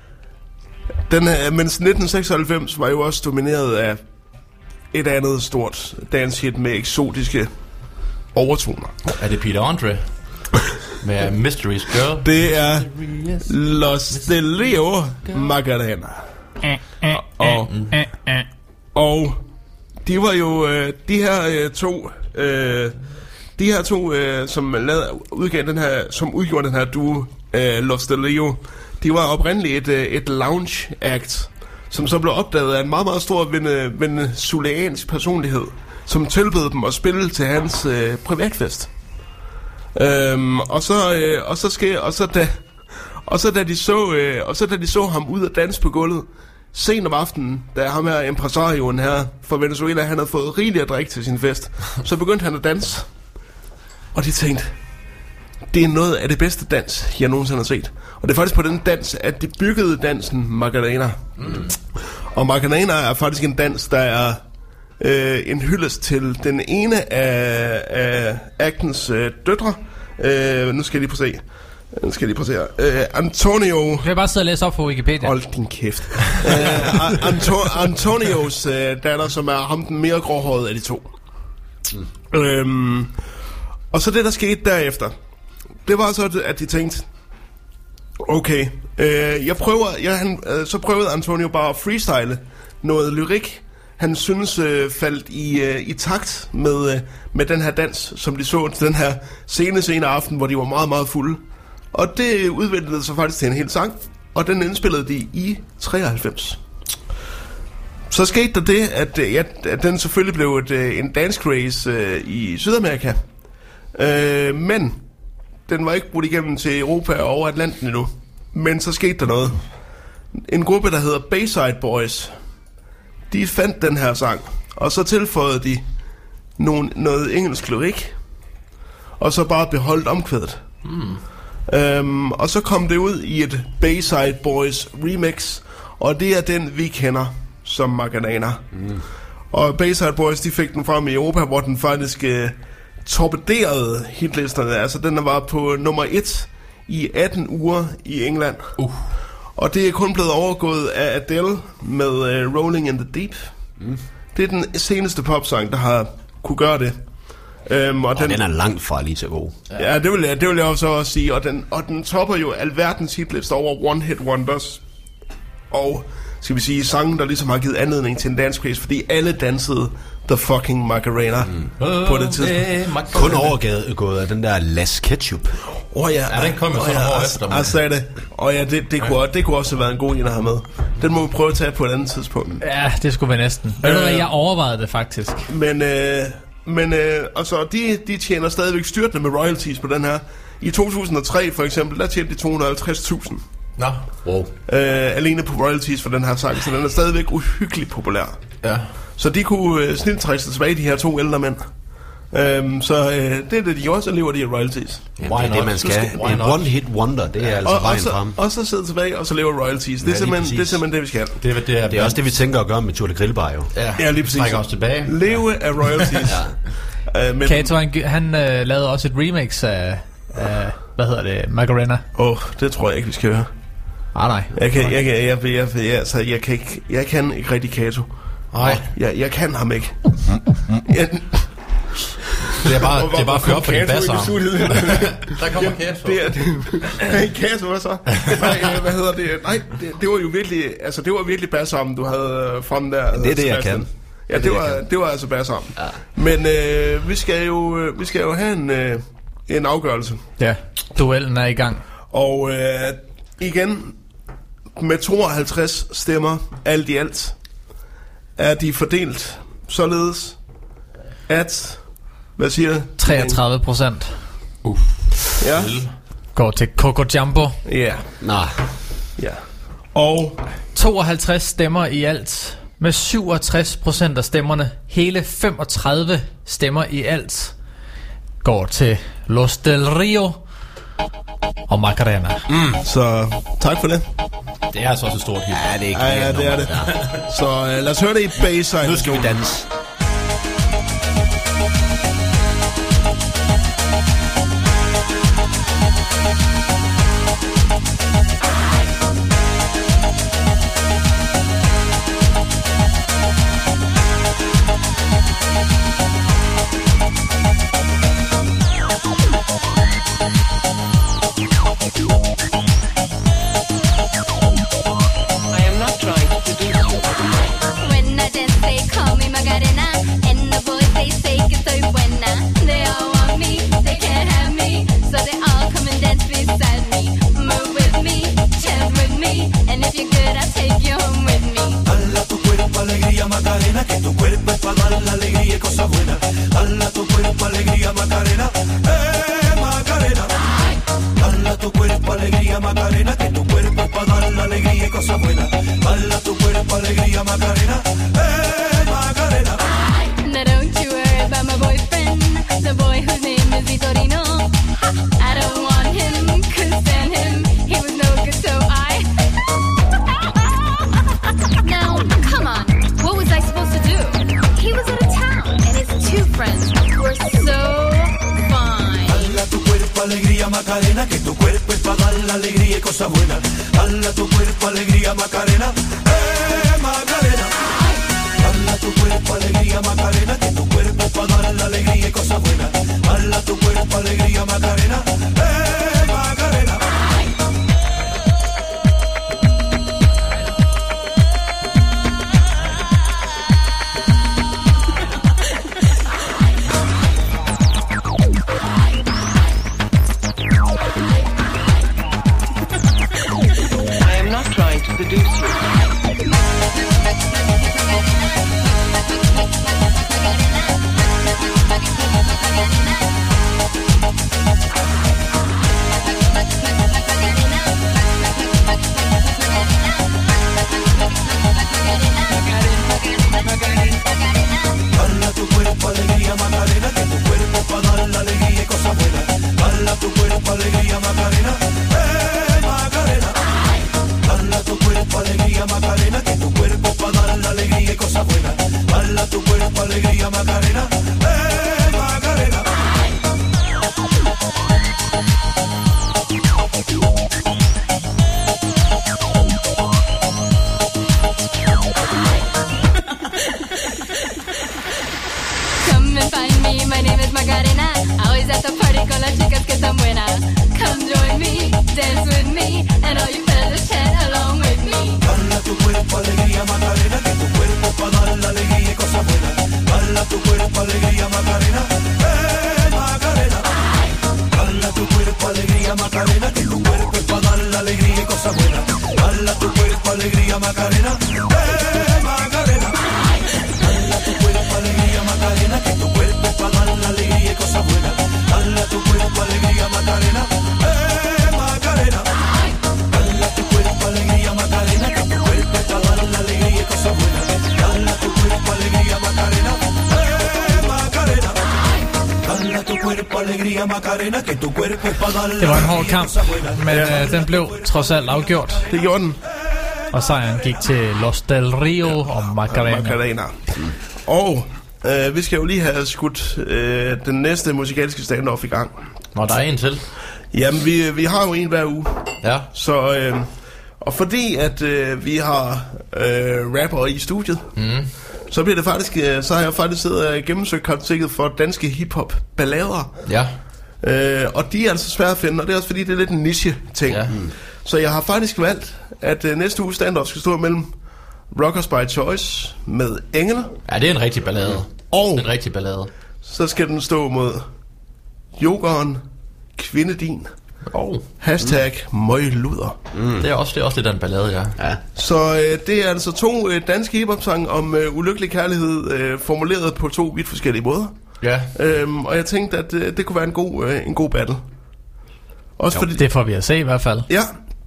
mens 1996 var jo også domineret af et andet stort dance hit med eksotiske overtoner. Er det Peter Andre? Med Mystery's Girl? Det er Los de Leo Macarena. Og de var jo de her to som udgjorde den her duo, Los de Leo. De var oprindeligt et lounge act, som så blev opdaget af en meget, meget stor venezuelansk personlighed, som tilbød dem at spille til hans privatfest. Da de så ham ud og danse på gulvet sent om aftenen, da ham her impresarioen her fra Venezuela, han havde fået rigeligt at drikke til sin fest, så begyndte han at danse. Og de tænkte, det er noget af det bedste dans, jeg nogensinde har set. Og det er faktisk på den dans, at de byggede dansen Macarena. Og Macarena er faktisk en dans, der er en hyldest til den ene af actens døtre. Nu skal jeg lige prøve se. Antonio... Kan jeg bare sidde og læse op på Wikipedia? Hold din kæft. Antonios datter, som er ham den mere gråhårede af de to. Og så det, der skete derefter, det var så, at de tænkte, okay, så prøvede Antonio bare at freestyle noget lyrik, han synes faldt i takt med den her dans, som de så den her senere aften, hvor de var meget, meget fulde. Og det udviklede sig faktisk til en hel sang, og den indspillede de i 93. Så skete der det, at den selvfølgelig blev en dance craze i Sydamerika. Men den var ikke brudt igennem til Europa og over Atlanten endnu. Men så skete der noget. En gruppe, der hedder Bayside Boys, de fandt den her sang, og så tilføjede de noget engelsk lyrik, og så bare beholdt omkvædet. Og så kom det ud i et Bayside Boys remix, og det er den, vi kender som Macarena. Og Bayside Boys, de fik den frem i Europa, hvor den faktisk torpederede hitlisterne. Altså den var på nummer 1 i 18 uger i England. Og det er kun blevet overgået af Adele med Rolling in the Deep. Det er den seneste popsang, der har kunne gøre det. Og den er langt fra lige så god. Ja, det vil jeg også sige. Og den topper jo alverdens hitlister over One Hit Wonders. Og skal vi sige sangen, der ligesom har givet anledning til en dance craze, fordi alle dansede The fucking Macarena på det tidspunkt. Kun overgået af den der Las Ketchup. Ja, den kom jo sådan år efter. Jeg sagde det. Og ja, det kunne også have været en god en at have med. Den må vi prøve at tage på et andet tidspunkt. Ja, det skulle være næsten. Ved du hvad, jeg overvejede det faktisk. Men altså, de tjener stadigvæk styrtende med royalties på den her. I 2003 for eksempel, der tjente de 250.000. Nå, wow. Alene på royalties for den her sang, så den er stadigvæk uhyggeligt populær. Ja. Så de kunne snilt trække sig tilbage, de her to ældre mænd. Så det er det, de gjorde, så lever de af royalties. Det er det, man skal. En one hit wonder, det er altså vejen frem. Og så sidde tilbage, og så lever royalties. Det er simpelthen det, vi skal. Det er også det, vi tænker at gøre med Tour de Grillbar, jo. Ja, lige præcis. Trækker os tilbage. Leve af royalties. Kato, han lavede også et remix af hvad hedder det, Macarena. Det tror jeg ikke, vi skal høre. Nej. Jeg kan ikke rigtig Kato. Nej. Jeg kan ham ikke. Det er bare fyr op på din bassarm. Der kommer Kato. Kato, hvad så? Hvad hedder det? Nej, det var jo virkelig, altså det var virkelig bassarmen, du havde frem der. Det er det, jeg kan. Ja, det var altså bassarmen. Ja. Men vi skal jo have en afgørelse. Ja, duellen er i gang. Og igen, med 52 stemmer, alt i alt, er de fordelt således, at, hvad siger det? 33%. Ja. Går til Coco Jumbo. Ja. Nej. Ja. Og 52 stemmer i alt, med 67% af stemmerne. Hele 35 stemmer i alt går til Los del Rio og Macarena. Så tak for det. Det er altså også et stort hit. Ja, det er ikke det er det. Så lad os høre det i Bayside. Nu skal vi danse. When I dance, they call me Macarena. buena. Bala tu cuerpo, alegría, Macarena. Macarena. Now don't you worry about my boyfriend, the boy whose name is Vitorino. I don't want him, couldn't stand him, he was no good, so I... Now, come on, what was I supposed to do? He was out of town, and his two friends were so fine. Bala tu cuerpo, alegría, Macarena, que tu cuerpo es para dar la alegría y cosas buenas. Bala tu cuerpo, alegría, Macarena. Macarena. Bala tu cuerpo, alegría, Macarena, que tu cuerpo es para dar la alegría y cosas buenas. Bala tu cuerpo, alegría, Macarena. Macarena. I am not trying to seduce you. Bala tu cuerpo, alegría, Macarena, que tu cuerpo para dar la alegría y cosas buenas. Bala tu cuerpo, alegría, Macarena. Macarena. Bala tu cuerpo, alegría, Macarena, que tu cuerpo para dar la alegría y cosas buenas. Bala tu cuerpo, alegría, Macarena. Macarena. Come and find me, my name is Macarena. Always at the party con las chicas que están buenas. Come join me, dance with me, and all you fellas chat along with me. Bala tu cuerpo, alegría, Macarena, que tu cuerpo para dar la alegría y cosas buenas. Bala tu cuerpo, alegría, Macarena. Macarena. Bala tu cuerpo, alegría, Macarena, que tu cuerpo es para dar la alegría y cosas buenas. Bala tu cuerpo, alegría, Macarena. Macarena. Bala tu cuerpo, alegría, Macarena, que tu cuerpo es para dar la alegría y cosas buenas. Bala tu cuerpo, alegría, Macarena. Macarena. Bala tu cuerpo, alegría, Macarena, que tu cuerpo es para dar la alegría y cosas buenas. Bala tu cuerpo, alegría, Macarena. Macarena. Bala tu cuerpo, alegría, Macarena, que tu cuerpo es para dar la Det var en alegría hård y kamp, cosas buenas. men den blev trods alt afgjort. Det gjorde den. Og sejren gik til Los Del Rio og Macarena. Macarena. Og vi skal jo lige have skudt den næste musikalske stand-off i gang. Nå, der er en til. Jamen, vi har jo en hver uge. Ja. Så, og fordi at vi har rapper i studiet, så bliver det faktisk, så har jeg faktisk siddet og gennemsøgt kartoteket for danske hiphop ballader. Ja. Og de er altså svære at finde, og det er også fordi det er lidt en niche ting. Ja. Så jeg har faktisk valgt, at næste uge stand-off skal stå mellem Rockers by Choice med Engel. Ja, det er en rigtig ballade. Og en rigtig ballade. Så skal den stå mod Jokeren, Kvindedin. Hashtag Møgluder. Det er også lidt af en ballade, ja. Så det er altså to danske hiphop-sange om ulykkelig kærlighed, formuleret på to vidt forskellige måder. Ja. Og jeg tænkte, at det kunne være en god battle. Også fordi, det får vi at se i hvert fald. Ja.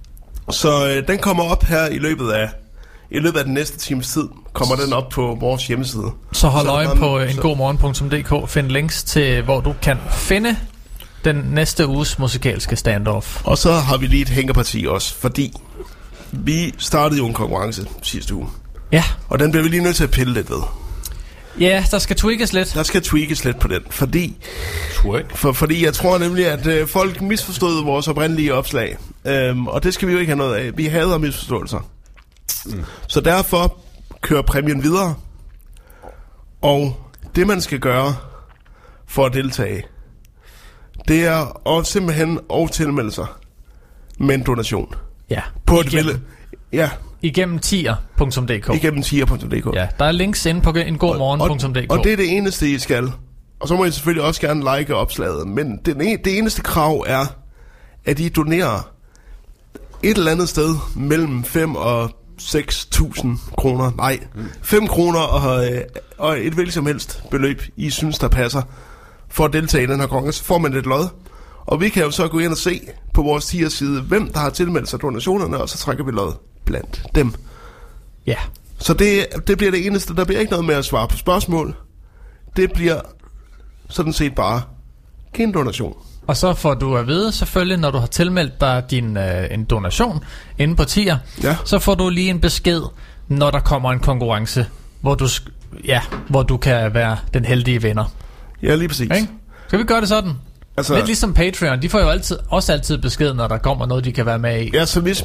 Så den kommer op her i løbet af den næste times tid. Kommer den op på vores hjemmeside. Så hold øje på engodmorgen.dk. Find links til, hvor du kan finde den næste uges musikalske standoff. Og så har vi lige et hængerparti også, fordi vi startede jo en konkurrence sidste uge. Ja. Og den bliver vi lige nødt til at pille lidt ved. Ja, der skal tweakes lidt. Der skal tweakes lidt på den, fordi jeg tror nemlig, at folk misforstod vores oprindelige opslag. Og det skal vi jo ikke have noget af. Vi hader misforståelser. Så derfor kører præmien videre. Og det man skal gøre for at deltage, det er at simpelthen tilmelde sig med en donation. Ja. På et vælge. Ja. Igennem tier.dk. Igennem tier.dk. Ja, der er links inde på engodmorgen.dk. Og det er det eneste, I skal. Og så må I selvfølgelig også gerne like opslaget. Men det eneste krav er, at I donerer et eller andet sted mellem 5 og 6.000 kroner. Nej, 5 kroner og et hvilket som helst beløb, I synes, der passer for at deltage i den her konkurrence. Så får man et lod. Og vi kan jo så gå ind og se på vores tier-side, hvem der har tilmeldt sig donationerne, og så trækker vi lod. blandt dem. Ja. Så det bliver det eneste. Der bliver ikke noget med at svare på spørgsmål. Det bliver sådan set bare kindonation. Og så får du at vide selvfølgelig, når du har tilmeldt dig en donation inde på Tier, så får du lige en besked, når der kommer en konkurrence, hvor du kan være den heldige vinder. Ja, lige præcis. Okay? Skal vi gøre det sådan? Altså, lidt ligesom Patreon, de får jo altid besked, når der kommer noget, de kan være med i. Ja, så vi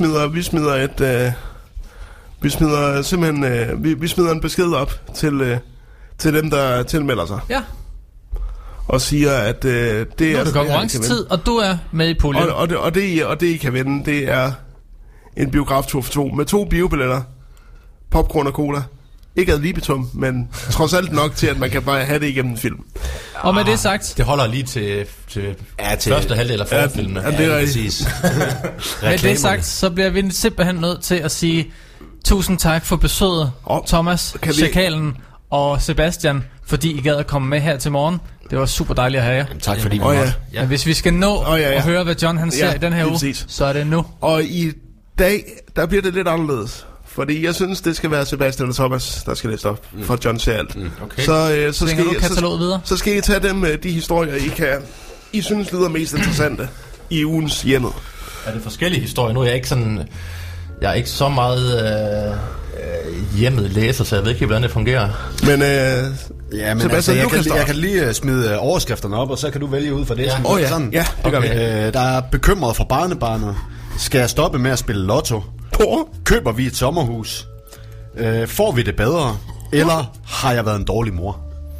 smider en besked op til dem, der tilmelder sig. Ja. Og siger, at det er... Nu er det konkurrencetid, og du er med i puljen. Og det I kan vinde, det er en biograftur for 2 med 2 biobilletter, popcorn og cola. Ikke ad libitum, men trods alt nok til, at man kan bare have det igennem en film. Og med det sagt... Det holder lige til første halvdel af forfilmen. Ja, det er præcis. Med det sagt, så bliver vi simpelthen nødt til at sige tusind tak for besøget, Thomas, Chakalen og Sebastian, fordi I gad at komme med her til morgen. Det var super dejligt at have jer. Jamen, tak fordi vi måtte. Men hvis vi skal nå at høre, hvad John han ser i den her uge, så er det nu. Og i dag, der bliver det lidt anderledes. Fordi jeg synes, det skal være Sebastian og Thomas, der skal læse op, for John ser alt. Okay. Så skal I tage de historier, I synes lyder mest interessante i ugens hjemmet. Er det forskellige historier? Nu er jeg ikke så meget hjemmet læser, så jeg ved ikke, hvordan det fungerer. Men Sebastian, jeg kan lige smide overskrifterne op, og så kan du vælge ud fra det. Sådan. Ja, det gør vi. Der er bekymret for barnebarnet. Skal jeg stoppe med at spille lotto? Køber vi et sommerhus? Får vi det bedre? Eller har jeg været en dårlig mor?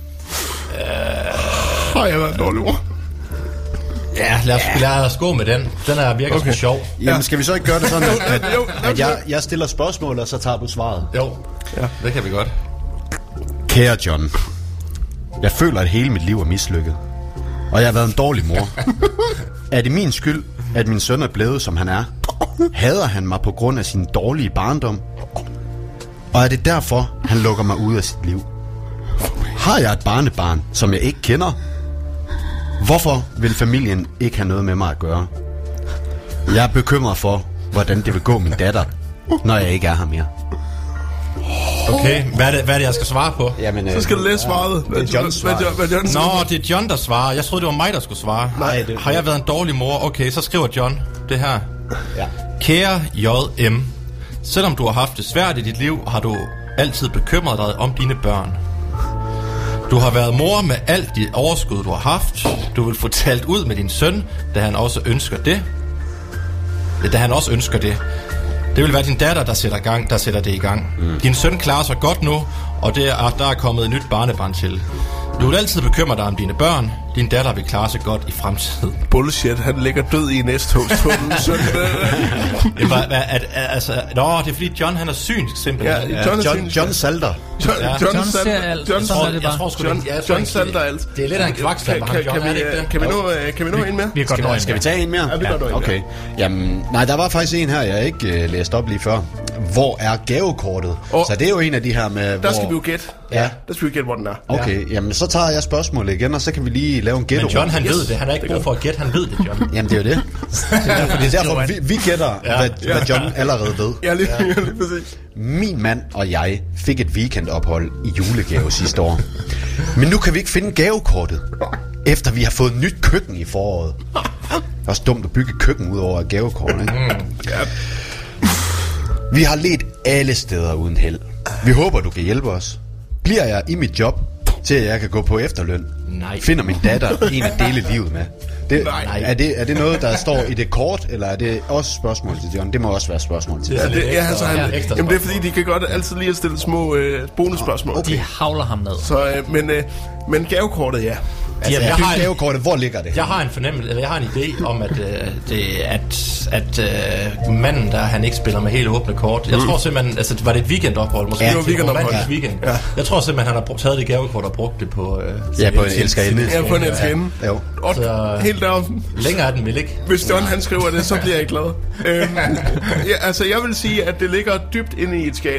Har jeg været en dårlig mor? Ja, lad os gå med den. Den er virkelig sgu sjov. Jamen, skal vi så ikke gøre det sådan, at jeg stiller spørgsmål, og så tager du svaret? Jo, det kan vi godt. Kære John, jeg føler, at hele mit liv er mislykket. Og jeg har været en dårlig mor. Er det min skyld, at min søn er blevet, som han er? Hader han mig på grund af sin dårlige barndom? Og er det derfor, han lukker mig ud af sit liv? Har jeg et barnebarn, som jeg ikke kender? Hvorfor vil familien ikke have noget med mig at gøre? Jeg er bekymret for, hvordan det vil gå min datter, når jeg ikke er her mere. Okay, hvad er det jeg skal svare på? Jamen, så skal du læse svaret. Nå, det er John, der svarer. Jeg troede, det var mig, der skulle svare. Nej, har jeg været en dårlig mor? Okay, så skriver John det her. Ja. Kære J.M., selvom du har haft det svært i dit liv, har du altid bekymret dig om dine børn. Du har været mor med alt dit overskud, du har haft. Du vil få talt ud med din søn, da han også ønsker det. Det vil være din datter, der sætter det i gang. Din søn klarer sig godt nu, og der er kommet et nyt barnebarn til. Du vil altid bekymre dig om dine børn. Din datter vil klare sig godt i fremtiden. Bullshit, han ligger død i en S-togstunden. Det er fordi John han er synsk simpelthen. John Salter. John ser alt. John Salter alt. Det er lidt af en kvakslapper. Kan vi nå en mere? Skal vi tage en mere? Okay. Jamen, nej, der var faktisk en her, jeg ikke læste op lige før. Hvor er gavekortet? Så det er jo en af de her med... Der skal vi jo gætte. Ja. Der skal vi gætte, hvor den er. Okay, jamen så tager jeg spørgsmålet igen, og så kan vi lige lave en gætte. Men John, han ved det. Han er ikke brug for at gætte, han ved det, John. Jamen, det er jo det. Det er derfor, vi gætter, hvad John allerede ved. Ja, lige præcis. Min mand og jeg fik et weekendophold i julegave sidste år. Men nu kan vi ikke finde gavekortet, efter vi har fået et nyt køkken i foråret. Det er også dumt at bygge køkken ud over et gavekort, ikke? Vi har ledt alle steder uden held. Vi håber, du kan hjælpe os. Bliver jeg i mit job, til at jeg kan gå på efterløn? Nej. Finder min datter en at dele livet med? Er det noget, der står i det kort, eller er det også spørgsmål til John? Det må også være spørgsmål til John. Det er fordi, de kan godt altid lige at stille små bonusspørgsmål. De havler ham ned. Så, men gavekortet, ja. Gavekortet, hvor ligger det? Jeg har en fornemmelse, eller jeg har en idé om, at manden der, han ikke spiller med helt åbne kort. Jeg tror simpelthen, altså var det et weekendophold? Måske det var weekendophold. Weekend. Ja. Jeg tror simpelthen, han har taget det gavekort og brugt det på... på en elskerinde. Ja, på en elskerinde. Jo. Helt deroppe. Længere er den vel ikke? Hvis John han skriver det, så bliver jeg glad. Jeg vil sige, at det ligger dybt inde i et skab.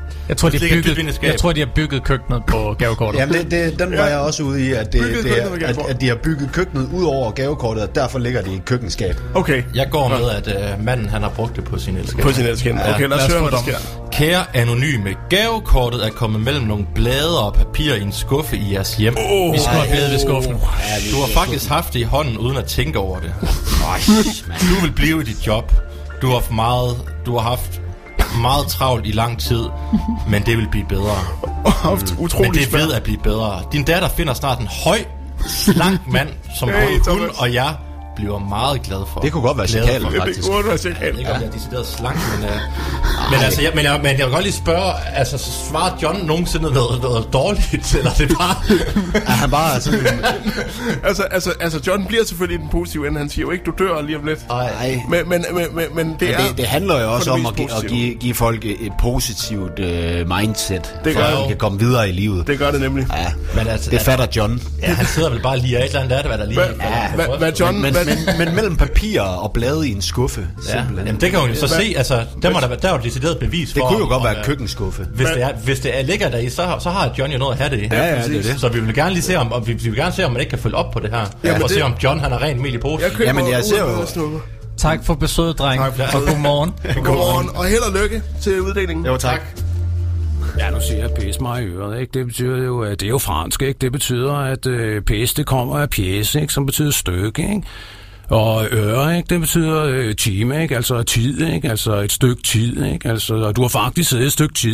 Jeg tror, de har bygget køkkenet på gavekortet. Jamen, den var jeg også ude i, at de har bygget køkkenet ud over gavekortet, og derfor ligger det i et køkkenskab. Okay. Jeg går med, at manden han har brugt det på sin elskende. På sin elskende. Okay, lad os høre, hvad der sker. Kære anonyme, gavekortet er kommet mellem nogle blader og papir i en skuffe i jeres hjem. Vi skulle have blevet ved skuffen. Du har faktisk haft det i hånden, uden at tænke over det. Du vil blive i dit job. Du har haft meget travlt i lang tid, men det vil blive bedre. Men det er ved at blive bedre. Din datter finder snart en høj, slank mand, som hun og jeg bliver meget glad for. Det kunne godt være chikal, faktisk. Det kunne være chikal. Jeg ved ikke, om jeg er decideret slank, men jeg vil godt lige spørge, altså svarer John nogensinde noget dårligt, eller det bare... Er han bare sådan... altså, John bliver selvfølgelig den positive ende. Han siger jo ikke, du dør lige om lidt. Nej. Men det handler jo også om at give folk et positivt mindset, for at de kan komme videre i livet. Det gør det nemlig. Ja, men altså, det fatter John. Ja, han sidder vel bare lige af et eller andet, hvad der lige... Hvad John... Men mellem papir og blade i en skuffe, simpelthen. Jamen, det kan hun jo så se, altså, der er jo et decideret bevis for... Det kunne jo godt være en køkkenskuffe. Hvis det ligger der i, så har John jo noget at have det i. Ja, det er det. Så vi vil gerne lige se, om man ikke kan følge op på det her. Og se, om John han har rent mel i posen. Jamen, jeg ser jo... Tak for besøget, dreng. Og godmorgen. Godmorgen, og held og lykke til uddelingen. Jo, tak. Ja, nu siger jeg pæs mig i øret, ikke? Det betyder jo, det er jo fransk, ikke? Det betyder, at pæs, det kommer af pjæse, ikke? Som betyder stykke, ikke? Og øre, ikke? Det betyder time, ikke? Altså tid, ikke? Altså et stykke tid, ikke? Altså, du har faktisk siddet et stykke tid